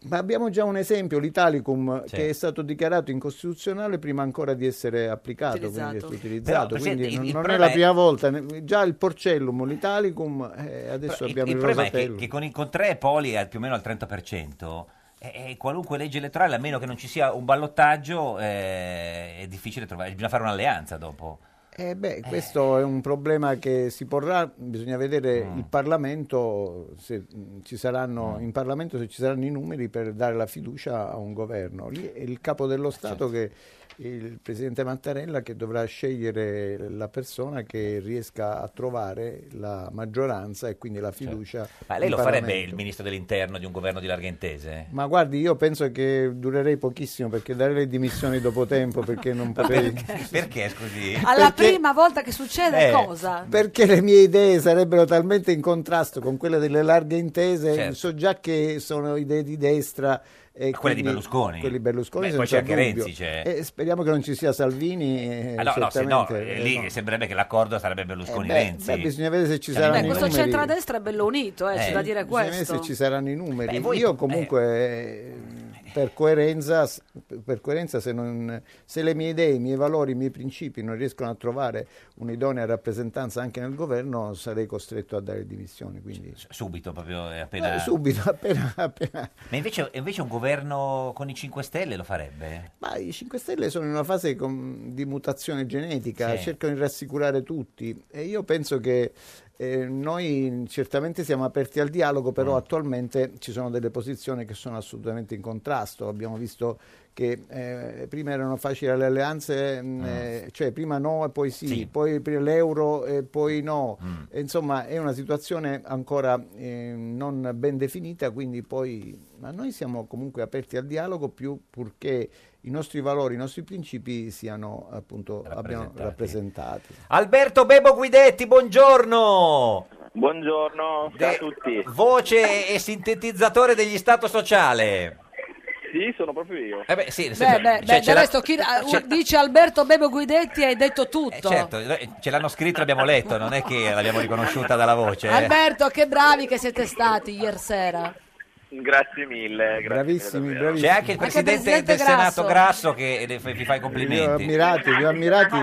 Speaker 8: Ma abbiamo già un esempio, l'Italicum,
Speaker 3: Sì.
Speaker 8: che è stato dichiarato incostituzionale prima ancora di essere applicato,
Speaker 2: Utilizzato.
Speaker 8: quindi è stato utilizzato.
Speaker 3: Però,
Speaker 8: quindi
Speaker 3: Presidente,
Speaker 8: non,
Speaker 3: il- il
Speaker 8: non è
Speaker 3: problema
Speaker 8: la
Speaker 3: è-
Speaker 8: prima volta, ne- già il Porcellum, l'Italicum, eh, adesso
Speaker 3: Però il,
Speaker 8: abbiamo
Speaker 3: il
Speaker 8: il,
Speaker 3: problema è che,
Speaker 8: Rosatellum.
Speaker 3: che con, i- con tre poli al più o meno al trenta per cento, eh, eh, qualunque legge elettorale, a meno che non ci sia un ballottaggio, eh, è difficile trovare, bisogna fare un'alleanza dopo.
Speaker 8: Eh beh, questo è un problema che si porrà, bisogna vedere
Speaker 3: Mm.
Speaker 8: il Parlamento, se mh, ci saranno, in Parlamento se ci saranno i numeri per dare la fiducia a un governo. Lì è il capo dello Stato,
Speaker 3: Certo.
Speaker 8: che il Presidente Mattarella, che dovrà scegliere la persona che riesca a trovare la maggioranza e quindi la fiducia.
Speaker 3: Ma lei
Speaker 8: in
Speaker 3: lo farebbe
Speaker 8: Parlamento.
Speaker 3: il ministro dell'interno di un governo di larga intese?
Speaker 8: Ma guardi, io penso che durerei pochissimo, perché dare le dimissioni dopo tempo, perché non potrei...
Speaker 3: Perché, scusi?
Speaker 2: Alla
Speaker 8: Perché-
Speaker 2: prima volta che succede
Speaker 8: Eh,
Speaker 2: cosa?
Speaker 8: Perché le mie idee sarebbero talmente in contrasto con quelle delle larghe intese,
Speaker 3: Certo.
Speaker 8: so già che sono idee di destra. E
Speaker 3: Ma quelle di
Speaker 8: quindi-
Speaker 3: Berlusconi?
Speaker 8: Quelli Berlusconi,
Speaker 3: Beh, poi
Speaker 8: senza
Speaker 3: c'è anche
Speaker 8: dubbio.
Speaker 3: Renzi, c'è.
Speaker 8: E speriamo che non ci sia Salvini. eh,
Speaker 3: Ah, no, no, se no,
Speaker 8: certamente,
Speaker 3: eh,
Speaker 8: eh,
Speaker 3: lì
Speaker 8: no.
Speaker 3: sembrerebbe che l'accordo sarebbe
Speaker 8: Eh,
Speaker 3: Berlusconi-Renzi.
Speaker 8: beh, beh, bisogna vedere se ci
Speaker 3: Cioè,
Speaker 8: saranno
Speaker 2: Beh,
Speaker 8: i
Speaker 2: questo
Speaker 8: numeri.
Speaker 2: centrodestra è bello unito, eh, c'è
Speaker 3: Eh,
Speaker 2: da dire
Speaker 8: Bisogna vedere
Speaker 2: questo.
Speaker 8: se ci saranno i numeri.
Speaker 3: Beh, voi-
Speaker 8: Io comunque eh, per coerenza, per coerenza se, non, se le mie idee, i miei valori, i miei principi non riescono a trovare un'idonea rappresentanza anche nel governo, sarei costretto a dare dimissioni. Quindi
Speaker 3: Subito, proprio eh, appena...
Speaker 8: Eh, subito, appena, appena.
Speaker 3: Ma invece, invece un governo con i cinque Stelle lo farebbe?
Speaker 8: Ma i cinque Stelle sono in una fase con- di mutazione genetica,
Speaker 3: Sì.
Speaker 8: cercano di rassicurare tutti e io penso che eh, noi certamente siamo aperti al dialogo, però attualmente ci sono delle posizioni che sono assolutamente in contrasto. Abbiamo visto che eh, prima erano facili le alleanze, mh, eh, cioè prima no e poi sì,
Speaker 3: Sì.
Speaker 8: poi prima l'euro e poi no.
Speaker 3: Mm.
Speaker 8: E insomma è una situazione ancora eh, non ben definita, quindi poi ma noi siamo comunque aperti al dialogo, più purché i nostri valori, i nostri principi siano appunto abbiano rappresentati.
Speaker 3: Alberto Bebo Guidetti, buongiorno!
Speaker 14: Buongiorno, ciao a
Speaker 3: De-
Speaker 14: tutti.
Speaker 3: Voce e sintetizzatore degli Stato Sociale.
Speaker 14: Sì, sono proprio io.
Speaker 3: Eh beh, sì, nel
Speaker 2: Beh,
Speaker 3: senso-
Speaker 2: beh,
Speaker 3: cioè,
Speaker 2: beh,
Speaker 3: ce
Speaker 2: del
Speaker 3: l'ha-
Speaker 2: resto chi
Speaker 3: c'è-
Speaker 2: dice Alberto Bebo Guidetti hai detto tutto.
Speaker 3: eh, certo, eh, ce l'hanno scritto, l'abbiamo letto, non è che l'abbiamo riconosciuta dalla voce. eh.
Speaker 2: Alberto, che bravi che siete stati ieri sera.
Speaker 14: Grazie mille. Grazie
Speaker 8: Bravissimi,
Speaker 14: mille,
Speaker 8: bravissimi.
Speaker 3: C'è anche il
Speaker 2: Anche il
Speaker 3: presidente,
Speaker 2: presidente
Speaker 3: del Senato
Speaker 2: Grasso.
Speaker 3: Grasso che le- vi fa i
Speaker 8: Vi ho
Speaker 3: complimenti.
Speaker 8: ammirati, vi ho ammirati.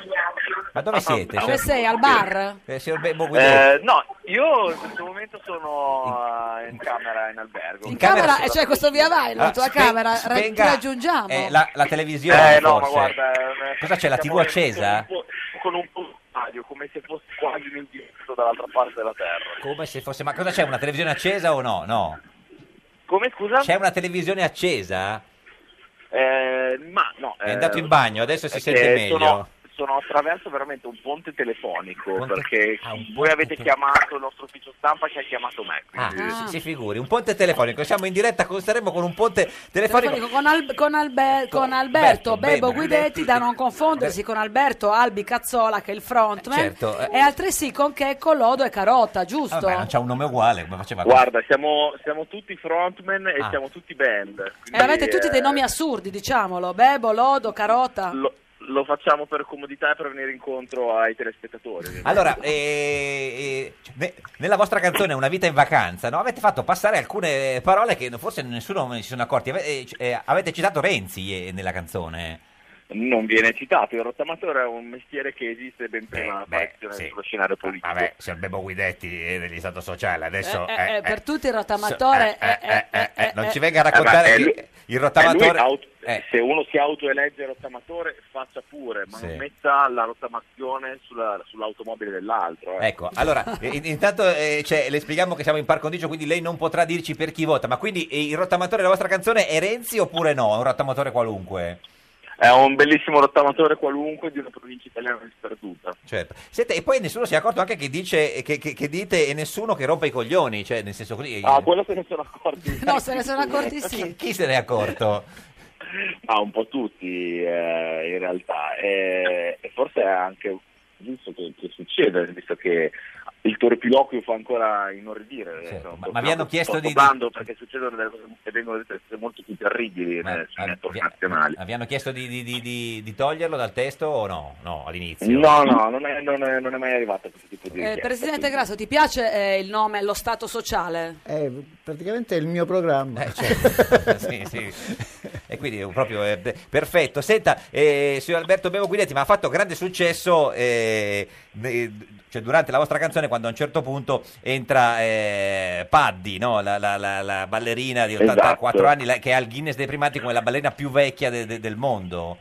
Speaker 3: Ma dove siete?
Speaker 2: Dove
Speaker 3: signor-
Speaker 2: sei? Al bar?
Speaker 3: Eh, signor Bebo Guidetti?
Speaker 14: Eh, no, io in questo momento sono eh, in camera in albergo.
Speaker 3: In
Speaker 2: Camera,
Speaker 3: camera-
Speaker 2: e cioè questo via vai, la
Speaker 3: Ah,
Speaker 2: tua
Speaker 3: spe-
Speaker 2: camera, ra-
Speaker 3: spenga,
Speaker 2: ti raggiungiamo.
Speaker 3: eh, la, la televisione
Speaker 14: Eh, no, ma
Speaker 3: forse.
Speaker 14: guarda, eh,
Speaker 3: Cosa c'è, la
Speaker 14: siamo
Speaker 3: tivù accesa?
Speaker 14: Con un po', con un po' di radio, come se fosse quasi un indirizzo dall'altra parte della terra.
Speaker 3: Come se fosse... Ma cosa c'è, una televisione accesa o no? No.
Speaker 14: Come, scusa?
Speaker 3: C'è una televisione accesa?
Speaker 14: Eh, ma no.
Speaker 3: È
Speaker 14: eh,
Speaker 3: andato in bagno, adesso si
Speaker 14: è
Speaker 3: sente
Speaker 14: che
Speaker 3: meglio.
Speaker 14: Sono, sono attraverso veramente un ponte telefonico,
Speaker 3: Ponte-
Speaker 14: perché
Speaker 3: Ah, un
Speaker 14: voi
Speaker 3: ponte
Speaker 14: avete
Speaker 3: te-
Speaker 14: chiamato il nostro ufficio stampa che ha chiamato me.
Speaker 3: Ah,
Speaker 14: Quindi...
Speaker 3: si, si figuri, un ponte telefonico, siamo in diretta, con- staremo con un ponte telefonico.
Speaker 2: Telefonico con, Al- con Albe- con
Speaker 3: Alberto
Speaker 2: Alberto Bebo
Speaker 3: Bebo
Speaker 2: Guidetti, da non confondersi con Alberto Albi Cazzola, che è il frontman,
Speaker 3: Certo, eh.
Speaker 2: e altresì con Checco, Lodo e Carota, giusto?
Speaker 3: Vabbè, non c'ha un nome uguale, come faceva?
Speaker 14: Guarda, siamo, siamo tutti frontman e
Speaker 3: Ah.
Speaker 14: siamo tutti band.
Speaker 2: E
Speaker 14: quindi,
Speaker 2: avete tutti dei
Speaker 14: eh,
Speaker 2: nomi assurdi, diciamolo, Bebo, Lodo, Carota.
Speaker 14: Lo, lo facciamo per comodità e per venire incontro ai telespettatori.
Speaker 3: Allora, eh, eh, ne- nella vostra canzone Una vita in vacanza, no? Avete fatto passare alcune parole che forse nessuno ne si sono accorti. Ave- eh, eh, avete citato Renzi eh, nella canzone.
Speaker 14: Non viene citato, il rottamatore è un mestiere che esiste ben prima
Speaker 3: beh,
Speaker 14: dell'apparizione
Speaker 3: sì.
Speaker 14: sullo scenario politico.
Speaker 3: Vabbè, signor Bebo Guidetti eh, degli Stato Sociale, adesso...
Speaker 2: Eh,
Speaker 3: eh,
Speaker 2: eh,
Speaker 3: eh,
Speaker 2: per tutti il rottamatore
Speaker 3: eh, eh, eh, eh, non ci venga a
Speaker 14: Eh, ma
Speaker 3: raccontare
Speaker 14: è
Speaker 3: che
Speaker 14: lui-
Speaker 3: il
Speaker 14: è lui
Speaker 3: rottamatore...
Speaker 14: auto-
Speaker 3: eh.
Speaker 14: Se uno si autoelegge rottamatore, faccia pure, ma
Speaker 3: Sì.
Speaker 14: non metta la rottamazione sulla- sull'automobile dell'altro. eh.
Speaker 3: Ecco, allora, eh, in- intanto eh, cioè, le spieghiamo che siamo in par condicio, quindi lei non potrà dirci per chi vota, ma quindi eh, il rottamatore della vostra canzone è Renzi oppure no? È un rottamatore qualunque?
Speaker 14: È un bellissimo rottamatore qualunque di una provincia italiana disperduta.
Speaker 3: Certo. Senta, e poi nessuno si è accorto anche che dice che, che- che dite e nessuno che rompe i coglioni, cioè nel senso così...
Speaker 14: Ah, quello se ne sono accorti.
Speaker 2: No, se ne sono accorti sì.
Speaker 3: chi, chi se ne è accorto?
Speaker 14: Ah, un po' tutti eh, in realtà. E, e forse è anche giusto che, che succeda, visto che il torpiloquio fa ancora inorridire.
Speaker 3: Sì,
Speaker 14: eh,
Speaker 3: ma- ma vi hanno chiesto di-
Speaker 14: parlando perché succedono delle cose che vengono dette molto più terribili nelle network nazionali.
Speaker 3: Vi hanno chiesto di, di- di- di- di toglierlo dal testo o no? No, all'inizio.
Speaker 14: No, no, non è, non è- non è mai arrivato questo tipo di
Speaker 2: Eh,
Speaker 14: richiesta.
Speaker 2: Presidente Grasso, ti piace eh, il nome Lo Stato Sociale?
Speaker 8: È praticamente il mio programma.
Speaker 3: sì, sì. E quindi è proprio eh, pe- perfetto. Senta, eh, signor Alberto Bebo Guidetti, ma ha fatto grande successo eh, ne- cioè durante la vostra canzone, quando a un certo punto entra eh, Paddy, no? la, la- la- la ballerina di ottantaquattro
Speaker 14: Esatto.
Speaker 3: anni, la- che ha il Guinness dei primati come la ballerina più vecchia de- de- del mondo.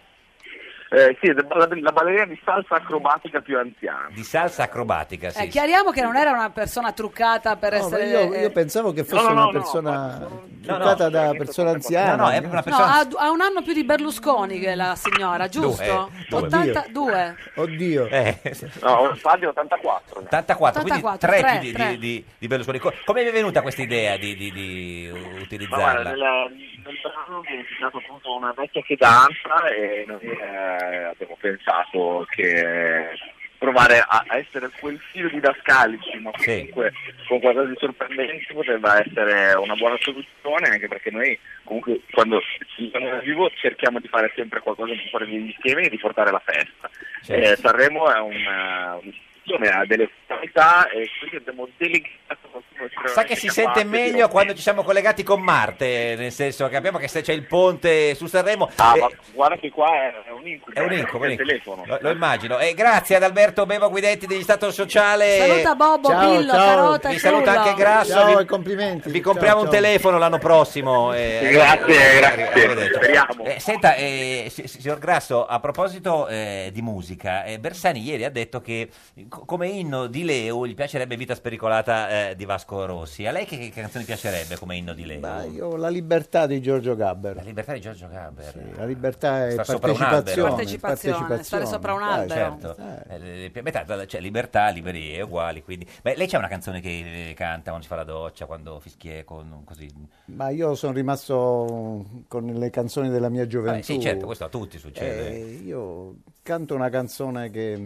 Speaker 14: Eh, sì, la, la ballerina di salsa acrobatica più anziana.
Speaker 3: Di salsa acrobatica, sì.
Speaker 2: Eh, chiariamo che non era una persona truccata per
Speaker 8: No, ma
Speaker 2: essere...
Speaker 8: io,
Speaker 2: eh,
Speaker 8: io pensavo che fosse
Speaker 2: No, no, no,
Speaker 8: una
Speaker 2: no,
Speaker 8: persona truccata da persona anziana.
Speaker 3: No, no, è una
Speaker 2: No,
Speaker 3: persona...
Speaker 2: ha, ha un anno più di Berlusconi che la signora, giusto?
Speaker 3: Due, due.
Speaker 2: ottantadue.
Speaker 8: Oddio.
Speaker 3: Eh,
Speaker 14: No, Fabio ottantaquattro.
Speaker 3: ottantaquattro, quindi
Speaker 2: ottantaquattro,
Speaker 3: tre,
Speaker 2: tre,
Speaker 3: più di,
Speaker 2: tre.
Speaker 3: di- di- di Berlusconi. Co- Come vi è venuta questa idea di, di- di
Speaker 14: Ma guarda,
Speaker 3: utilizzarla?
Speaker 14: nella- nel brano viene citato appunto una vecchia che danza e noi eh, abbiamo pensato che provare a, a essere quel filo didascalici, ma comunque con qualcosa di sorprendente poteva essere una buona soluzione, anche perché noi comunque quando ci siamo dal vivo cerchiamo di fare sempre qualcosa di fuori degli schemi e di portare la festa.
Speaker 3: Certo.
Speaker 14: Eh, Sanremo è una, un'istituzione, ha delle qualità e quindi abbiamo delegato qualcuno
Speaker 3: Sa che si sente meglio quando ci siamo collegati con Marte, nel senso che abbiamo che se c'è il ponte su Sanremo.
Speaker 14: Ah,
Speaker 3: eh,
Speaker 14: ma guarda che qua è un incubo.
Speaker 3: È un incubo,
Speaker 14: è
Speaker 3: un
Speaker 14: il
Speaker 3: incubo.
Speaker 14: telefono.
Speaker 3: Lo, lo immagino. E grazie ad Alberto Bebo Guidetti degli Stato Sociale.
Speaker 2: Saluta Bobbo,
Speaker 8: Ciao,
Speaker 2: Pillo,
Speaker 8: ciao.
Speaker 2: Carota
Speaker 3: Vi
Speaker 2: e
Speaker 3: saluta
Speaker 2: Frullo.
Speaker 3: anche Grasso.
Speaker 8: Ciao
Speaker 3: vi,
Speaker 8: e complimenti.
Speaker 3: vi compriamo
Speaker 8: Ciao,
Speaker 3: un
Speaker 8: ciao.
Speaker 3: telefono l'anno prossimo. eh,
Speaker 14: Grazie,
Speaker 3: eh,
Speaker 14: grazie.
Speaker 3: arrivederci.
Speaker 14: Speriamo.
Speaker 3: Eh, senta, eh, si- signor Grasso, a proposito eh, di musica, eh, Bersani ieri ha detto che co- come inno di Leo gli piacerebbe Vita spericolata eh, di Vasco Rossi. A lei che, che canzone piacerebbe come inno di Leo?
Speaker 8: Ma io la libertà di Giorgio Gabber.
Speaker 3: La libertà di Giorgio Gabber.
Speaker 8: Sì, la libertà è
Speaker 3: Sta sopra un albero.
Speaker 8: partecipazione,
Speaker 2: Partecipazione, stare sopra un
Speaker 8: Dai,
Speaker 2: albero.
Speaker 3: Certo. Eh, le- le- metà- cioè, libertà, liberi e uguali. Quindi. Beh, lei c'è una canzone che eh, canta quando si fa la doccia, quando fischia con così.
Speaker 8: Ma io sono rimasto con le canzoni della mia gioventù.
Speaker 3: Vabbè, sì, certo, questo a tutti succede.
Speaker 8: Eh, io canto una canzone che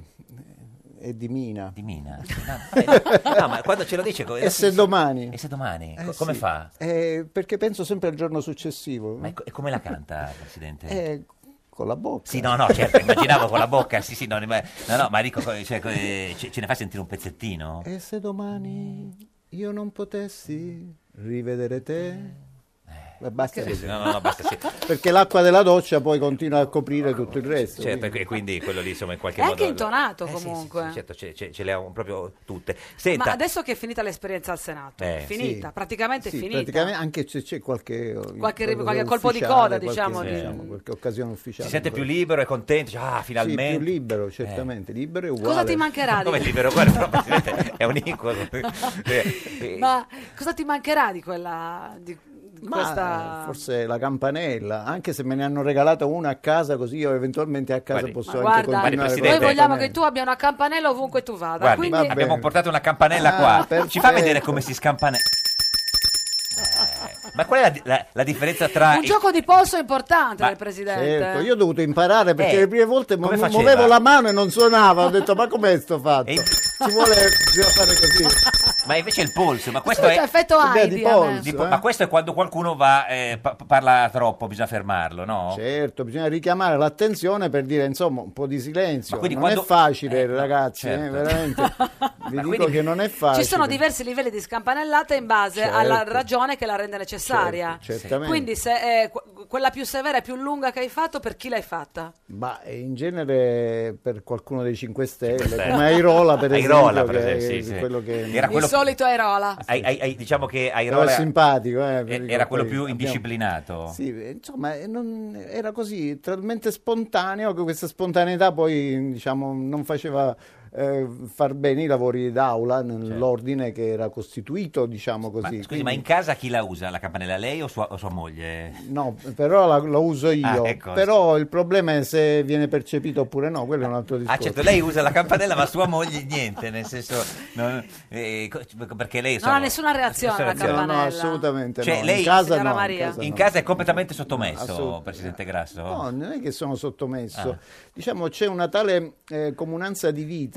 Speaker 8: è di Mina.
Speaker 3: Di Mina? No, no, ma quando ce lo dice...
Speaker 8: E se domani?
Speaker 3: E se domani?
Speaker 8: Eh,
Speaker 3: Co- come
Speaker 8: sì.
Speaker 3: fa?
Speaker 8: Eh, perché penso sempre al giorno successivo.
Speaker 3: Ma e co- e come la canta, Presidente?
Speaker 8: Eh, con la bocca.
Speaker 3: Sì, no, no, certo, immaginavo con la bocca, sì, sì, no, ma, no, no, ma dico, cioè, eh, ce, ce ne fa sentire un pezzettino?
Speaker 8: E se domani io non potessi rivedere te? Beh, basta
Speaker 3: Sì,
Speaker 8: così.
Speaker 3: sì, no, no, no, basta, sì.
Speaker 8: Perché l'acqua della doccia poi continua a coprire tutto il resto.
Speaker 3: Certo,
Speaker 8: quindi-
Speaker 3: e quindi quello lì, insomma, in qualche
Speaker 2: È
Speaker 3: modo...
Speaker 2: anche intonato
Speaker 3: Eh, sì, sì,
Speaker 2: comunque.
Speaker 3: sì, certo, ce, ce- ce le ha un- proprio tutte. Senta,
Speaker 2: Ma adesso che è finita l'esperienza al Senato,
Speaker 3: Eh,
Speaker 2: finita,
Speaker 8: sì.
Speaker 2: praticamente
Speaker 8: Sì,
Speaker 2: finita.
Speaker 8: praticamente anche se c'è qualche,
Speaker 2: Qualche-
Speaker 8: qualche
Speaker 2: qualche colpo di
Speaker 8: ufficiale,
Speaker 2: coda,
Speaker 8: qualche-
Speaker 2: diciamo, di-
Speaker 8: diciamo, qualche occasione ufficiale.
Speaker 3: si sente più libero e contento, dice, ah, finalmente...
Speaker 8: Sì, più libero, certamente, libero e uguale.
Speaker 2: Cosa ti mancherà di
Speaker 3: Come libero uguale, però, Presidente, è un incubo. Eh, eh,
Speaker 2: Ma cosa ti mancherà di quella di
Speaker 8: Ma
Speaker 2: questa
Speaker 8: forse la campanella, anche se me ne hanno regalato una a casa, così io eventualmente a casa
Speaker 3: Guardi,
Speaker 8: posso
Speaker 2: Ma
Speaker 8: anche
Speaker 2: guarda,
Speaker 8: continuare con
Speaker 2: noi
Speaker 8: la
Speaker 2: vogliamo
Speaker 8: campanella.
Speaker 2: che tu abbia una campanella ovunque tu vada.
Speaker 3: Guardi,
Speaker 2: quindi
Speaker 8: va
Speaker 3: abbiamo
Speaker 8: bene.
Speaker 3: portato una campanella
Speaker 8: Ah,
Speaker 3: qua. Ci
Speaker 8: perfetto.
Speaker 3: fa vedere come si scampane... Ma qual è la, di- la- la differenza tra...
Speaker 2: un
Speaker 3: il-
Speaker 2: gioco di polso importante
Speaker 3: Ma-
Speaker 2: del presidente.
Speaker 8: Certo, io ho dovuto imparare perché
Speaker 3: Eh,
Speaker 8: le prime volte mo-
Speaker 3: come faceva?
Speaker 8: muovevo la mano e non suonava, ho detto ma com'è sto fatto?
Speaker 3: E-
Speaker 8: Ci vuole bisogna fare così.
Speaker 3: Ma invece il polso, ma questo
Speaker 2: Questo
Speaker 3: è...
Speaker 2: effetto
Speaker 8: Beh,
Speaker 2: Heidi
Speaker 8: di
Speaker 2: a me.
Speaker 8: polso.
Speaker 3: di po-
Speaker 8: eh.
Speaker 3: Ma questo è quando qualcuno va, eh, pa- parla troppo, bisogna fermarlo, no?
Speaker 8: Certo, bisogna richiamare l'attenzione per dire insomma un po' di silenzio.
Speaker 3: Ma quindi
Speaker 8: non
Speaker 3: quando-
Speaker 8: è facile,
Speaker 3: Eh, no,
Speaker 8: ragazzi,
Speaker 3: certo.
Speaker 8: eh, veramente. Vi
Speaker 3: Ma
Speaker 8: dico
Speaker 3: quindi-
Speaker 8: che non è facile.
Speaker 2: Ci sono diversi livelli di scampanellata in base
Speaker 8: Certo.
Speaker 2: alla ragione che la rende necessaria.
Speaker 8: Certo, certamente.
Speaker 2: Quindi se è que- quella più severa e più lunga che hai fatto, per chi l'hai fatta?
Speaker 8: Ma in genere per qualcuno dei cinque Stelle,
Speaker 3: Stelle.
Speaker 8: come Airola per
Speaker 3: Airola,
Speaker 8: esempio,
Speaker 3: per
Speaker 8: che
Speaker 3: esempio,
Speaker 8: è
Speaker 3: sì, sì.
Speaker 8: quello che
Speaker 3: Era quello
Speaker 2: Il solito Airola.
Speaker 3: Ai- ai- ai- diciamo che
Speaker 8: però
Speaker 3: Airola
Speaker 8: è simpatico. Eh,
Speaker 3: eh,
Speaker 8: perché
Speaker 3: era quello
Speaker 8: poi
Speaker 3: più
Speaker 8: abbiamo-
Speaker 3: indisciplinato.
Speaker 8: Sì, eh, insomma, eh, non- era così, talmente spontaneo che questa spontaneità poi diciamo, non faceva eh, far bene i lavori d'aula nell'ordine che era costituito, diciamo
Speaker 3: Ma,
Speaker 8: così.
Speaker 3: scusi,
Speaker 8: Quindi-
Speaker 3: ma in casa chi la usa la campanella? Lei o sua, o sua moglie?
Speaker 8: No, però la, lo uso io.
Speaker 3: Ah, ecco.
Speaker 8: Però il problema è se viene percepito oppure no, quello è un altro discorso.
Speaker 3: Ah, certo, lei usa la campanella, ma sua moglie niente, nel senso... non- eh, co- perché lei...
Speaker 2: Non ha
Speaker 3: insomma,
Speaker 2: nessuna reazione alla
Speaker 3: nessuna reazione.
Speaker 8: No, no,
Speaker 2: campanella.
Speaker 8: assolutamente
Speaker 3: Cioè,
Speaker 8: no.
Speaker 3: lei-
Speaker 8: in casa
Speaker 2: Signora
Speaker 8: no.
Speaker 2: Maria.
Speaker 8: In casa,
Speaker 3: In
Speaker 8: no.
Speaker 3: casa è completamente sottomesso,
Speaker 8: Assolut-
Speaker 3: Presidente Grasso?
Speaker 8: No, non è che sono sottomesso.
Speaker 3: Ah.
Speaker 8: Diciamo c'è una tale eh, comunanza di vita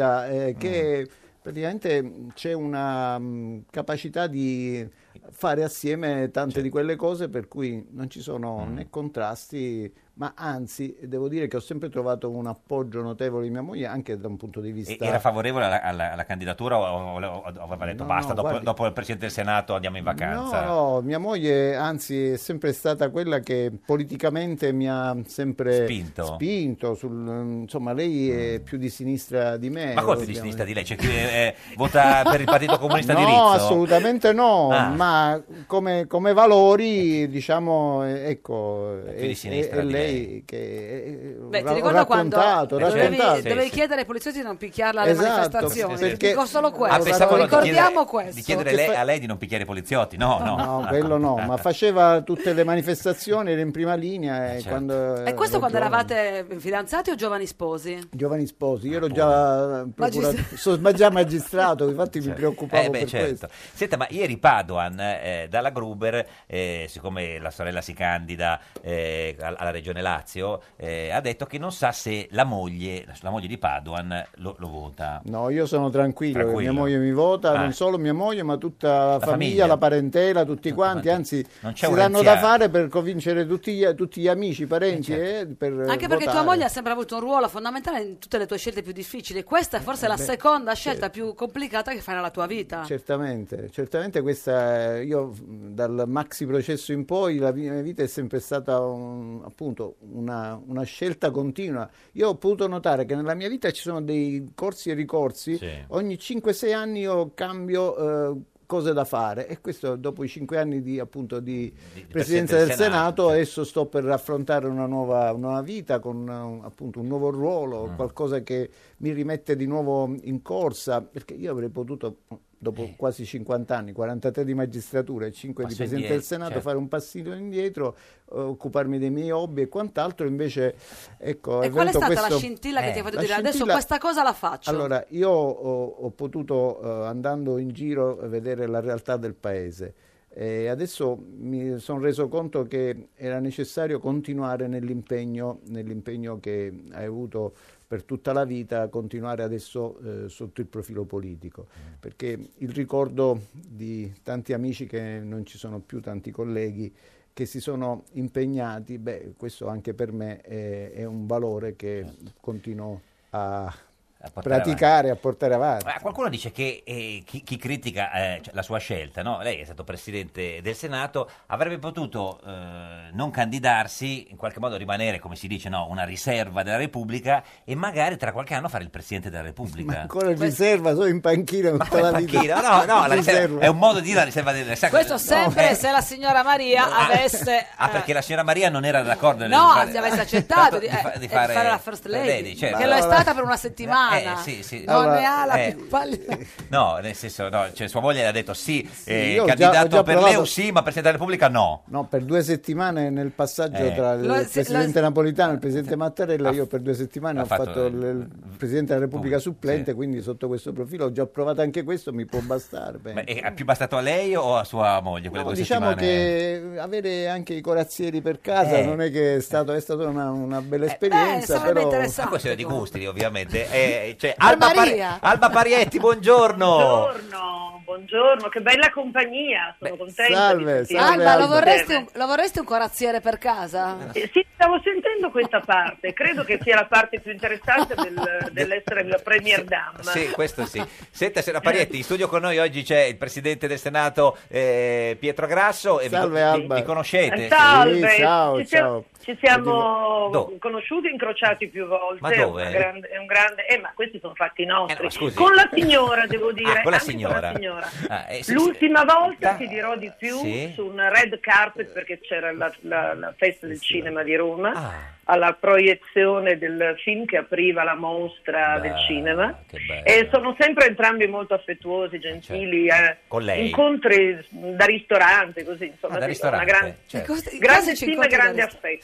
Speaker 8: cosa eh, che mm. praticamente c'è una um, capacità di fare assieme tante cioè. di quelle cose per cui non ci sono mm. né contrasti, ma anzi devo dire che ho sempre trovato un appoggio notevole di mia moglie anche da un punto di vista...
Speaker 3: E, era favorevole alla, alla, alla candidatura o, o, o aveva detto
Speaker 8: no,
Speaker 3: basta,
Speaker 8: no,
Speaker 3: dopo,
Speaker 8: guardi,
Speaker 3: dopo il Presidente del Senato andiamo in vacanza?
Speaker 8: No, no, mia moglie anzi è sempre stata quella che politicamente mi ha sempre
Speaker 3: spinto,
Speaker 8: spinto sul, insomma lei è più di sinistra di me.
Speaker 3: Ma come più di sinistra di lei? C'è chi eh, vota per il Partito Comunista
Speaker 8: no,
Speaker 3: di Rizzo?
Speaker 8: No, assolutamente no,
Speaker 3: ah.
Speaker 8: ma come, come valori diciamo ecco
Speaker 3: è,
Speaker 8: è,
Speaker 3: di sinistra
Speaker 8: è, è
Speaker 3: di
Speaker 8: lei
Speaker 3: lei.
Speaker 8: che
Speaker 2: Beh,
Speaker 8: ra-
Speaker 2: ti ricordo quando dovevi,
Speaker 8: sì,
Speaker 2: dovevi
Speaker 8: sì.
Speaker 2: chiedere ai poliziotti di non picchiarla alle
Speaker 8: esatto,
Speaker 2: manifestazioni.
Speaker 8: perché...
Speaker 2: Ti dico solo questo.
Speaker 3: Ah, pensavo
Speaker 2: ricordiamo
Speaker 3: di chiedere,
Speaker 2: questo.
Speaker 3: di chiedere lei, a lei di non picchiare i poliziotti. No, no,
Speaker 8: no, quello no, ma faceva tutte le manifestazioni, era in prima linea. E,
Speaker 3: certo.
Speaker 8: quando,
Speaker 2: e questo quando
Speaker 8: giovane.
Speaker 2: eravate fidanzati o giovani sposi?
Speaker 8: Giovani sposi, io ero già procurato, sono già magistrato, infatti certo. mi preoccupavo
Speaker 3: eh beh,
Speaker 8: per
Speaker 3: certo.
Speaker 8: questo.
Speaker 3: Senta, ma ieri Padoan eh, dalla Gruber, eh, siccome la sorella si candida eh, alla Regione Lazio, eh, ha detto che non sa se la moglie, la moglie di Padoan lo, lo vota.
Speaker 8: No, io sono tranquillo,
Speaker 3: tranquillo.
Speaker 8: mia moglie mi vota,
Speaker 3: ah.
Speaker 8: non solo mia moglie ma tutta la,
Speaker 3: la
Speaker 8: famiglia,
Speaker 3: famiglia,
Speaker 8: la parentela, tutti quanti, anzi
Speaker 3: non c'è
Speaker 8: si danno da fare per convincere tutti gli, tutti gli amici, parenti. Eh, certo. eh, per
Speaker 2: Anche perché
Speaker 8: votare.
Speaker 2: tua moglie ha sempre avuto un ruolo fondamentale in tutte le tue scelte più difficili. Questa è forse eh, la beh, seconda scelta certo. più complicata che fai nella tua vita.
Speaker 8: Certamente, certamente questa, io dal maxi processo in poi la mia vita è sempre stata un, appunto una, una scelta continua. Io ho potuto notare che nella mia vita ci sono dei corsi e ricorsi, sì. ogni cinque sei anni io cambio eh, cose da fare e questo dopo i cinque anni di, appunto, di, di presidenza del, del Senato, Senato certo. adesso sto per affrontare una nuova, una nuova vita con un, appunto un nuovo ruolo, mm. qualcosa che mi rimette di nuovo in corsa, perché io avrei potuto dopo eh. quasi cinquanta anni, quarantatré di magistratura e cinque di Presidente indietro, del Senato, certo. fare un passino indietro, uh, occuparmi dei miei hobby e quant'altro, invece ecco...
Speaker 2: E qual è stata
Speaker 8: questo...
Speaker 2: la scintilla eh. che ti ha fatto
Speaker 8: la
Speaker 2: dire
Speaker 8: scintilla...
Speaker 2: adesso questa cosa la faccio?
Speaker 8: Allora, io ho, ho potuto, uh, andando in giro, vedere la realtà del paese. E adesso mi sono reso conto che era necessario continuare nell'impegno, nell'impegno che hai avuto per tutta la vita, continuare adesso eh, sotto il profilo politico, mm. perché il ricordo di tanti amici che non ci sono più, tanti colleghi che si sono impegnati, beh, questo anche per me è, è un valore che continuo a A praticare, avanti. a portare avanti.
Speaker 3: Ma qualcuno dice che eh, chi, chi critica eh, la sua scelta, no? Lei è stato Presidente del Senato, avrebbe potuto eh, non candidarsi, in qualche modo rimanere, come si dice, no, una riserva della Repubblica e magari tra qualche anno fare il Presidente della Repubblica.
Speaker 8: Ma ancora riserva, sono in panchina tutta la vita.
Speaker 3: No, no, la riserva, è un modo di dire la riserva della Repubblica.
Speaker 2: Questo sempre no, eh. se la signora Maria
Speaker 3: ah,
Speaker 2: avesse...
Speaker 3: Ah, eh, perché la signora Maria non era d'accordo?
Speaker 2: No,
Speaker 3: fare,
Speaker 2: se avesse accettato di,
Speaker 3: di, fa, di,
Speaker 2: eh,
Speaker 3: fare,
Speaker 2: di fare la First Lady,
Speaker 3: lady certo.
Speaker 2: che lo è stata per una settimana.
Speaker 3: Eh, sì, sì.
Speaker 2: Non
Speaker 8: allora,
Speaker 2: ne ha la
Speaker 3: eh,
Speaker 2: più pallida.
Speaker 3: No, nel senso, no, cioè, sua moglie le ha detto sì,
Speaker 8: sì
Speaker 3: eh, candidato
Speaker 8: già,
Speaker 3: per
Speaker 8: provato...
Speaker 3: l'E U sì, ma Presidente della Repubblica no.
Speaker 8: No, per due settimane nel passaggio
Speaker 3: eh.
Speaker 8: tra il
Speaker 2: lo,
Speaker 8: Presidente
Speaker 2: lo...
Speaker 8: Napolitano e il Presidente Mattarella, io per due settimane ho
Speaker 3: fatto,
Speaker 8: fatto il, il Presidente della Repubblica
Speaker 3: uh,
Speaker 8: supplente,
Speaker 3: sì.
Speaker 8: quindi sotto questo profilo ho già provato anche questo, mi può bastare.
Speaker 3: Ma è più bastato a lei o a sua moglie quelle
Speaker 8: no,
Speaker 3: due
Speaker 8: diciamo
Speaker 3: settimane?
Speaker 8: che avere anche i corazzieri per casa eh. non è che è, stato, è stata una, una bella esperienza,
Speaker 2: eh, beh,
Speaker 8: però...
Speaker 2: interessante.
Speaker 3: È questione di gusti, ovviamente. Eh, cioè,
Speaker 2: Alba,
Speaker 3: Alba, Pari- Alba Parietti, buongiorno.
Speaker 15: Buongiorno, buongiorno, che bella compagnia, sono Beh, contenta.
Speaker 8: Salve,
Speaker 15: di
Speaker 8: salve
Speaker 2: Alba, Alba. Lo, vorresti un, lo vorresti un corazziere per casa?
Speaker 15: Eh, sì, stavo sentendo questa parte, credo che sia la parte più interessante del, dell'essere la Premier Dame.
Speaker 3: Sì, questo sì. Senta, signora Parietti, in studio con noi oggi c'è il Presidente del Senato eh, Pietro Grasso. E
Speaker 8: salve
Speaker 3: vi,
Speaker 8: Alba.
Speaker 3: Vi conoscete?
Speaker 15: Eh, salve,
Speaker 8: sì, ciao,
Speaker 15: ci
Speaker 8: ciao.
Speaker 15: Siamo, ci siamo
Speaker 3: dove?
Speaker 15: conosciuti, incrociati più volte.
Speaker 3: Ma dove?
Speaker 15: È un grande, è un grande eh, ma questi sono fatti nostri.
Speaker 3: Eh, no,
Speaker 15: con la signora, devo dire.
Speaker 3: Ah, con la
Speaker 15: anche
Speaker 3: signora.
Speaker 15: Con la signora.
Speaker 3: Ah, eh, sì,
Speaker 15: L'ultima
Speaker 3: sì.
Speaker 15: volta
Speaker 3: Da...
Speaker 15: ti dirò di più
Speaker 3: sì?
Speaker 15: su un red carpet perché c'era la, la, la festa del
Speaker 3: sì.
Speaker 15: cinema di Roma.
Speaker 3: Ah.
Speaker 15: Alla proiezione del film che apriva la mostra
Speaker 3: Beh,
Speaker 15: del cinema
Speaker 3: che
Speaker 15: e sono sempre entrambi molto affettuosi, gentili, eh,
Speaker 3: con lei.
Speaker 15: Incontri da ristorante, così insomma,
Speaker 3: ah, da
Speaker 15: sì,
Speaker 3: ristorante,
Speaker 15: una gran,
Speaker 3: certo.
Speaker 15: grande stima e grande affetto.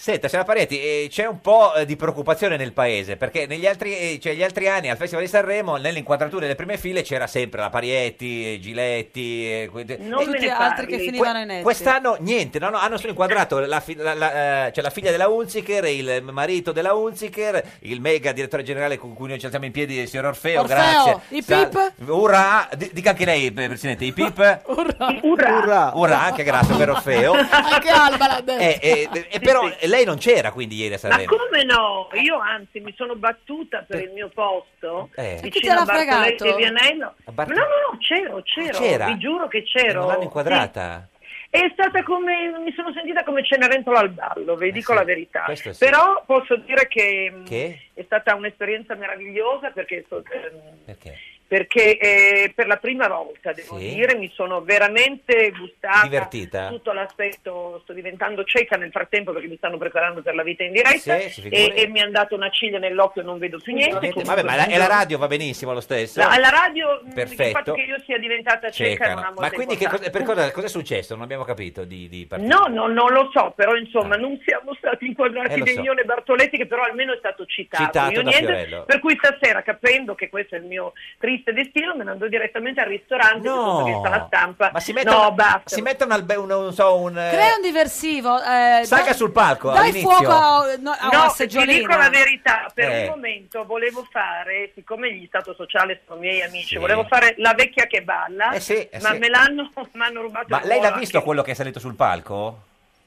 Speaker 3: Senta, signora Parietti, eh, c'è un po' eh, di preoccupazione nel paese, perché negli altri, eh, cioè, gli altri anni al Festival di Sanremo, nelle inquadrature delle prime file c'era sempre la Parietti, eh, Giletti, eh, que-
Speaker 15: Non
Speaker 3: e
Speaker 15: me
Speaker 2: Tutti
Speaker 15: ne
Speaker 2: altri
Speaker 15: parli.
Speaker 2: che finivano in netti.
Speaker 3: quest'anno niente, no, no, hanno solo inquadrato la, fi- la, la, eh, cioè la figlia della Hunziker, il marito della Hunziker, il mega direttore generale con cui noi ci alziamo in piedi, il signor Orfeo,
Speaker 2: Orfeo,
Speaker 3: grazie.
Speaker 2: i
Speaker 3: Sa-
Speaker 2: Pip?
Speaker 3: Urrà, D- dica anche lei, Presidente, i Pip?
Speaker 2: Urrà.
Speaker 15: Urrà.
Speaker 3: Urrà, anche grazie per Orfeo.
Speaker 2: Anche Alba l'ha detto.
Speaker 3: Eh, eh, eh, però lei non c'era quindi ieri a
Speaker 15: Ma
Speaker 3: Sanremo.
Speaker 15: come no? Io anzi mi sono battuta per il mio posto
Speaker 3: Eh.
Speaker 2: E chi te
Speaker 15: vicino
Speaker 2: l'ha
Speaker 15: a Bartoletti
Speaker 2: fregato?
Speaker 15: e Vianello.
Speaker 3: A Bart-
Speaker 15: Ma no, no, no, c'ero, c'ero,
Speaker 3: Ah, c'era?
Speaker 15: vi giuro che
Speaker 3: E
Speaker 15: c'ero.
Speaker 3: non l'hanno inquadrata?
Speaker 15: Sì. È stata come, mi sono sentita come Cenerentola al ballo, vi
Speaker 3: Eh
Speaker 15: dico
Speaker 3: sì,
Speaker 15: la verità.
Speaker 3: questo sì.
Speaker 15: Però posso dire che, mh,
Speaker 3: Che?
Speaker 15: è stata un'esperienza meravigliosa perché, so- ehm,
Speaker 3: Perché?
Speaker 15: perché eh, per la prima volta, devo
Speaker 3: Sì.
Speaker 15: dire, mi sono veramente gustata
Speaker 3: Divertita?
Speaker 15: tutto l'aspetto, sto diventando cieca nel frattempo perché mi stanno preparando per la vita in diretta
Speaker 3: Sì, si figuri.
Speaker 15: e, e mi hanno dato una ciglia nell'occhio e non vedo più niente.
Speaker 3: Niente,
Speaker 15: Comunque,
Speaker 3: vabbè, ma la, e la radio va benissimo lo stesso?
Speaker 15: La- alla radio mh, il
Speaker 3: Perfetto.
Speaker 15: fatto che io sia diventata cieca
Speaker 3: Cieca,
Speaker 15: non
Speaker 3: no.
Speaker 15: ha molta
Speaker 3: Ma quindi che
Speaker 15: importanza.
Speaker 3: cosa, per cosa, cosa è successo? Non abbiamo capito di, di partire.
Speaker 15: No, no, non lo so, però insomma non siamo stati inquadrati
Speaker 3: Eh, lo
Speaker 15: da
Speaker 3: so.
Speaker 15: Ione Bartoletti che però almeno è stato citato.
Speaker 3: Citato
Speaker 15: Io
Speaker 3: da
Speaker 15: niente,
Speaker 3: Fiorello.
Speaker 15: per cui stasera, capendo che questo è il mio triste destino, me ne andò direttamente al ristorante,
Speaker 3: No.
Speaker 15: che sta la stampa.
Speaker 3: Ma si mettono,
Speaker 15: no, basta.
Speaker 3: si mettono al be- un, non so, un... eh,
Speaker 2: Crea un diversivo. Eh,
Speaker 3: Salga
Speaker 2: da-
Speaker 3: sul palco
Speaker 2: Dai
Speaker 3: all'inizio.
Speaker 2: fuoco a, no, a una
Speaker 15: No, ti
Speaker 2: seggiolina.
Speaker 15: dico la verità, per
Speaker 3: Eh.
Speaker 15: un momento volevo fare, siccome gli Stato Sociale sono miei amici,
Speaker 3: Sì.
Speaker 15: volevo fare la vecchia che balla,
Speaker 3: Eh sì, eh
Speaker 15: ma
Speaker 3: sì.
Speaker 15: me l'hanno, m'hanno rubato
Speaker 3: Ma
Speaker 15: il
Speaker 3: lei l'ha
Speaker 15: ruolo
Speaker 3: visto
Speaker 15: anche.
Speaker 3: quello che è salito sul palco?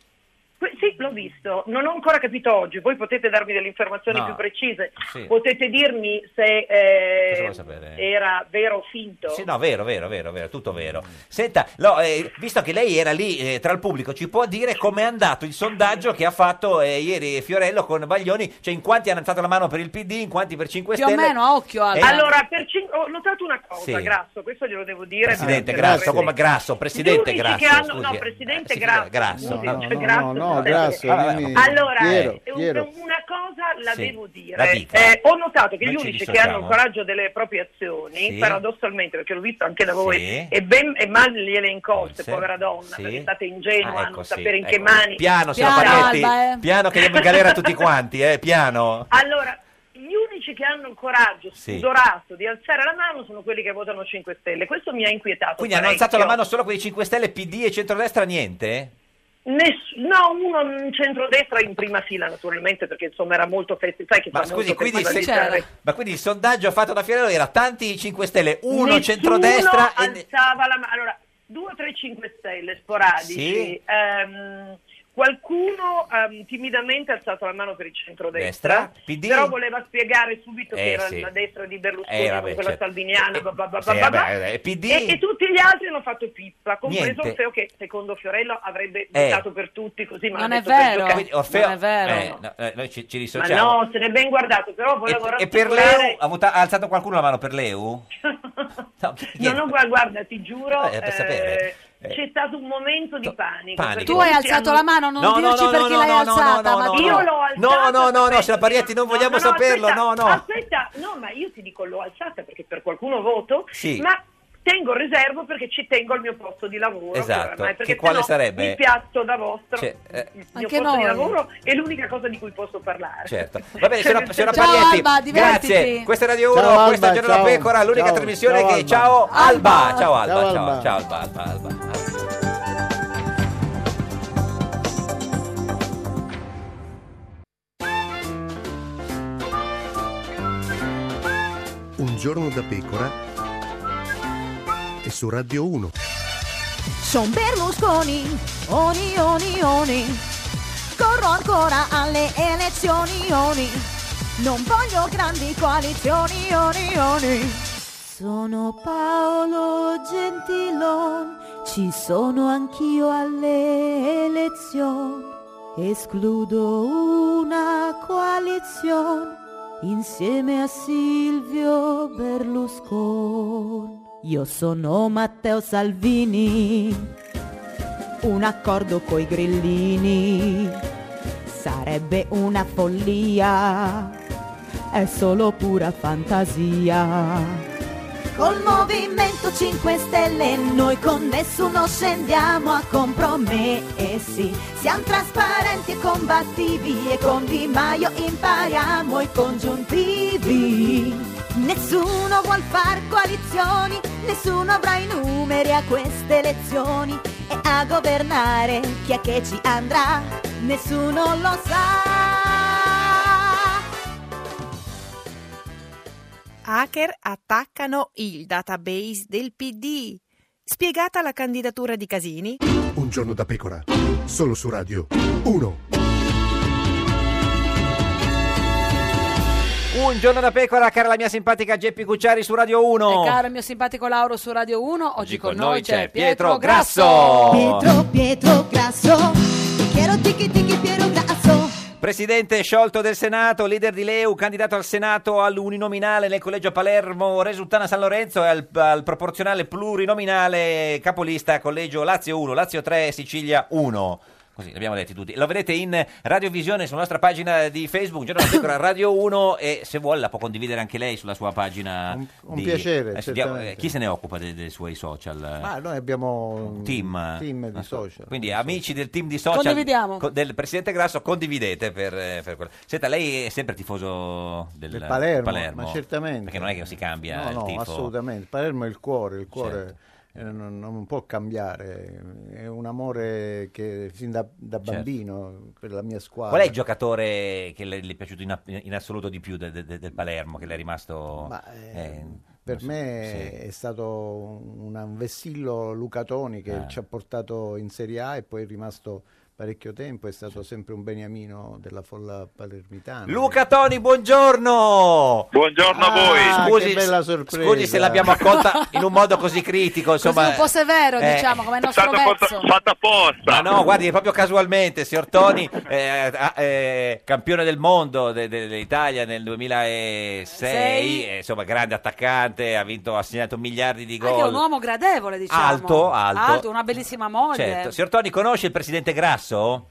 Speaker 15: Que- Sì, l'ho visto, non ho ancora capito oggi, voi potete darmi delle informazioni
Speaker 3: No.
Speaker 15: più precise,
Speaker 3: Sì.
Speaker 15: potete dirmi se eh,
Speaker 3: Cosa vuoi sapere?
Speaker 15: era vero o finto?
Speaker 3: Sì, no, vero, vero, vero, vero, tutto vero. Senta, no, eh, visto che lei era lì eh, tra il pubblico, ci può dire com'è andato il sondaggio che ha fatto eh, ieri Fiorello con Baglioni? Cioè in quanti hanno alzato la mano per il P D, in quanti per cinque
Speaker 2: Più o
Speaker 3: Stelle?
Speaker 2: meno, a occhio. Alba.
Speaker 3: Eh,
Speaker 15: Allora, per cin- ho notato una cosa,
Speaker 3: Sì.
Speaker 15: Grasso, questo glielo devo dire.
Speaker 3: Presidente
Speaker 15: perché-
Speaker 3: Grasso, come Grasso, Presidente
Speaker 15: Gli unici
Speaker 3: Grasso,
Speaker 15: che hanno-
Speaker 3: scusi.
Speaker 15: no, Presidente
Speaker 3: Eh, sì,
Speaker 15: Grasso,
Speaker 3: Grasso,
Speaker 15: scusi,
Speaker 3: no,
Speaker 15: cioè
Speaker 8: no,
Speaker 15: Grasso,
Speaker 8: no, no,
Speaker 15: no,
Speaker 8: Grasso,
Speaker 3: Vabbè,
Speaker 8: dimmi-
Speaker 15: Allora,
Speaker 8: Piero,
Speaker 15: eh, un-
Speaker 8: Piero.
Speaker 15: una cosa la
Speaker 3: Sì,
Speaker 15: devo dire.
Speaker 3: la dica.
Speaker 15: Eh, ho notato che
Speaker 3: Noi
Speaker 15: gli
Speaker 3: ci
Speaker 15: unici che
Speaker 3: dissociamo.
Speaker 15: hanno il coraggio delle proprie azioni,
Speaker 3: Sì.
Speaker 15: paradossalmente, perché l'ho visto anche da voi,
Speaker 3: Sì.
Speaker 15: e ben e mal gliele incosse,
Speaker 3: Forse.
Speaker 15: povera donna,
Speaker 3: Sì.
Speaker 15: perché state ingenua
Speaker 3: Ah,
Speaker 15: a
Speaker 3: ecco,
Speaker 15: non
Speaker 3: sì,
Speaker 15: sapere in che
Speaker 3: ecco.
Speaker 15: mani.
Speaker 3: Piano, signor
Speaker 2: Piano,
Speaker 3: Parietti,
Speaker 2: Alba, eh.
Speaker 3: piano che andiamo in galera tutti quanti, eh, piano.
Speaker 15: Allora, gli unici che hanno il coraggio
Speaker 3: Sì.
Speaker 15: spudorato di alzare la mano sono quelli che votano cinque Stelle. Questo mi ha inquietato.
Speaker 3: Quindi hanno
Speaker 15: parecchio.
Speaker 3: alzato la mano solo quelli cinque Stelle, P D e centrodestra, niente?
Speaker 15: Ness- no, uno in centrodestra in prima fila naturalmente perché insomma era molto festi- sai che
Speaker 3: Ma
Speaker 15: fa
Speaker 3: scusi,
Speaker 15: molto
Speaker 3: quindi,
Speaker 15: festival
Speaker 3: sì,
Speaker 15: di Sanremo.
Speaker 3: ma quindi il sondaggio fatto da Fiorello era tanti cinque Stelle, uno
Speaker 15: Nessuno
Speaker 3: centrodestra e...
Speaker 15: alzava la mano. Allora, due o tre cinque Stelle sporadici.
Speaker 3: Sì.
Speaker 15: ehm, qualcuno ehm, timidamente ha alzato la mano per il centrodestra,
Speaker 3: Destra, P D?
Speaker 15: però voleva spiegare subito
Speaker 3: Eh,
Speaker 15: che era
Speaker 3: sì.
Speaker 15: la destra di Berlusconi,
Speaker 3: Eh, vabbè,
Speaker 15: non quella
Speaker 3: certo.
Speaker 15: salviniana,
Speaker 3: Eh,
Speaker 15: ba, ba, ba,
Speaker 3: sì,
Speaker 15: ba, ba.
Speaker 3: vabbè, eh, P D?
Speaker 15: E, e tutti gli altri hanno fatto pippa, compreso
Speaker 3: Niente.
Speaker 15: Orfeo che secondo Fiorello avrebbe
Speaker 3: Eh.
Speaker 15: votato per tutti così, ma
Speaker 2: Non
Speaker 15: l'ha
Speaker 2: è
Speaker 15: detto per
Speaker 2: vero.
Speaker 15: giocare.
Speaker 3: Quindi Orfeo,
Speaker 2: Non è vero.
Speaker 3: eh, no, eh, noi ci, ci
Speaker 15: Ma
Speaker 3: dissociamo.
Speaker 15: no, se n'è ben guardato, però volevo
Speaker 3: E, e per
Speaker 15: rassicurare-
Speaker 3: l'E U ha, vota- ha alzato qualcuno la mano per l'E U? No,
Speaker 15: No, no, guarda, guarda, ti giuro,
Speaker 3: Eh, per sapere.
Speaker 15: eh, c'è stato un momento di panico.
Speaker 3: panico.
Speaker 15: perché
Speaker 2: Tu hai
Speaker 15: tutti
Speaker 2: alzato
Speaker 15: hanno-
Speaker 2: la mano, non
Speaker 3: No, no,
Speaker 2: dirci
Speaker 3: no,
Speaker 2: perché
Speaker 3: no,
Speaker 2: l'hai
Speaker 3: no, no,
Speaker 2: alzata.
Speaker 3: no,
Speaker 2: ma
Speaker 3: no,
Speaker 2: tu-
Speaker 15: Io l'ho alzata.
Speaker 3: No, no, no, no,
Speaker 15: sapete?
Speaker 3: signora Parietti, non
Speaker 15: No,
Speaker 3: vogliamo
Speaker 15: no, no,
Speaker 3: saperlo,
Speaker 15: aspetta,
Speaker 3: no, no.
Speaker 15: Aspetta, no, ma io ti dico l'ho alzata perché per qualcuno voto,
Speaker 3: Sì.
Speaker 15: ma tengo riservo perché ci tengo al mio posto di lavoro.
Speaker 3: Esatto.
Speaker 15: oramai, perché
Speaker 3: Che quale
Speaker 15: sennò
Speaker 3: sarebbe?
Speaker 15: Mi piazzo da vostro.
Speaker 3: Cioè, eh,
Speaker 15: il mio
Speaker 2: Anche
Speaker 15: posto di
Speaker 2: noi.
Speaker 15: lavoro è l'unica cosa di cui posso parlare.
Speaker 3: Certo. Va bene, signora, signora
Speaker 2: Ciao,
Speaker 3: Parietti,
Speaker 2: Alba, divertiti.
Speaker 3: grazie. Questa è Radio uno,
Speaker 8: Ciao,
Speaker 3: questa è
Speaker 8: Alba,
Speaker 3: Giorno da
Speaker 8: ciao.
Speaker 3: Pecora, l'unica
Speaker 8: Ciao,
Speaker 3: trasmissione
Speaker 8: ciao,
Speaker 3: che...
Speaker 8: Alba.
Speaker 3: Ciao Alba!
Speaker 2: Alba.
Speaker 3: Ciao Alba,
Speaker 8: Ciao,
Speaker 3: ciao,
Speaker 8: Alba.
Speaker 3: ciao Alba, Alba, Alba. Alba.
Speaker 12: Un giorno da pecora e su Radio uno.
Speaker 7: Son Berlusconi, oni oni oni, corro ancora alle elezioni oni, non voglio grandi coalizioni oni oni. Sono Paolo Gentilon, ci sono anch'io alle elezioni, escludo una coalizione insieme a Silvio Berlusconi. Io sono Matteo Salvini, un accordo coi grillini sarebbe una follia, è solo pura fantasia. Col Movimento cinque Stelle noi con nessuno scendiamo a compromessi. Siamo trasparenti e combattivi e con Di Maio impariamo i congiuntivi. Nessuno vuol far coalizioni, nessuno avrà i numeri a queste elezioni. E a governare chi è che ci andrà, nessuno lo sa.
Speaker 11: Hacker attaccano il database del P D. Spiegata la candidatura di Casini.
Speaker 12: Un giorno da pecora, solo su Radio uno.
Speaker 3: Un giorno da pecora, cara la mia simpatica Geppi Cucciari su Radio uno.
Speaker 2: E caro il mio simpatico Lauro su Radio uno, oggi,
Speaker 3: Oggi
Speaker 2: con
Speaker 3: con
Speaker 2: noi c'è
Speaker 3: Pietro
Speaker 2: Pietro
Speaker 3: Grasso.
Speaker 7: Pietro, Pietro Grasso, Piero Tiki Tiki Piero Grasso.
Speaker 3: Presidente sciolto del Senato, leader di Leu, candidato al Senato all'uninominale nel collegio Palermo, Resultana San Lorenzo e al, al proporzionale plurinominale capolista collegio Lazio uno, Lazio tre, Sicilia uno. Così, li abbiamo detti tutti. Lo vedete in radiovisione sulla nostra pagina di Facebook, Giorno da Pecora Radio uno, e se vuole la può condividere anche lei sulla sua pagina.
Speaker 8: Un, un
Speaker 3: di...
Speaker 8: piacere,
Speaker 3: Adesso diamo-
Speaker 8: certamente.
Speaker 3: eh, chi se ne occupa dei, dei suoi social?
Speaker 8: Ma noi abbiamo un
Speaker 3: team,
Speaker 8: team di
Speaker 3: Non so.
Speaker 8: social.
Speaker 3: Quindi amici del team di social
Speaker 2: Condividiamo.
Speaker 3: co- del Presidente Grasso, condividete per, eh, per quello. Senta, lei è sempre tifoso del,
Speaker 8: Del Palermo, ma certamente.
Speaker 3: Perché non è che si cambia
Speaker 8: No,
Speaker 3: il
Speaker 8: no,
Speaker 3: tifo.
Speaker 8: assolutamente. Palermo è il cuore, il cuore
Speaker 3: Certo.
Speaker 8: eh, non, non può cambiare, è un amore che fin da, da bambino per la mia squadra.
Speaker 3: Qual è il giocatore che le, le è piaciuto in, in assoluto di più de- de- de- del Palermo, che le è rimasto...
Speaker 8: Ma, eh,
Speaker 3: eh,
Speaker 8: per
Speaker 3: non so,
Speaker 8: me
Speaker 3: sì.
Speaker 8: è stato un, un vessillo Luca Toni che
Speaker 3: Ah.
Speaker 8: ci ha portato in Serie A e poi è rimasto parecchio tempo, è stato sempre un beniamino della folla palermitana.
Speaker 3: Luca Toni, buongiorno!
Speaker 14: Buongiorno a voi.
Speaker 8: Ah,
Speaker 3: Scusi,
Speaker 8: che bella sorpresa.
Speaker 3: scusi se l'abbiamo accolta in un modo così critico, insomma...
Speaker 2: Così un po' severo,
Speaker 3: eh,
Speaker 2: diciamo, come il nostro pezzo.
Speaker 14: Fatta apposta.
Speaker 3: Ma no, guardi, proprio casualmente, signor Toni, eh, eh, campione del mondo de- de- dell'Italia nel duemilasei,
Speaker 2: Sei.
Speaker 3: eh, insomma, grande attaccante, ha vinto, ha segnato miliardi di
Speaker 2: Anche un
Speaker 3: gol.
Speaker 2: uomo gradevole, diciamo.
Speaker 3: Alto, alto.
Speaker 2: una bellissima moglie.
Speaker 3: Certo. Signor Toni, conosce il Presidente Grasso?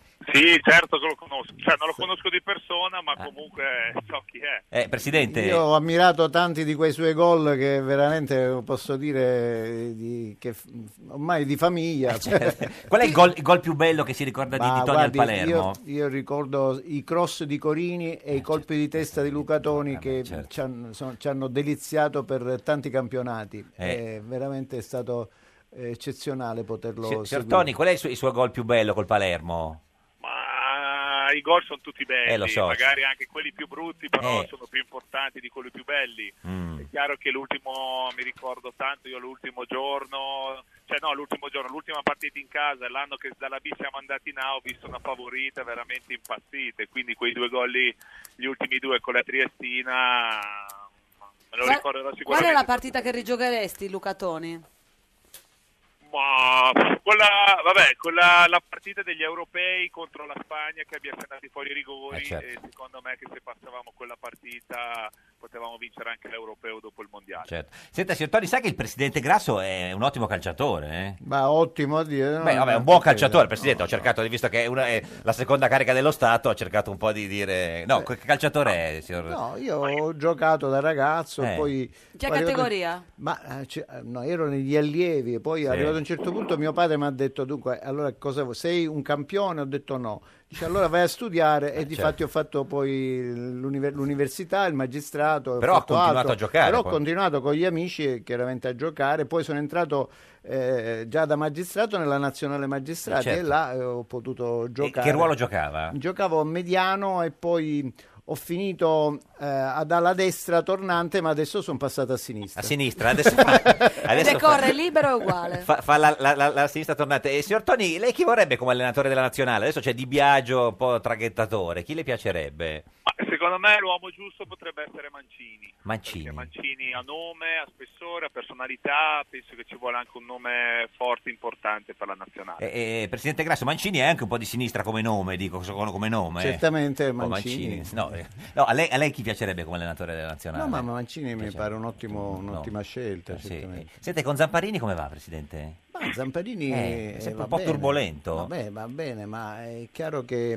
Speaker 14: Sì, certo che lo conosco. Cioè, non lo conosco di persona, ma comunque so chi è.
Speaker 3: Eh, Presidente...
Speaker 8: Io ho ammirato tanti di quei suoi gol che veramente posso dire di, che f- ormai di famiglia.
Speaker 3: Certo. Qual è il gol, il gol più bello che si ricorda di,
Speaker 8: Ma
Speaker 3: di Toni al
Speaker 8: guardi,
Speaker 3: Palermo?
Speaker 8: Io, io ricordo i cross di Corini e i colpi di testa di Luca Toni che
Speaker 3: certo.
Speaker 8: ci, hanno, sono- ci hanno deliziato per tanti campionati.
Speaker 3: Eh.
Speaker 8: È veramente stato eh, eccezionale poterlo
Speaker 3: Signor signor
Speaker 8: seguire.
Speaker 3: Toni, qual è il suo, il suo gol più bello col Palermo?
Speaker 14: Ma i gol sono tutti belli,
Speaker 3: Eh, lo so.
Speaker 14: magari anche quelli più brutti, però
Speaker 3: Eh.
Speaker 14: sono più importanti di quelli più belli.
Speaker 3: Mm.
Speaker 14: È chiaro che l'ultimo, mi ricordo tanto, io l'ultimo giorno, cioè no, l'ultimo giorno, l'ultima partita in casa, è l'anno che dalla B siamo andati in A, ho visto una favorita veramente impazzita, e quindi quei due gol lì, gli ultimi due con la Triestina, me lo
Speaker 2: Qual-
Speaker 14: ricorderò
Speaker 2: Qual
Speaker 14: sicuramente.
Speaker 2: è la partita che rigiocheresti, Luca Toni?
Speaker 14: Ma quella, vabbè, quella, la partita degli europei contro la Spagna che abbiamo andati fuori i rigori,
Speaker 3: Eh, certo.
Speaker 14: e secondo me che se passavamo quella partita potevamo vincere anche l'europeo dopo il mondiale.
Speaker 3: Certo. Senta, signor Toni, sa che il Presidente Grasso è un ottimo calciatore, eh?
Speaker 8: Ma ottimo a dire. no?
Speaker 3: Beh, vabbè, un buon calciatore, Presidente. Ho cercato, visto che è, una, è la seconda carica dello Stato, ho cercato un po' di dire... No, che calciatore è, signor...
Speaker 8: No, io ho giocato da ragazzo,
Speaker 3: Eh.
Speaker 8: poi...
Speaker 2: Che
Speaker 8: poi arrivato-
Speaker 2: categoria?
Speaker 8: Ma eh, cioè, no, ero negli allievi e poi
Speaker 3: Sì.
Speaker 8: arrivato a un certo punto mio padre mi ha detto dunque, allora cosa vuoi? Sei un campione? Ho detto no. Dice allora vai a studiare e
Speaker 3: Eh,
Speaker 8: difatti
Speaker 3: certo.
Speaker 8: ho fatto poi l'univer- l'università, il magistrato. ho
Speaker 3: Però ha
Speaker 8: fatto
Speaker 3: continuato
Speaker 8: altro.
Speaker 3: a giocare
Speaker 8: Però ho
Speaker 3: poi.
Speaker 8: continuato con gli amici eh, chiaramente a giocare, poi sono entrato eh, già da magistrato nella nazionale magistrati
Speaker 3: Certo.
Speaker 8: e là eh, ho potuto
Speaker 3: E
Speaker 8: giocare.
Speaker 3: che ruolo giocava?
Speaker 8: Giocavo mediano e poi ho finito eh, ad ala destra tornante, ma adesso sono passato a sinistra.
Speaker 3: A sinistra, adesso fa, adesso
Speaker 2: Decorre
Speaker 3: fa,
Speaker 2: libero e uguale.
Speaker 3: fa- fa la, la- la- la sinistra tornata. E signor Toni, lei chi vorrebbe come allenatore della nazionale? Adesso c'è Di Biagio, un po' traghettatore. Chi le piacerebbe?
Speaker 14: Ma secondo me l'uomo giusto potrebbe essere Mancini.
Speaker 3: Mancini.
Speaker 14: Perché Mancini ha nome, ha spessore, ha personalità, penso che ci vuole anche un nome forte, importante per la nazionale.
Speaker 3: E, e, Presidente Grasso, Mancini è anche un po' di sinistra come nome, dico come come nome.
Speaker 8: Certamente
Speaker 3: Oh,
Speaker 8: Mancini.
Speaker 3: No, eh, no, a, lei, a lei chi piacerebbe come allenatore della nazionale?
Speaker 8: No, ma Mancini mi
Speaker 3: Piace-
Speaker 8: pare un ottimo- un'ottima
Speaker 3: No.
Speaker 8: scelta.
Speaker 3: Eh, sì.
Speaker 8: certamente.
Speaker 3: Sente, con Zamparini come va, Presidente?
Speaker 8: Ma Zamparini
Speaker 3: Eh, è
Speaker 8: eh,
Speaker 3: sempre
Speaker 8: va
Speaker 3: un po'
Speaker 8: bene.
Speaker 3: turbolento.
Speaker 8: Vabbè, va bene, ma è chiaro che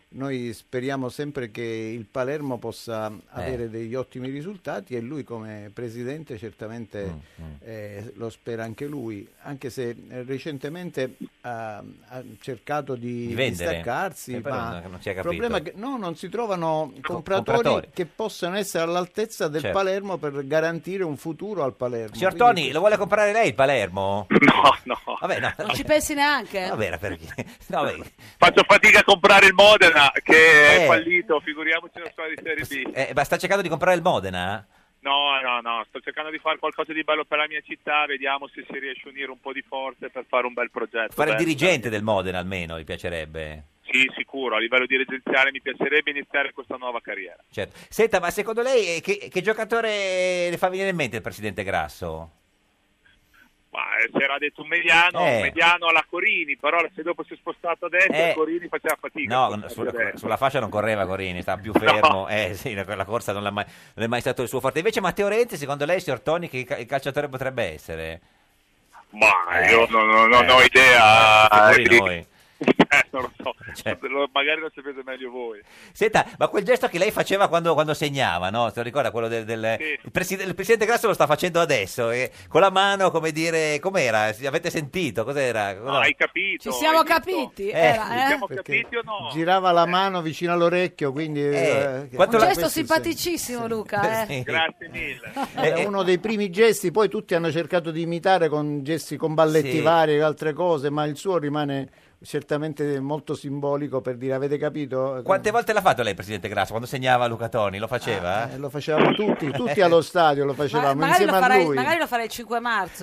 Speaker 8: noi speriamo sempre che il Palermo possa avere degli ottimi risultati e lui come presidente certamente
Speaker 3: Mm, mm.
Speaker 8: eh, lo spera anche lui, anche se eh, recentemente ha, ha cercato di,
Speaker 3: Di vendere.
Speaker 8: distaccarsi,
Speaker 3: Eh, però
Speaker 8: ma
Speaker 3: non- non si è
Speaker 8: il
Speaker 3: capito.
Speaker 8: problema è che no, non si trovano compratori,
Speaker 3: compratori.
Speaker 8: che possano essere all'altezza del
Speaker 3: Certo.
Speaker 8: Palermo per garantire un futuro al Palermo.
Speaker 3: Signor
Speaker 8: Quindi
Speaker 3: Toni, lo vuole comprare lei il Palermo?
Speaker 14: No, no.
Speaker 3: Vabbè, no.
Speaker 2: Non ci pensi neanche?
Speaker 3: Vabbè, era perché... No, vabbè.
Speaker 14: Faccio fatica a comprare il Modena che
Speaker 3: Eh.
Speaker 14: è fallito, figuriamoci una squadra di Serie B.
Speaker 3: Eh, ma sta cercando di comprare il Modena?
Speaker 14: No, no, no, sto cercando di fare qualcosa di bello per la mia città, vediamo se si riesce a unire un po' di forze per fare un bel progetto.
Speaker 3: Fare il
Speaker 14: bello.
Speaker 3: dirigente del Modena almeno, gli piacerebbe.
Speaker 14: Sì, sicuro, a livello dirigenziale mi piacerebbe iniziare questa nuova carriera.
Speaker 3: Certo. Senta, ma secondo lei eh, che, che giocatore le fa venire in mente il presidente Grasso?
Speaker 14: Ma eh, si era detto un mediano,
Speaker 3: Eh.
Speaker 14: un mediano alla Corini, però se dopo si è spostato a destra,
Speaker 3: Eh.
Speaker 14: Corini faceva fatica.
Speaker 3: No,
Speaker 14: a
Speaker 3: n-
Speaker 14: portarsi
Speaker 3: sulla,
Speaker 14: a destra.
Speaker 3: sulla fascia non correva Corini, stava più fermo. Eh sì, la- quella corsa non, l'ha mai, non è mai stato il suo forte. Invece Matteo Renzi, secondo lei, signor Toni, che ca- calciatore potrebbe essere?
Speaker 14: Ma
Speaker 3: Eh.
Speaker 14: io non, non- non
Speaker 3: Eh.
Speaker 14: ho idea.
Speaker 3: Figuri
Speaker 14: Eh,
Speaker 3: noi.
Speaker 14: eh, non lo so,
Speaker 3: Certo.
Speaker 14: Lo- magari lo sapete meglio voi.
Speaker 3: Senta, ma quel gesto che lei faceva quando, quando segnava, no? Se lo ricorda quello del, del- il, preside- il presidente Grasso lo sta facendo adesso, eh, con la mano, come dire, com'era? Si- Avete sentito? Cos'era?
Speaker 14: No,
Speaker 3: Cosa-
Speaker 14: hai capito?
Speaker 2: Ci siamo
Speaker 14: hai visto?
Speaker 2: capiti?
Speaker 3: Eh.
Speaker 2: Era,
Speaker 14: Ci
Speaker 2: eh?
Speaker 14: siamo
Speaker 8: perché
Speaker 14: capiti o no?
Speaker 8: girava la mano vicino all'orecchio, quindi eh, che-
Speaker 3: quanto
Speaker 2: Un
Speaker 3: la-
Speaker 2: gesto
Speaker 8: questo
Speaker 2: simpaticissimo, Luca. Eh.
Speaker 3: Sì.
Speaker 14: Grazie mille.
Speaker 8: è uno dei primi gesti, poi tutti hanno cercato di imitare con gesti con balletti
Speaker 3: Sì.
Speaker 8: vari e altre cose, ma il suo rimane certamente molto simbolico per dire avete capito?
Speaker 3: Quante volte l'ha fatto lei, presidente Grasso? Quando segnava Luca Toni, lo faceva?
Speaker 8: Eh, lo facevamo tutti, tutti allo stadio lo
Speaker 2: Ma-
Speaker 8: facevamo
Speaker 2: magari,
Speaker 8: insieme
Speaker 2: lo
Speaker 8: a
Speaker 2: farei,
Speaker 8: lui.
Speaker 2: magari lo farei il cinque marzo.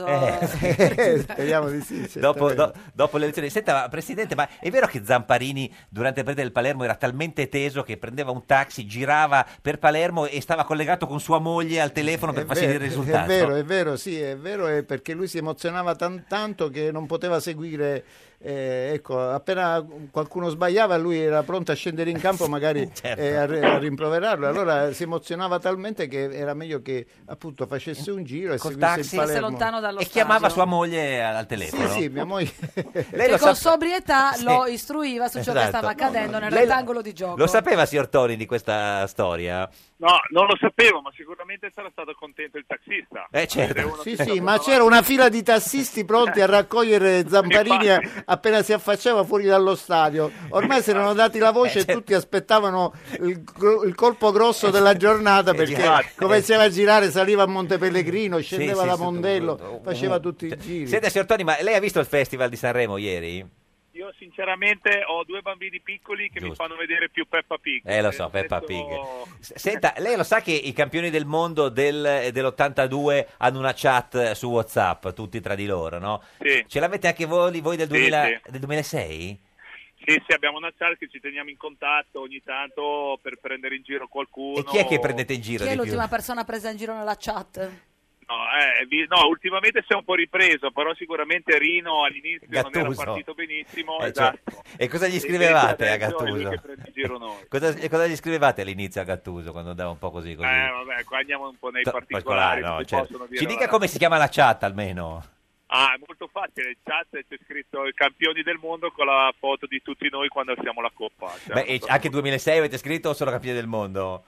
Speaker 8: Eh, speriamo di sì.
Speaker 3: Dopo,
Speaker 8: certamente.
Speaker 3: do- dopo le elezioni. Senta, ma, Presidente, ma è vero che Zamparini durante il periodo del Palermo era talmente teso che prendeva un taxi, girava per Palermo e stava collegato con sua moglie al telefono per
Speaker 8: È
Speaker 3: farsi
Speaker 8: vero,
Speaker 3: vedere il risultato?
Speaker 8: È vero, è vero, sì, è vero, è perché lui si emozionava tan- tanto che non poteva seguire, eh, ecco, appena qualcuno sbagliava lui era pronto a scendere in campo magari
Speaker 3: Certo.
Speaker 8: eh, a, ri- a rimproverarlo, allora si emozionava talmente che era meglio che appunto facesse un giro e
Speaker 3: Col
Speaker 8: seguisse
Speaker 3: taxi.
Speaker 8: il
Speaker 2: Stesse
Speaker 8: Palermo.
Speaker 2: lontano dallo
Speaker 3: E
Speaker 2: stadio.
Speaker 3: chiamava sua moglie al
Speaker 8: Sì,
Speaker 3: telefono?
Speaker 8: sì, mia moglie
Speaker 3: Lei
Speaker 2: Che
Speaker 3: lo
Speaker 2: con
Speaker 3: sa-
Speaker 2: sobrietà
Speaker 3: Sì.
Speaker 2: lo istruiva su ciò che
Speaker 3: Esatto.
Speaker 2: stava accadendo nel
Speaker 3: Lei lo-
Speaker 2: rettangolo di gioco.
Speaker 3: Lo sapeva, signor Toni, di questa storia?
Speaker 14: No, non lo sapevo, ma sicuramente sarà stato contento il taxista.
Speaker 3: Eh, certo.
Speaker 14: Avere uno
Speaker 8: Sì,
Speaker 14: che
Speaker 8: sì,
Speaker 14: sta
Speaker 8: ma
Speaker 14: davanti.
Speaker 8: c'era una fila di tassisti pronti a raccogliere Zamparini
Speaker 14: Infatti.
Speaker 8: appena si affacciava fuori dallo stadio. Ormai si erano dati la voce
Speaker 3: Eh,
Speaker 8: e
Speaker 3: certo.
Speaker 8: tutti aspettavano il, gro- il colpo grosso della giornata perché
Speaker 3: Infatti.
Speaker 8: cominciava a girare, saliva a Monte Pellegrino, scendeva
Speaker 3: Sì, sì,
Speaker 8: da
Speaker 3: sì,
Speaker 8: Mondello,
Speaker 3: tutto-
Speaker 8: faceva tutti i giri.
Speaker 3: Senta, signor Toni, ma lei ha visto il Festival di Sanremo ieri?
Speaker 14: Io sinceramente ho due bambini piccoli che mi
Speaker 3: Giusto.
Speaker 14: fanno vedere più Peppa Pig.
Speaker 3: Eh, lo so,
Speaker 14: Nel
Speaker 3: Peppa
Speaker 14: senso-
Speaker 3: Pig. S- Senta, lei lo sa che i campioni del mondo del, dell'ottantadue hanno una chat su WhatsApp, tutti tra di loro, no?
Speaker 14: Sì.
Speaker 3: Ce l'avete anche voi, voi del,
Speaker 14: Sì,
Speaker 3: duemila
Speaker 14: sì.
Speaker 3: del duemilasei?
Speaker 14: Sì, sì, abbiamo una chat che ci teniamo in contatto ogni tanto per prendere in giro qualcuno.
Speaker 3: E chi è che prendete in giro
Speaker 2: Chi è
Speaker 3: di più?
Speaker 2: l'ultima persona presa in giro nella chat?
Speaker 14: No, eh, vi- no, ultimamente si è un po' ripreso, però sicuramente Rino all'inizio non era
Speaker 3: Gattuso.
Speaker 14: partito benissimo.
Speaker 3: Eh,
Speaker 14: esatto.
Speaker 3: cioè, e cosa gli
Speaker 14: E
Speaker 3: scrivevate a
Speaker 14: adesso è lui
Speaker 3: Gattuso?
Speaker 14: che prende in giro noi.
Speaker 3: Cosa, e cosa gli scrivevate all'inizio a Gattuso quando andava un po' così? così?
Speaker 14: Eh, vabbè, qua andiamo un po' nei
Speaker 3: To-
Speaker 14: particolari.
Speaker 3: no,
Speaker 14: non si
Speaker 3: certo.
Speaker 14: possono dire,
Speaker 3: Ci dica
Speaker 14: vabbè.
Speaker 3: come si chiama la chat almeno.
Speaker 14: Ah, è molto facile, in chat c'è scritto i campioni del mondo con la foto di tutti noi quando alziamo la coppa. Cioè,
Speaker 3: Beh, e anche duemilasei avete scritto o solo campioni del mondo?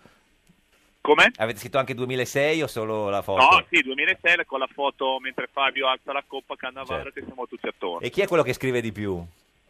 Speaker 14: Come?
Speaker 3: Avete scritto anche duemilasei o solo la foto?
Speaker 14: No, sì, duemilasei con la foto mentre Fabio alza la coppa Cannavaro
Speaker 3: Certo.
Speaker 14: che siamo tutti attorno.
Speaker 3: E chi è quello che scrive di più?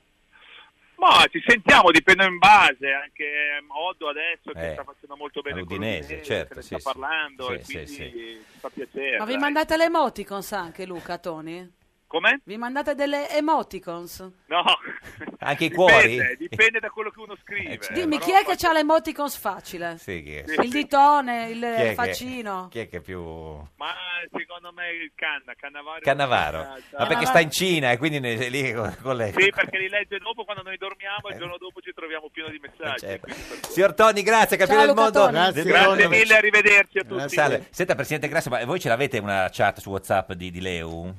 Speaker 14: Ma ci sentiamo, dipende in base, anche ehm, Oddo adesso che
Speaker 3: Eh,
Speaker 14: sta facendo molto bene con
Speaker 3: all'Udinese,
Speaker 14: l'Udinese,
Speaker 3: certo,
Speaker 14: se ne
Speaker 3: sì,
Speaker 14: sta
Speaker 3: sì.
Speaker 14: parlando
Speaker 3: Sì,
Speaker 14: e
Speaker 3: sì,
Speaker 14: quindi
Speaker 3: sì.
Speaker 14: ci fa piacere.
Speaker 2: Ma vi
Speaker 14: dai.
Speaker 2: mandate le emoticons anche, Luca, Toni?
Speaker 14: Come?
Speaker 2: Vi mandate delle emoticons?
Speaker 14: No.
Speaker 3: Anche i
Speaker 14: Dipende,
Speaker 3: cuori?
Speaker 14: dipende da quello che uno scrive.
Speaker 3: certo.
Speaker 2: Dimmi,
Speaker 14: però
Speaker 2: chi è che
Speaker 14: faccio-
Speaker 2: ha l'emoticons facile?
Speaker 3: Sì, chi è?
Speaker 14: Sì.
Speaker 2: Il ditone, il
Speaker 3: Chi è che-
Speaker 2: faccino?
Speaker 3: Chi è che è più...
Speaker 14: Ma secondo me il Canna, Cannavaro.
Speaker 3: Cannavaro? Ma perché sta in Cina e quindi ne- è lì con, con lei.
Speaker 14: Sì, perché li legge dopo quando noi dormiamo e il giorno dopo ci troviamo pieno di messaggi.
Speaker 3: Certo.
Speaker 14: quindi per cui-
Speaker 3: Signor Toni, grazie, campione
Speaker 2: Ciao,
Speaker 3: del
Speaker 2: Luca
Speaker 3: mondo.
Speaker 2: Toni.
Speaker 3: del
Speaker 14: Grazie
Speaker 3: duemilanove.
Speaker 14: mille, arrivederci a tutti.
Speaker 3: Salve. Senta, Presidente Grasso, ma voi ce l'avete una chat su WhatsApp di, di Leu?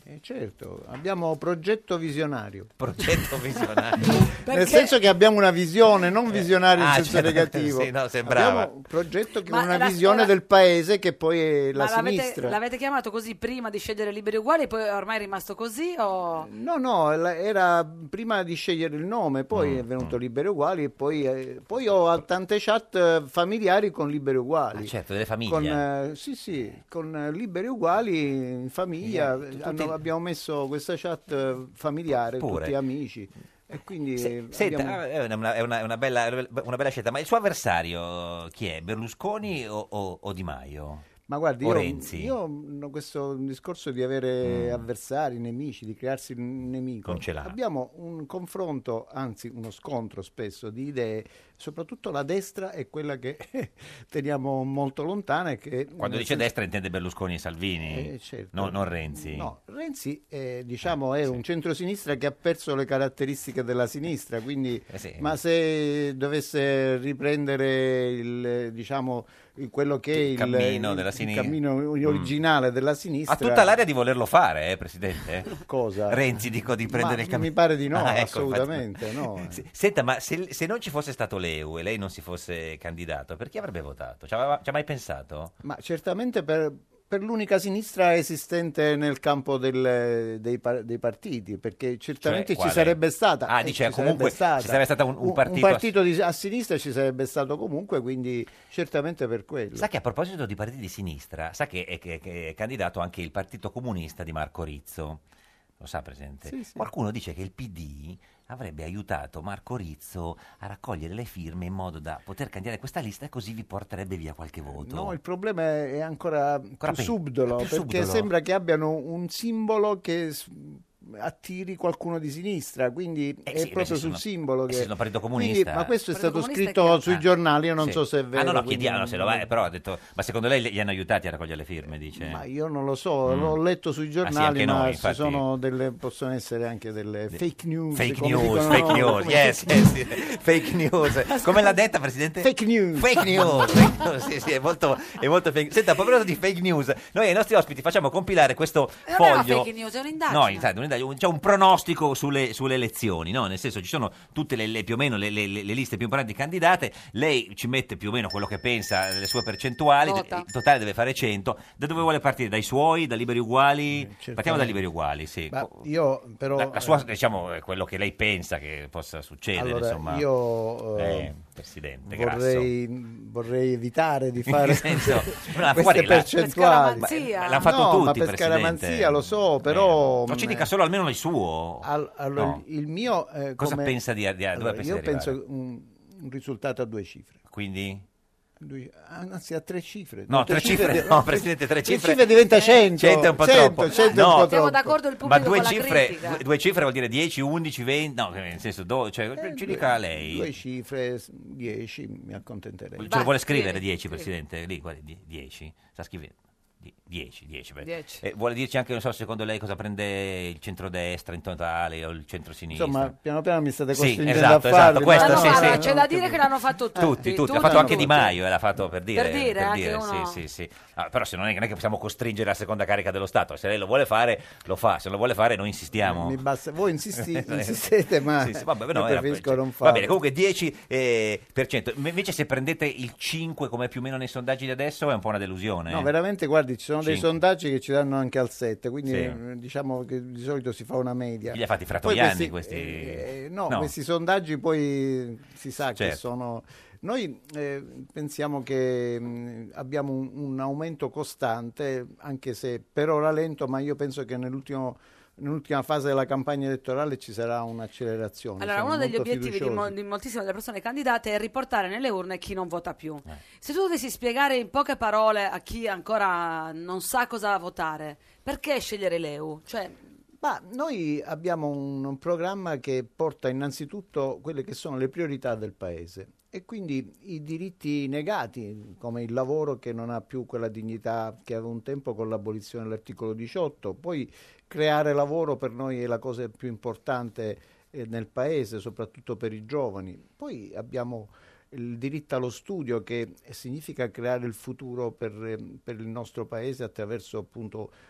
Speaker 8: Eh, certo, abbiamo progetto visionario.
Speaker 3: Progetto visionario.
Speaker 8: Nel senso che abbiamo una visione, non visionario
Speaker 3: Ah,
Speaker 8: in senso
Speaker 3: certo,
Speaker 8: negativo.
Speaker 3: sì, no, sembrava.
Speaker 8: Abbiamo un progetto che
Speaker 2: Ma
Speaker 8: è una
Speaker 2: la-
Speaker 8: visione
Speaker 2: la-
Speaker 8: del paese che poi è la
Speaker 2: Ma l'avete,
Speaker 8: sinistra.
Speaker 2: l'avete chiamato così prima di scegliere Liberi Uguali e poi ormai è rimasto così? O...
Speaker 8: No, no, la- era prima di scegliere il nome, poi
Speaker 3: Mm,
Speaker 8: è venuto Liberi Uguali e poi, eh, poi ho tante chat eh, familiari con Liberi Uguali.
Speaker 3: Ah, certo, delle famiglie.
Speaker 8: Con, eh, sì, sì, con eh, Liberi Uguali in famiglia.
Speaker 3: Yeah, tutti-
Speaker 8: hanno- abbiamo messo questa chat eh, familiare,
Speaker 3: Pure.
Speaker 8: tutti amici. E quindi
Speaker 3: Se- senta,
Speaker 8: abbiamo-
Speaker 3: è una, è una- è una bella, una bella scelta, ma il suo avversario chi è? Berlusconi o, o- o Di Maio?
Speaker 8: Ma guardi,
Speaker 3: o
Speaker 8: io,
Speaker 3: Renzi?
Speaker 8: io no, questo discorso di avere avversari, nemici, di crearsi un nemico,
Speaker 3: Non ce l'ha.
Speaker 8: abbiamo un confronto, anzi uno scontro spesso di idee, soprattutto la destra è quella che teniamo molto lontana. E che,
Speaker 3: Quando
Speaker 8: nel
Speaker 3: dice
Speaker 8: senso-
Speaker 3: destra intende Berlusconi e Salvini,
Speaker 8: Eh, certo.
Speaker 3: no- non Renzi.
Speaker 8: No, Renzi eh, diciamo è un centrosinistra che ha perso le caratteristiche della sinistra, quindi
Speaker 3: Eh sì.
Speaker 8: ma se dovesse riprendere il diciamo il- quello che è il,
Speaker 3: cammino
Speaker 8: il-
Speaker 3: della
Speaker 8: il
Speaker 3: sinistra.
Speaker 8: cammino originale della sinistra,
Speaker 3: Ha tutta l'aria di volerlo fare, eh, Presidente?
Speaker 8: Cosa?
Speaker 3: Renzi, dico, di prendere
Speaker 8: Ma
Speaker 3: il cammino.
Speaker 8: mi pare di no,
Speaker 3: Ah, ecco,
Speaker 8: assolutamente
Speaker 3: infatti.
Speaker 8: no.
Speaker 3: S- Senta, ma se, se non ci fosse stato l'E U e lei non si fosse candidato, per chi avrebbe votato? Ci aveva- ci ha mai pensato?
Speaker 8: Ma certamente per, per l'unica sinistra esistente nel campo del- dei, par- dei partiti, perché certamente
Speaker 3: quale?
Speaker 8: ci sarebbe stata.
Speaker 3: Ah,
Speaker 8: eh,
Speaker 3: dice,
Speaker 8: ci
Speaker 3: comunque,
Speaker 8: sarebbe stata.
Speaker 3: ci sarebbe stato un- un partito a-
Speaker 8: partito di- a sinistra ci sarebbe stato comunque, quindi certamente per quello.
Speaker 3: Sa che a proposito di partiti di sinistra, sa che è, che- che è candidato anche il Partito Comunista di Marco Rizzo. Lo sa, Presidente?
Speaker 8: Sì, sì.
Speaker 3: Qualcuno dice che il P D avrebbe aiutato Marco Rizzo a raccogliere le firme in modo da poter candidare questa lista e così vi porterebbe via qualche voto.
Speaker 8: No, il problema è è ancora, più
Speaker 3: pe-
Speaker 8: subdolo,
Speaker 3: più
Speaker 8: perché
Speaker 3: subdolo.
Speaker 8: sembra che abbiano un simbolo che s- attiri qualcuno di sinistra, quindi è
Speaker 3: Eh sì,
Speaker 8: proprio
Speaker 3: se
Speaker 8: sul
Speaker 3: sono-
Speaker 8: simbolo
Speaker 3: eh
Speaker 8: che...
Speaker 3: sì, sono Partito
Speaker 8: Quindi-
Speaker 3: Comunista.
Speaker 8: ma questo è
Speaker 3: Partito
Speaker 8: stato
Speaker 3: Comunista
Speaker 8: scritto
Speaker 3: che-
Speaker 8: sui
Speaker 3: Ah,
Speaker 8: giornali, io non
Speaker 3: sì.
Speaker 8: so se è vero.
Speaker 3: Ah, no, no,
Speaker 8: quindi-
Speaker 3: chiediamo se lo va, però ha detto, ma secondo lei gli hanno aiutati a raccogliere le firme, dice?
Speaker 8: Ma io non lo so,
Speaker 3: Mm.
Speaker 8: l'ho letto sui
Speaker 3: Ah, sì,
Speaker 8: giornali,
Speaker 3: anche
Speaker 8: ma
Speaker 3: noi,
Speaker 8: ci
Speaker 3: infatti.
Speaker 8: sono delle, possono essere anche delle fake news.
Speaker 3: Fake
Speaker 8: come
Speaker 3: news,
Speaker 8: dicono-
Speaker 3: fake news,
Speaker 8: come-
Speaker 3: yes, yes, yes, fake news. Come l'ha detta, Presidente?
Speaker 8: Fake news.
Speaker 3: Fake news, fake news, sì, sì, è molto, è molto fake. Senta, a proposito di fake news, noi ai nostri ospiti facciamo compilare questo
Speaker 2: Non è una
Speaker 3: foglio.
Speaker 2: fake news, è un'indagine.
Speaker 3: No, infatti, un'indagine, c'è un pronostico sulle, sulle elezioni, no? Nel senso, ci sono tutte le, le- più o meno le, le- le liste più importanti candidate, lei ci mette più o meno quello che pensa, le sue percentuali,
Speaker 2: Vota.
Speaker 3: il totale deve fare cento. Da dove vuole partire? Dai suoi, da Liberi Uguali?
Speaker 8: certamente.
Speaker 3: Partiamo da Liberi Uguali, sì.
Speaker 8: Ma io però...
Speaker 3: La, la sua, diciamo, è quello che lei pensa che possa succedere,
Speaker 8: Allora,
Speaker 3: insomma.
Speaker 8: io eh,
Speaker 3: Eh, Presidente,
Speaker 8: vorrei, vorrei evitare di fare
Speaker 3: In che senso? Ma
Speaker 8: queste
Speaker 3: fuori la-
Speaker 8: percentuali.
Speaker 3: Per scaramanzia. Ma l'hanno fatto
Speaker 8: no,
Speaker 3: tutti,
Speaker 8: ma per
Speaker 3: Presidente.
Speaker 8: scaramanzia lo so, però...
Speaker 3: Non ci dica solo almeno il suo.
Speaker 8: Al- allora,
Speaker 3: No.
Speaker 8: il mio... eh,
Speaker 3: Cosa
Speaker 8: come-
Speaker 3: pensa di, di
Speaker 8: Allora,
Speaker 3: dove pensa
Speaker 8: io
Speaker 3: di arrivare?
Speaker 8: penso un, un risultato a due cifre.
Speaker 3: Quindi?
Speaker 8: Due- anzi, a tre cifre.
Speaker 3: No, tre cifre,
Speaker 8: di-
Speaker 3: no, Presidente, tre cifre.
Speaker 8: Tre cifre diventa cento.
Speaker 3: cento è un po'
Speaker 8: cento,
Speaker 3: troppo.
Speaker 8: cento è un
Speaker 3: No.
Speaker 8: po'
Speaker 2: Siamo
Speaker 8: troppo.
Speaker 2: d'accordo il
Speaker 3: Ma
Speaker 2: pubblico
Speaker 3: due
Speaker 2: con la
Speaker 3: cifre,
Speaker 2: critica.
Speaker 3: due, due cifre vuol dire dieci, undici, venti, no, nel senso, do, cioè, ci dica lei.
Speaker 8: Due cifre, dieci, mi accontenterei.
Speaker 3: Ce lo vuole scrivere dieci, Presidente? Lì, guardi, die- dieci. Sta scrivendo. Die- dieci, dieci. beh.
Speaker 2: Dieci.
Speaker 3: Eh, vuole dirci anche, non so, secondo lei cosa prende il centrodestra in totale o il centrosinistra?
Speaker 8: Insomma, piano piano mi state
Speaker 3: Sì,
Speaker 8: costringendo
Speaker 3: esatto,
Speaker 8: a farli.
Speaker 3: esatto, questo
Speaker 2: Ma no,
Speaker 3: sì,
Speaker 2: allora,
Speaker 3: sì.
Speaker 2: c'è da dire che l'hanno fatto tutti.
Speaker 3: Tutti, tutti, l'ha
Speaker 2: tutti,
Speaker 3: fatto anche
Speaker 2: tutti.
Speaker 3: Di Maio, eh, l'ha fatto per dire.
Speaker 2: Per dire, anche uno-
Speaker 3: Sì, sì, sì. Ah, però se non è, non è che possiamo costringere la seconda carica dello Stato, se lei lo vuole fare, lo fa, se non lo vuole fare noi insistiamo.
Speaker 8: Mi basta- voi insisti- insistete, ma
Speaker 3: Sì, sì, vabbè,
Speaker 8: io
Speaker 3: no, era-
Speaker 8: preferisco non
Speaker 3: Va
Speaker 8: farlo.
Speaker 3: bene, comunque dieci eh, per cento. Invece se prendete il cinque come più o meno nei sondaggi di adesso è un po' una delusione.
Speaker 8: No, veramente, guardi, ci sono dei
Speaker 3: Cinque.
Speaker 8: sondaggi che ci danno anche al sette, quindi
Speaker 3: Sì.
Speaker 8: eh, diciamo che di solito si fa una media.
Speaker 3: Chi li ha fatti
Speaker 8: Poi
Speaker 3: Fratoianni
Speaker 8: questi,
Speaker 3: questi?
Speaker 8: eh, no,
Speaker 3: No.
Speaker 8: questi sondaggi poi si sa che
Speaker 3: Certo.
Speaker 8: sono... Noi eh, pensiamo che mh, abbiamo un, un aumento costante, anche se per ora lento, ma io penso che nell'ultimo... Nell'ultima fase della campagna elettorale ci sarà un'accelerazione.
Speaker 2: Allora,
Speaker 8: Siamo
Speaker 2: uno degli
Speaker 8: molto
Speaker 2: obiettivi di, mo-
Speaker 8: fiduciosi.
Speaker 2: di moltissime delle persone candidate è riportare nelle urne chi non vota più.
Speaker 3: Eh.
Speaker 2: Se tu dovessi spiegare in poche parole a chi ancora non sa cosa votare, perché scegliere l'E U? Cioè,
Speaker 8: Ma noi abbiamo un, un programma che porta innanzitutto quelle che sono le priorità del Paese e quindi i diritti negati, come il lavoro che non ha più quella dignità che aveva un tempo con l'abolizione dell'articolo diciotto, poi creare lavoro per noi è la cosa più importante eh, nel Paese, soprattutto per i giovani. Poi abbiamo il diritto allo studio, che significa creare il futuro per, eh, per il nostro Paese attraverso appunto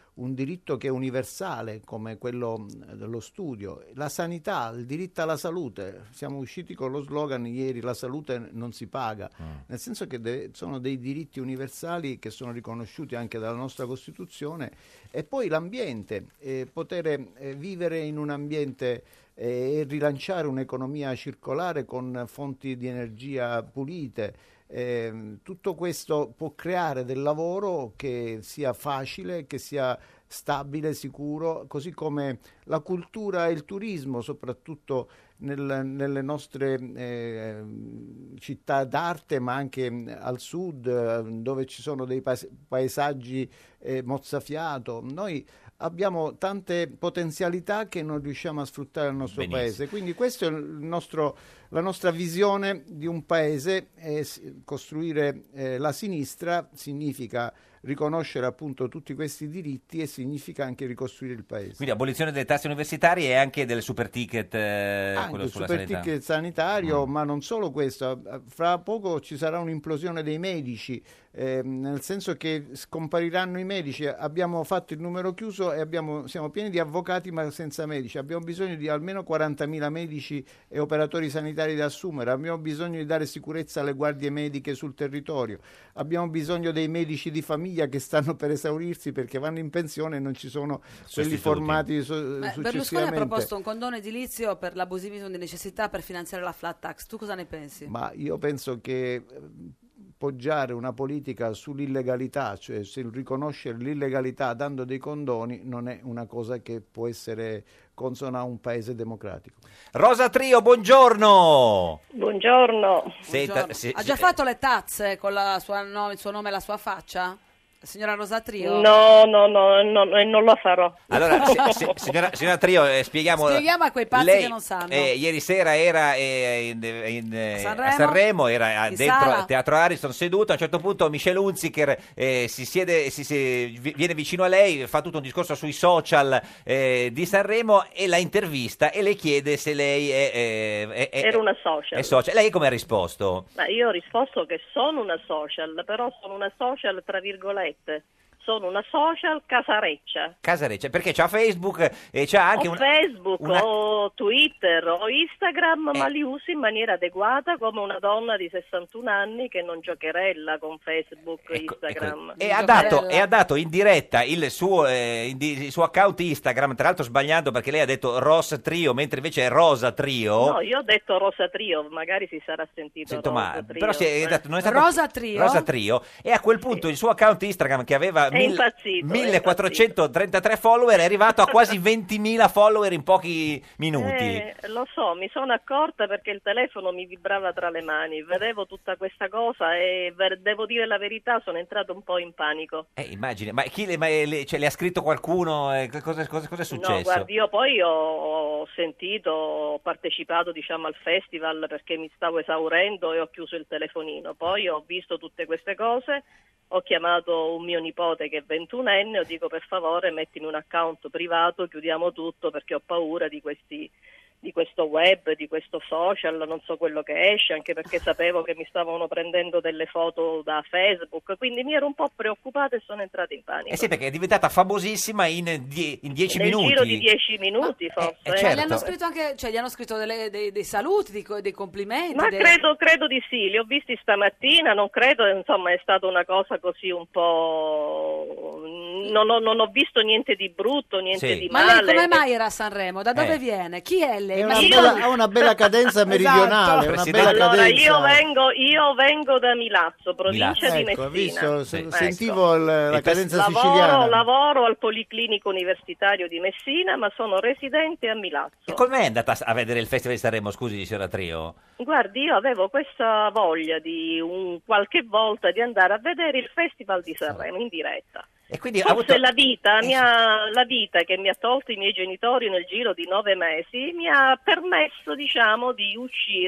Speaker 8: un diritto che è universale come quello dello studio, la sanità, il diritto alla salute. Siamo usciti con lo slogan ieri: la salute non si paga, mm. nel senso che de- sono dei diritti universali che sono riconosciuti anche dalla nostra Costituzione. E poi l'ambiente, eh, poter eh, vivere in un ambiente e rilanciare un'economia circolare con fonti di energia pulite. Eh, tutto questo può creare del lavoro che sia facile, che sia stabile, sicuro, così come la cultura e il turismo, soprattutto nel, nelle nostre eh, città d'arte, ma anche al sud, dove ci sono dei paes- paesaggi eh, mozzafiato. Noi abbiamo tante potenzialità che non riusciamo a sfruttare nel nostro
Speaker 3: Benissimo.
Speaker 8: paese, quindi questa è il nostro, la nostra visione di un paese. Eh, costruire eh, la sinistra significa riconoscere appunto tutti questi diritti e significa anche ricostruire il paese.
Speaker 3: Quindi abolizione delle tasse universitarie e anche del super ticket, eh,
Speaker 8: Anche
Speaker 3: quello
Speaker 8: il
Speaker 3: sulla
Speaker 8: super
Speaker 3: sanità.
Speaker 8: ticket sanitario,
Speaker 3: Mm.
Speaker 8: ma non solo questo. Fra poco ci sarà un'implosione dei medici, eh, nel senso che scompariranno i medici. Abbiamo fatto il numero chiuso e abbiamo, siamo pieni di avvocati ma senza medici. Abbiamo bisogno di almeno quarantamila medici e operatori sanitari da assumere. Abbiamo bisogno di dare sicurezza alle guardie mediche sul territorio. Abbiamo bisogno dei medici di famiglia che stanno per esaurirsi perché vanno in pensione e non ci sono quelli
Speaker 3: Sostituti.
Speaker 8: formati so-
Speaker 2: Beh, Berlusconi ha
Speaker 8: successivamente.
Speaker 2: proposto un condono edilizio per l'abusivismo di necessità per finanziare la flat tax. Tu cosa ne pensi?
Speaker 8: Ma io penso che eh, poggiare una politica sull'illegalità, cioè sul riconoscere l'illegalità dando dei condoni, non è una cosa che può essere consona a un paese democratico.
Speaker 3: Rosa Trio, buongiorno.
Speaker 15: Buongiorno.
Speaker 3: Senta,
Speaker 2: Buongiorno.
Speaker 3: se-
Speaker 2: Ha già fatto le tazze con la sua no- il suo nome e la sua faccia? Signora Rosa Trio?
Speaker 15: No, no, no, no, e non lo farò.
Speaker 3: Allora, se- se- signora, signora Trio, eh, spieghiamo.
Speaker 2: Spieghiamo a quei pazzi
Speaker 3: lei,
Speaker 2: che non sanno.
Speaker 3: eh, ieri sera era eh, in, in, eh,
Speaker 2: Sanremo?
Speaker 3: a Sanremo, era
Speaker 2: In
Speaker 3: dentro
Speaker 2: sala?
Speaker 3: al Teatro Ariston seduto. A un certo punto Michel Hunziker eh, si siede, si, si- vi- viene vicino a lei, fa tutto un discorso sui social eh, di Sanremo e la intervista e le chiede se lei è, è, è- è-
Speaker 15: Era una social.
Speaker 3: è social. Lei come ha risposto?
Speaker 15: Ma io ho risposto che sono una social, però sono una social tra virgolette. Sono una social casareccia.
Speaker 3: Casareccia, perché c'ha Facebook e c'ha anche
Speaker 15: o
Speaker 3: un
Speaker 15: Facebook,
Speaker 3: una-
Speaker 15: o Twitter, o Instagram,
Speaker 3: Eh.
Speaker 15: ma li uso in maniera adeguata come una donna di sessantuno anni che non giocherella con Facebook, Instagram.
Speaker 3: E ha, dato, e ha dato in diretta il suo, eh, indi- il suo account Instagram, tra l'altro sbagliando perché lei ha detto Ross Trio, mentre invece è Rosa Trio.
Speaker 15: No, io ho detto Rosa Trio, magari si sarà sentito
Speaker 3: Sento
Speaker 15: Rosa
Speaker 3: male,
Speaker 15: Trio.
Speaker 3: però si è,
Speaker 15: eh.
Speaker 3: esatto, non è stato
Speaker 2: Rosa Trio?
Speaker 3: Rosa Trio, e a quel punto il suo account Instagram che aveva
Speaker 15: È
Speaker 3: mille-
Speaker 15: impazzito, è
Speaker 3: millequattrocentotrentatré follower è arrivato a quasi ventimila follower in pochi minuti.
Speaker 15: Eh, lo so, mi sono accorta perché il telefono mi vibrava tra le mani, vedevo tutta questa cosa e ver- devo dire la verità, sono entrato un po' in panico.
Speaker 3: Eh, immagini, ma chi le, ma le, cioè, le ha scritto qualcuno? Eh, cosa, cosa, cosa è successo?
Speaker 15: No, guardi, io poi ho, ho sentito, ho partecipato diciamo al festival perché mi stavo esaurendo e ho chiuso il telefonino, poi ho visto tutte queste cose, ho chiamato un mio nipote che è ventunenne, ho dico per favore mettimi un account privato, chiudiamo tutto perché ho paura di questi di questo web, di questo social, non so quello che esce, anche perché sapevo che mi stavano prendendo delle foto da Facebook, quindi mi ero un po' preoccupata e sono entrata in panico.
Speaker 3: Eh sì, perché è diventata famosissima in, die- in dieci
Speaker 15: Nel
Speaker 3: minuti.
Speaker 15: giro di dieci minuti forse.
Speaker 3: eh,
Speaker 2: Ma
Speaker 3: certo.
Speaker 2: gli hanno scritto anche, cioè gli hanno scritto delle- dei, dei saluti, dei, co- dei complimenti.
Speaker 15: Ma
Speaker 2: dei-
Speaker 15: credo, credo di sì, li ho visti stamattina, non credo, insomma è stata una cosa così un po'... Non ho, non ho visto niente di brutto, niente
Speaker 8: Sì.
Speaker 15: di
Speaker 2: Ma
Speaker 15: male.
Speaker 2: lei come mai era a Sanremo? Da dove
Speaker 8: Eh.
Speaker 2: viene? Chi è lei?
Speaker 8: È
Speaker 2: Ma
Speaker 8: una
Speaker 2: si-
Speaker 8: bella- ha una bella cadenza meridionale, una bella
Speaker 15: Allora,
Speaker 8: cadenza.
Speaker 15: io vengo, io vengo da Milazzo, provincia
Speaker 8: Milazzo.
Speaker 15: di
Speaker 8: Ecco,
Speaker 15: Messina.
Speaker 8: visto, se-
Speaker 15: Ecco.
Speaker 8: sentivo il- la cadenza
Speaker 15: lavoro,
Speaker 8: siciliana.
Speaker 15: Lavoro al Policlinico Universitario di Messina, ma sono residente a Milazzo.
Speaker 3: E com'è andata a vedere il Festival di Sanremo, scusi, signora Trio?
Speaker 15: Guardi, io avevo questa voglia di un, qualche volta di andare a vedere il Festival di Sanremo in diretta.
Speaker 3: E quindi ha
Speaker 15: Forse
Speaker 3: avuto...
Speaker 15: la vita, mi ha- la vita che mi ha tolto i miei genitori nel giro di nove mesi mi ha permesso, diciamo, di uscire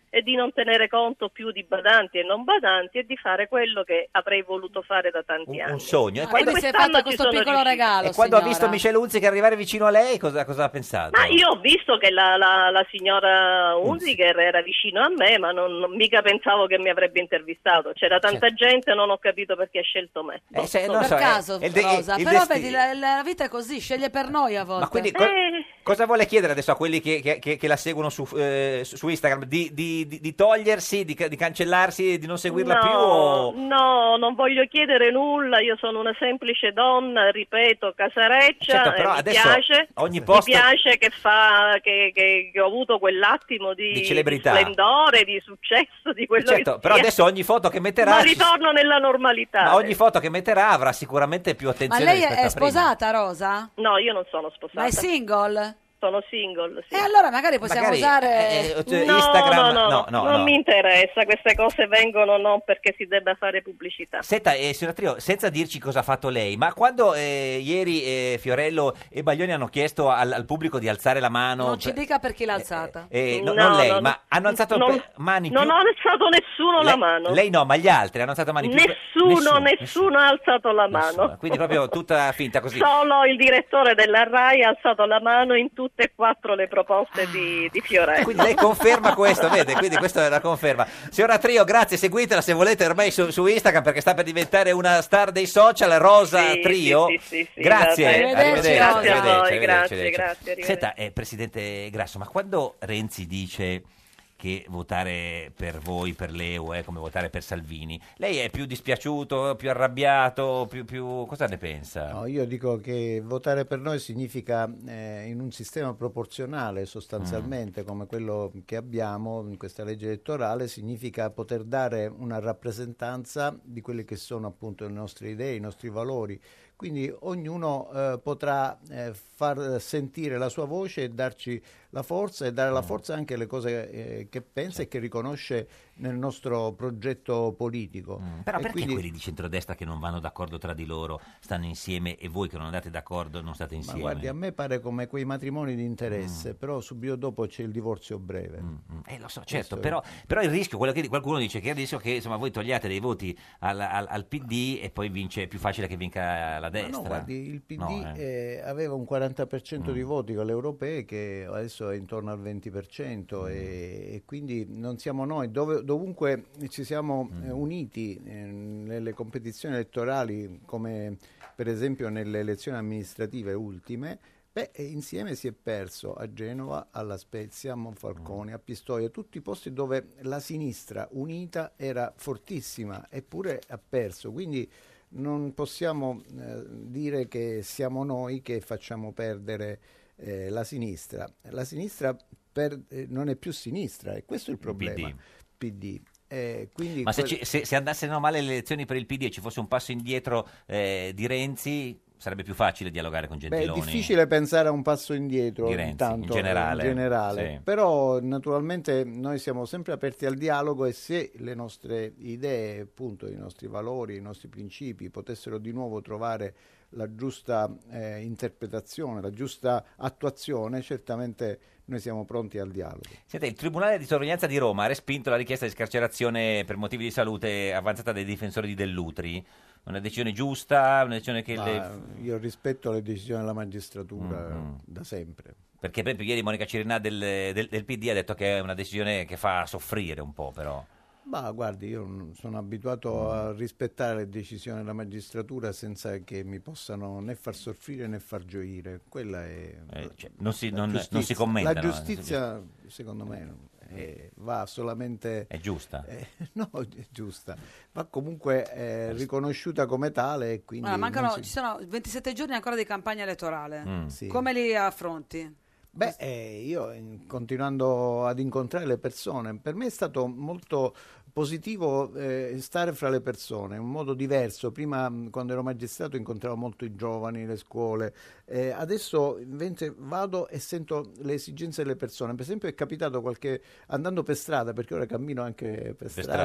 Speaker 15: e di non tenere conto più di badanti e non badanti e di fare quello che avrei voluto fare da tanti
Speaker 3: Un,
Speaker 15: anni.
Speaker 3: un sogno. E
Speaker 2: Ah,
Speaker 3: quando,
Speaker 2: quindi si è
Speaker 15: quest'anno
Speaker 2: fatta
Speaker 15: ci
Speaker 2: questo
Speaker 15: sono
Speaker 2: piccolo
Speaker 15: riuscita.
Speaker 2: regalo,
Speaker 3: e quando ha
Speaker 2: signora.
Speaker 3: visto Michelle Hunziker arrivare vicino a lei, cosa, cosa ha pensato?
Speaker 15: Ma io ho visto che la, la, la signora Hunziker era vicino a me, ma non, non mica pensavo che mi avrebbe intervistato. C'era tanta gente, non ho capito perché ha scelto me.
Speaker 3: Eh, se-
Speaker 15: Boh,
Speaker 3: non
Speaker 2: Per
Speaker 3: so, è-
Speaker 2: caso,
Speaker 3: è il de-
Speaker 2: Rosa,
Speaker 3: il
Speaker 2: però
Speaker 3: destino.
Speaker 2: vedi, la, la vita è così, sceglie per noi a volte.
Speaker 3: Ma quindi co- cosa vuole chiedere adesso a quelli che, che- che- che la seguono su, eh, su Instagram? Di, di- di- di togliersi, di, ca- di cancellarsi, di non seguirla
Speaker 15: no,
Speaker 3: più? O...
Speaker 15: no, non voglio chiedere nulla, io sono una semplice donna, ripeto, casareccia,
Speaker 3: Certo,
Speaker 15: e
Speaker 3: però
Speaker 15: mi
Speaker 3: adesso
Speaker 15: piace,
Speaker 3: ogni posto-
Speaker 15: mi piace che, fa, che, che- che ho avuto quell'attimo di,
Speaker 3: Di celebrità.
Speaker 15: di splendore, di successo, di quello
Speaker 3: Certo,
Speaker 15: che
Speaker 3: però
Speaker 15: sia.
Speaker 3: adesso ogni foto che metterà...
Speaker 15: Ma
Speaker 3: ci-
Speaker 15: ritorno nella normalità.
Speaker 3: ma ogni foto che metterà avrà sicuramente più
Speaker 2: Ma
Speaker 3: attenzione
Speaker 2: lei
Speaker 3: rispetto
Speaker 2: è
Speaker 3: a prima.
Speaker 2: sposata, Rosa?
Speaker 15: No, io non sono sposata.
Speaker 2: Ma è single?
Speaker 15: Sono single, sì.
Speaker 2: E allora magari possiamo
Speaker 3: Magari,
Speaker 2: usare...
Speaker 3: eh,
Speaker 15: No,
Speaker 3: Instagram-
Speaker 15: no, no,
Speaker 3: no, no,
Speaker 15: non
Speaker 3: no.
Speaker 15: mi interessa, queste cose vengono non perché si debba fare pubblicità.
Speaker 3: Senta, eh, signora Trio, senza dirci cosa ha fatto lei, ma quando eh, ieri eh, Fiorello e Baglioni hanno chiesto al, al pubblico di alzare la mano...
Speaker 2: Non ci
Speaker 3: per-
Speaker 2: dica perché l'ha alzata.
Speaker 3: eh, no-
Speaker 15: No,
Speaker 3: non lei,
Speaker 15: no,
Speaker 3: ma
Speaker 15: no.
Speaker 3: hanno alzato
Speaker 15: Non-
Speaker 3: pe- mani
Speaker 15: Non
Speaker 3: più...
Speaker 15: ho alzato nessuno la
Speaker 3: lei,
Speaker 15: mano.
Speaker 3: lei no, ma gli altri hanno alzato mani più...
Speaker 15: Nessuno, nessuno, ha alzato la mano.
Speaker 3: Quindi proprio tutta finta così.
Speaker 15: Solo il direttore della RAI ha alzato la mano in tutte e quattro le proposte di, di Fiorello.
Speaker 3: Quindi lei conferma questo, vede? Quindi questa è la conferma. Signora Trio, grazie, seguitela se volete ormai su, su Instagram perché sta per diventare una star dei social, Rosa
Speaker 15: Sì,
Speaker 3: Trio.
Speaker 15: sì, sì, sì,
Speaker 3: grazie,
Speaker 15: sì,
Speaker 3: arrivederci.
Speaker 15: grazie a voi,
Speaker 3: arrivederci,
Speaker 15: grazie,
Speaker 3: arrivederci.
Speaker 15: grazie, arrivederci.
Speaker 3: Senta, eh, Presidente Grasso, ma quando Renzi dice che votare per voi, per l'E U, è come votare per Salvini, lei è più dispiaciuto, più arrabbiato, più, più... cosa ne pensa?
Speaker 8: No, io dico che votare per noi significa eh, in un sistema proporzionale sostanzialmente come quello che abbiamo in questa legge elettorale, significa poter dare una rappresentanza di quelle che sono appunto le nostre idee, i nostri valori. Quindi ognuno eh, potrà eh, far sentire la sua voce e darci la forza e dare la forza anche alle cose eh, che pensa e che riconosce nel nostro progetto politico.
Speaker 3: Però
Speaker 8: E
Speaker 3: perché
Speaker 8: quindi-
Speaker 3: quelli di centrodestra che non vanno d'accordo tra di loro stanno insieme e voi che non andate d'accordo non state
Speaker 8: Ma
Speaker 3: insieme?
Speaker 8: guardi, a me pare come quei matrimoni di interesse, però subito dopo c'è il divorzio breve.
Speaker 3: Eh, lo so, certo,
Speaker 8: Questo è-
Speaker 3: però, però il rischio, quello che qualcuno dice che è il rischio che insomma voi togliate dei voti al, al- al P D e poi vince, è più facile che vinca la
Speaker 8: Ma
Speaker 3: destra.
Speaker 8: no, guardi, il P D
Speaker 3: No, eh.
Speaker 8: eh, aveva un quaranta per cento di voti alle europee che adesso è intorno al venti per cento e, e quindi non siamo noi, dove, dovunque ci siamo eh, uniti eh, nelle competizioni elettorali come per esempio nelle elezioni amministrative ultime, beh, e insieme si è perso a Genova, alla Spezia, a Monfalcone, a Pistoia, tutti i posti dove la sinistra unita era fortissima eppure ha perso, quindi non possiamo eh, dire che siamo noi che facciamo perdere eh, la sinistra. La sinistra per- eh, non è più sinistra e questo è il problema. P D. Eh, quindi
Speaker 3: Ma se,
Speaker 8: quel-
Speaker 3: ci- se- se andassero male le elezioni per il P D e ci fosse un passo indietro eh, di Renzi, sarebbe più facile dialogare con
Speaker 8: Beh, è
Speaker 3: Gentiloni?
Speaker 8: difficile pensare a un passo indietro
Speaker 3: Di Renzi,
Speaker 8: intanto,
Speaker 3: in generale,
Speaker 8: in generale.
Speaker 3: sì.
Speaker 8: Però naturalmente noi siamo sempre aperti al dialogo e se le nostre idee, appunto, i nostri valori, i nostri principi potessero di nuovo trovare la giusta eh, interpretazione, la giusta attuazione, certamente noi siamo pronti al dialogo.
Speaker 3: Senta, il Tribunale di sorveglianza di Roma ha respinto la richiesta di scarcerazione per motivi di salute avanzata dai difensori di Dell'Utri. Una decisione giusta, una decisione che
Speaker 8: Ma
Speaker 3: le...
Speaker 8: io rispetto le decisioni della magistratura
Speaker 3: Mm, mm.
Speaker 8: da sempre.
Speaker 3: Perché per esempio ieri Monica Cirinà del, del- del P D ha detto che è una decisione che fa soffrire un po', però.
Speaker 8: Ma guardi, io non sono abituato a rispettare le decisioni della magistratura senza che mi possano né far soffrire né far gioire. Quella è
Speaker 3: Eh, cioè, non si-
Speaker 8: la
Speaker 3: non- non
Speaker 8: giustizia.
Speaker 3: si commenta,
Speaker 8: La
Speaker 3: no?
Speaker 8: giustizia, secondo me, è- va solamente...
Speaker 3: È giusta.
Speaker 8: eh, no, è giusta. Va comunque eh, riconosciuta come tale e quindi...
Speaker 2: Allora, mancano,
Speaker 8: non si-
Speaker 2: ci sono ventisette giorni ancora di campagna elettorale.
Speaker 8: Mm. Sì.
Speaker 2: Come li affronti?
Speaker 8: Beh, eh, io eh, continuando ad incontrare le persone, per me è stato molto positivo eh, stare fra le persone, un modo diverso. Prima, mh, quando ero magistrato, incontravo molto i giovani, le scuole. Eh, adesso invece vado e sento le esigenze delle persone. Per esempio è capitato qualche andando per strada, perché ora cammino anche per,
Speaker 3: Per
Speaker 8: strada,
Speaker 3: strada.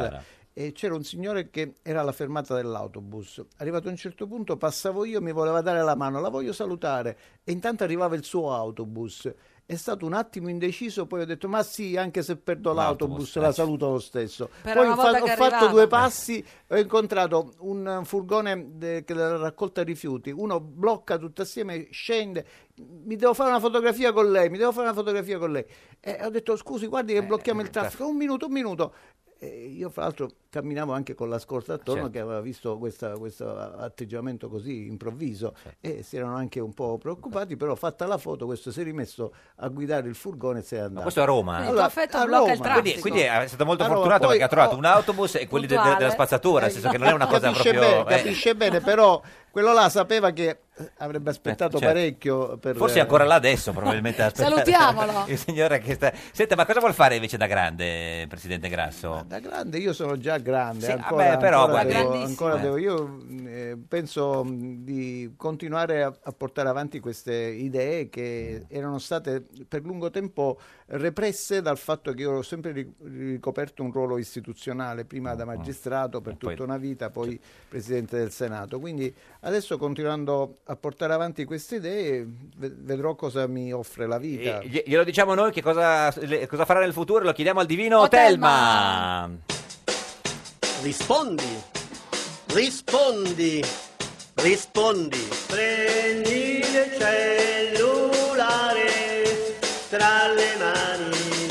Speaker 8: e c'era un signore che era alla fermata dell'autobus. Arrivato a un certo punto passavo io, mi voleva dare la mano, la voglio salutare, e intanto arrivava il suo autobus. È stato un attimo indeciso, poi ho detto ma sì, anche se perdo l'autobus,
Speaker 3: L'autobus,
Speaker 8: la
Speaker 3: eh.
Speaker 8: saluto lo stesso.
Speaker 2: Però
Speaker 8: Poi
Speaker 2: una
Speaker 8: ho,
Speaker 2: volta
Speaker 8: fa-
Speaker 2: che
Speaker 8: ho fatto
Speaker 2: arrivava.
Speaker 8: due passi, ho incontrato un furgone de- che della raccolta rifiuti, uno blocca tutto assieme, scende, mi devo fare una fotografia con lei, mi devo fare una fotografia con lei. E ho detto scusi, guardi che blocchiamo il traffico, un minuto, un minuto. E io fra l'altro camminavo anche con la scorta attorno,
Speaker 3: Certo.
Speaker 8: che aveva visto questa- questo atteggiamento così improvviso, e si erano anche un po' preoccupati, però fatta la foto questo si è rimesso a guidare il furgone e se n'è andato.
Speaker 3: questo a Roma?
Speaker 2: Quindi il tuo affetto
Speaker 8: a
Speaker 2: blocca il
Speaker 8: Roma.
Speaker 2: traffico.
Speaker 3: Quindi, quindi è stato molto
Speaker 8: A Roma,
Speaker 3: fortunato
Speaker 8: poi
Speaker 3: perché ha trovato
Speaker 8: ho-
Speaker 3: un autobus e quelli de- de-
Speaker 2: Puntuale.
Speaker 3: della spazzatura, nel senso che non è una cosa
Speaker 8: capisce
Speaker 3: proprio...
Speaker 8: bene,
Speaker 3: eh.
Speaker 8: capisce bene, però quello là sapeva che avrebbe aspettato
Speaker 3: Eh, certo.
Speaker 8: parecchio per...
Speaker 3: Forse è ancora là adesso, probabilmente. ad aspettare.
Speaker 2: Salutiamolo.
Speaker 3: Il signore che sta... Senta, ma cosa vuol fare invece da grande, Presidente Grasso?
Speaker 8: Da grande io sono già grande,
Speaker 3: Sì,
Speaker 8: ancora,
Speaker 3: vabbè, però,
Speaker 8: ancora
Speaker 3: guardi-
Speaker 8: devo,
Speaker 2: Grandissimo.
Speaker 8: ancora
Speaker 3: Eh.
Speaker 8: devo- io eh, penso mh, di continuare a, a portare avanti queste idee che erano state per lungo tempo represse dal fatto che io ho sempre ri- ricoperto un ruolo istituzionale, prima da magistrato per
Speaker 3: Mm, poi-
Speaker 8: tutta una vita, poi Presidente del Senato. Quindi adesso, continuando a portare avanti queste idee, ve- vedrò cosa mi offre la vita.
Speaker 3: E gli- glielo diciamo noi che cosa, le- cosa farà nel futuro, lo chiediamo al divino
Speaker 2: Oh,
Speaker 3: Telma.
Speaker 16: Rispondi, rispondi, rispondi. Prendi il cellulare tra le mani.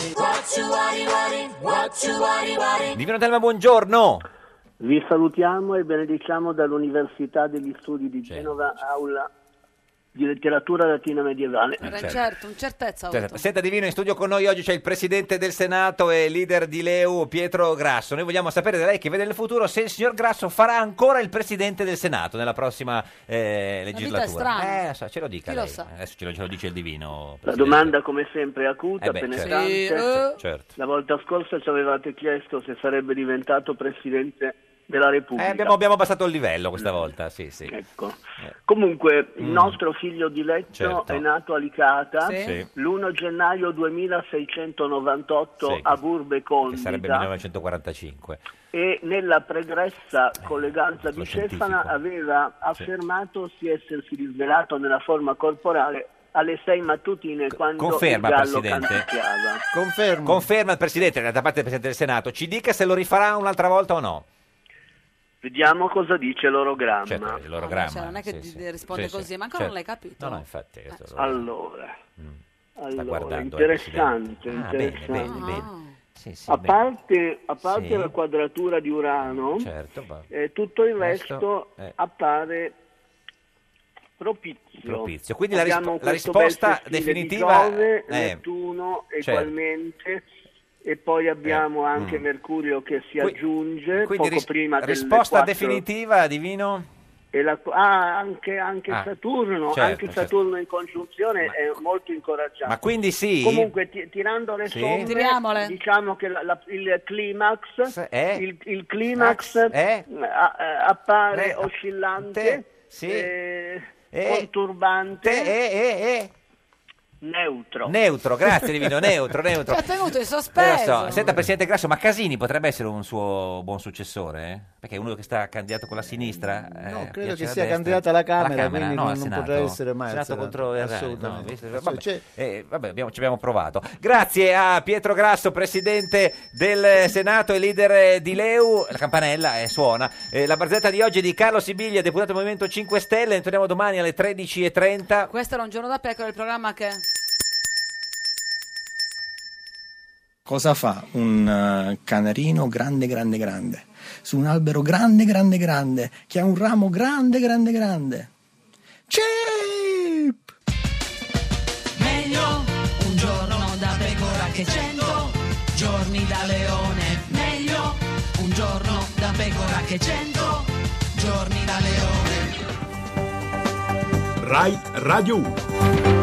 Speaker 3: Divino Telma, buongiorno.
Speaker 16: Vi salutiamo e benediciamo dall'Università degli Studi di Genova, aula di letteratura latina medievale.
Speaker 2: Era
Speaker 3: certo.
Speaker 2: certo, un certezza ha
Speaker 3: Cioè,
Speaker 2: avuto.
Speaker 3: senta Divino, in studio con noi oggi c'è il Presidente del Senato e leader di Leu, Pietro Grasso. Noi vogliamo sapere da lei, che vede nel futuro, se il signor Grasso farà ancora il Presidente del Senato nella prossima eh,
Speaker 2: vita è
Speaker 3: legislatura.
Speaker 2: strana.
Speaker 3: Eh, so, ce lo dica
Speaker 2: Chi lo
Speaker 3: lei.
Speaker 2: sa?
Speaker 3: Adesso ce lo, ce lo dice il Divino.
Speaker 16: La
Speaker 3: Presidente.
Speaker 16: domanda come sempre è acuta,
Speaker 3: Eh beh,
Speaker 16: penetrante.
Speaker 2: Sì, eh.
Speaker 3: Certo.
Speaker 16: La volta scorsa ci avevate chiesto se sarebbe diventato Presidente della
Speaker 3: Eh,
Speaker 16: Repubblica.
Speaker 3: abbiamo, abbiamo abbassato il livello questa volta, sì, sì.
Speaker 16: Ecco.
Speaker 3: Eh.
Speaker 16: Comunque il
Speaker 3: Mm.
Speaker 16: nostro figlio diletto
Speaker 3: Certo.
Speaker 16: è nato a Licata
Speaker 2: Sì.
Speaker 3: Sì.
Speaker 16: l'primo gennaio duemilaseicentonovantotto
Speaker 3: Sì.
Speaker 16: a Burbe
Speaker 3: Che sarebbe
Speaker 16: Condita,
Speaker 3: millenovecentoquarantacinque.
Speaker 16: e nella pregressa colleganza
Speaker 3: lo
Speaker 16: bicefala
Speaker 3: scientifico.
Speaker 16: aveva affermato di essersi risvelato nella forma corporale alle sei mattutine quando
Speaker 3: Conferma,
Speaker 16: il gallo
Speaker 3: Presidente?
Speaker 16: canticchiava.
Speaker 8: Confermo.
Speaker 3: Conferma il Presidente, da parte del Presidente del Senato, ci dica se lo rifarà un'altra volta o no.
Speaker 16: Vediamo cosa dice l'orogramma.
Speaker 3: Certo, il loro
Speaker 2: Vabbè,
Speaker 3: gramma.
Speaker 2: cioè, non è che
Speaker 3: sì,
Speaker 2: ti
Speaker 3: sì.
Speaker 2: risponde
Speaker 3: Sì,
Speaker 2: così,
Speaker 3: sì,
Speaker 2: ma ancora non
Speaker 3: certo.
Speaker 2: l'hai capito.
Speaker 3: No, no, infatti. questo lo-
Speaker 16: Allora,
Speaker 3: Mm.
Speaker 16: allora
Speaker 3: guardando, eh,
Speaker 16: interessante,
Speaker 3: Presidente. Ah, bene,
Speaker 16: interessante.
Speaker 3: bene, bene.
Speaker 2: Ah.
Speaker 3: Sì, sì,
Speaker 16: A
Speaker 3: bene.
Speaker 16: parte, a parte
Speaker 3: Sì.
Speaker 16: la quadratura di Urano,
Speaker 3: Certo, ma-
Speaker 16: eh, tutto il
Speaker 3: Questo,
Speaker 16: resto
Speaker 3: eh.
Speaker 16: appare propizio.
Speaker 3: Propizio. Quindi la
Speaker 16: Abbiamo
Speaker 3: rispo- la
Speaker 16: questo
Speaker 3: risposta
Speaker 16: bel sestile
Speaker 3: definitiva-
Speaker 16: di Giove,
Speaker 3: eh.
Speaker 16: Nettuno
Speaker 3: Certo.
Speaker 16: egualmente, e poi abbiamo
Speaker 3: Eh,
Speaker 16: anche
Speaker 3: mm.
Speaker 16: Mercurio che si
Speaker 3: Qui-
Speaker 16: aggiunge
Speaker 3: Quindi
Speaker 16: poco
Speaker 3: ris-
Speaker 16: prima delle
Speaker 3: risposta
Speaker 16: quattro.
Speaker 3: definitiva, Divino?
Speaker 16: E la- ah, anche, anche
Speaker 3: Ah,
Speaker 16: Saturno,
Speaker 3: certo,
Speaker 16: anche
Speaker 3: certo.
Speaker 16: Saturno in congiunzione è molto incoraggiante.
Speaker 3: Ma quindi sì?
Speaker 16: Comunque, ti- tirando le
Speaker 3: Sì.
Speaker 16: somme,
Speaker 2: Tiriamole.
Speaker 16: diciamo che la- la- il climax,
Speaker 3: è?
Speaker 16: il, il climax
Speaker 3: È?
Speaker 16: a- a- appare
Speaker 3: Eh,
Speaker 16: oscillante,
Speaker 3: sì.
Speaker 16: eh,
Speaker 3: Eh,
Speaker 16: conturbante,
Speaker 3: Te- eh, eh, eh.
Speaker 16: neutro.
Speaker 3: Neutro, grazie Divino, neutro, neutro.
Speaker 2: Ci ha tenuto in
Speaker 3: Eh, lo
Speaker 2: sospeso.
Speaker 3: so. Senta, Presidente Grasso, ma Casini potrebbe essere un suo buon successore? eh? Perché è uno che sta candidato con la sinistra. eh,
Speaker 8: No, credo
Speaker 3: piace
Speaker 8: che
Speaker 3: alla
Speaker 8: sia
Speaker 3: destra.
Speaker 8: candidato alla Camera, quindi
Speaker 3: no,
Speaker 8: non-
Speaker 3: al
Speaker 8: non
Speaker 3: Senato.
Speaker 8: potrà essere mai al
Speaker 3: Senato
Speaker 8: Senato,
Speaker 3: contro Errani,
Speaker 8: assolutamente.
Speaker 3: no, visto-
Speaker 8: Assolut-
Speaker 3: vabbè,
Speaker 8: c'è-
Speaker 3: eh, vabbè, abbiamo- ci abbiamo provato. Grazie a Pietro Grasso, Presidente del Senato e leader di Leu. La campanella eh, suona. Eh, la barzelletta di oggi è di Carlo Sibiglia, deputato del Movimento cinque Stelle. Ne torniamo domani alle tredici e trenta.
Speaker 2: Questo era Un giorno da pecora, il programma che...
Speaker 17: Cosa fa un eh, canarino grande, grande, grande, su un albero grande, grande, grande, che ha un ramo grande, grande, grande? Chip!
Speaker 18: Meglio un giorno da pecora che cento giorni da leone. Meglio un giorno da pecora che cento giorni da leone.
Speaker 19: Rai Radio uno.